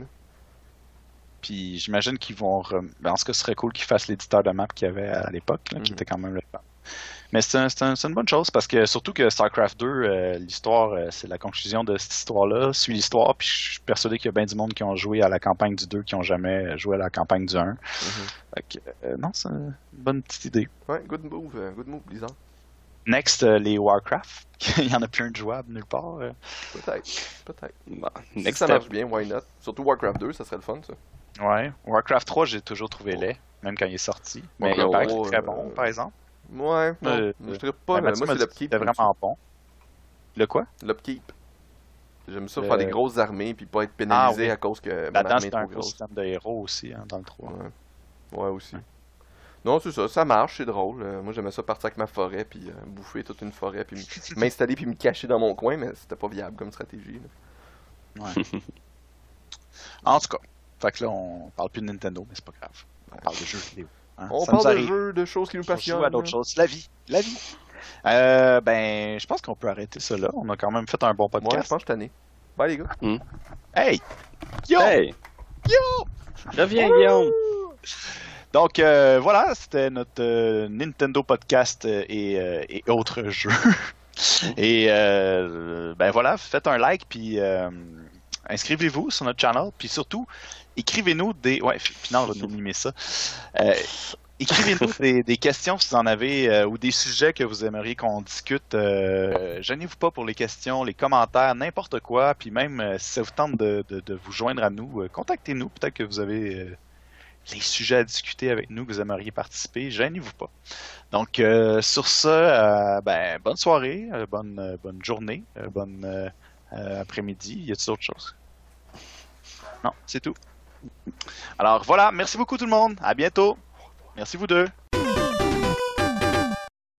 Puis j'imagine qu'ils vont. rem- ben, en ce cas, ce serait cool qu'ils fassent l'éditeur de map qu'il y avait à l'époque, là, qui Mhm. était quand même le fun. Mais c'est un- c'est un- c'est une bonne chose parce que surtout que StarCraft deux, euh, l'histoire, euh, c'est la conclusion de cette histoire-là, suit l'histoire, puis je suis persuadé qu'il y a bien du monde qui ont joué à la campagne du deux qui ont jamais joué à la campagne du un. Mhm. Fait que, euh, non, c'est une bonne petite idée. Ouais, good move, euh, good move, Blizzard. Next, euh, les Warcraft. Il y en a plus un de jouable nulle part. euh. Peut-être, peut-être. Bon, Si next ça step. marche bien, why not? Surtout Warcraft deux, ça serait le fun, ça. Ouais. Warcraft trois, j'ai toujours trouvé laid, même quand il est sorti. Mais il Warcraft paraît que trois, c'est très euh, bon, par exemple. Ouais, non, Euh, je dirais pas. Ben, euh, Mathieu moi, m'a c'est dit que l'upkeep. c'était vraiment bon. Le quoi? L'upkeep. J'aime ça Euh, faire des grosses armées puis pas être pénalisé Ah, oui. à cause que mon Là-dedans, armée est c'est trop un grosse. système de héros aussi, hein, dans le trois. Ouais. Ouais, aussi. Non, c'est ça, ça marche, c'est drôle. Euh, moi, j'aimais ça partir avec ma forêt puis euh, bouffer toute une forêt puis m- m'installer puis me cacher dans mon coin, mais c'était pas viable comme stratégie. là. Ouais. En tout cas, fait que là, on parle plus de Nintendo, mais c'est pas grave. On parle de jeux vidéo. hein. On Ça nous parle de arrive. jeux, de choses qui nous On joue passionnent. à d'autres là. choses. La vie. La vie. Euh, ben, je pense qu'on peut arrêter ça là. On a quand même fait un bon Ouais, je podcast. pense que je suis tanné. Bye, les gars. Hey! Yo! Hey! Yo! Reviens, Guillaume! Donc euh, voilà, c'était notre euh, Nintendo podcast euh, et, euh, et autres jeux. Et euh, ben voilà, faites un like puis euh, inscrivez-vous sur notre channel puis surtout écrivez-nous des ouais puis non on va nommer ça. Euh, écrivez-nous des, des questions si vous en avez euh, ou des sujets que vous aimeriez qu'on discute. Euh, gênez-vous pas pour les questions, les commentaires, n'importe quoi. Puis même euh, si ça vous tente de, de, de vous joindre à nous, euh, contactez-nous. Peut-être que vous avez euh, les sujets à discuter avec nous que vous aimeriez participer. Gênez-vous pas. Donc euh, sur ce, euh, ben bonne soirée, euh, bonne euh, bonne journée, euh, bonne euh, euh, après-midi. Y a-t-il d'autres choses? Non, c'est tout. Alors voilà, merci beaucoup tout le monde. À bientôt. Merci vous deux.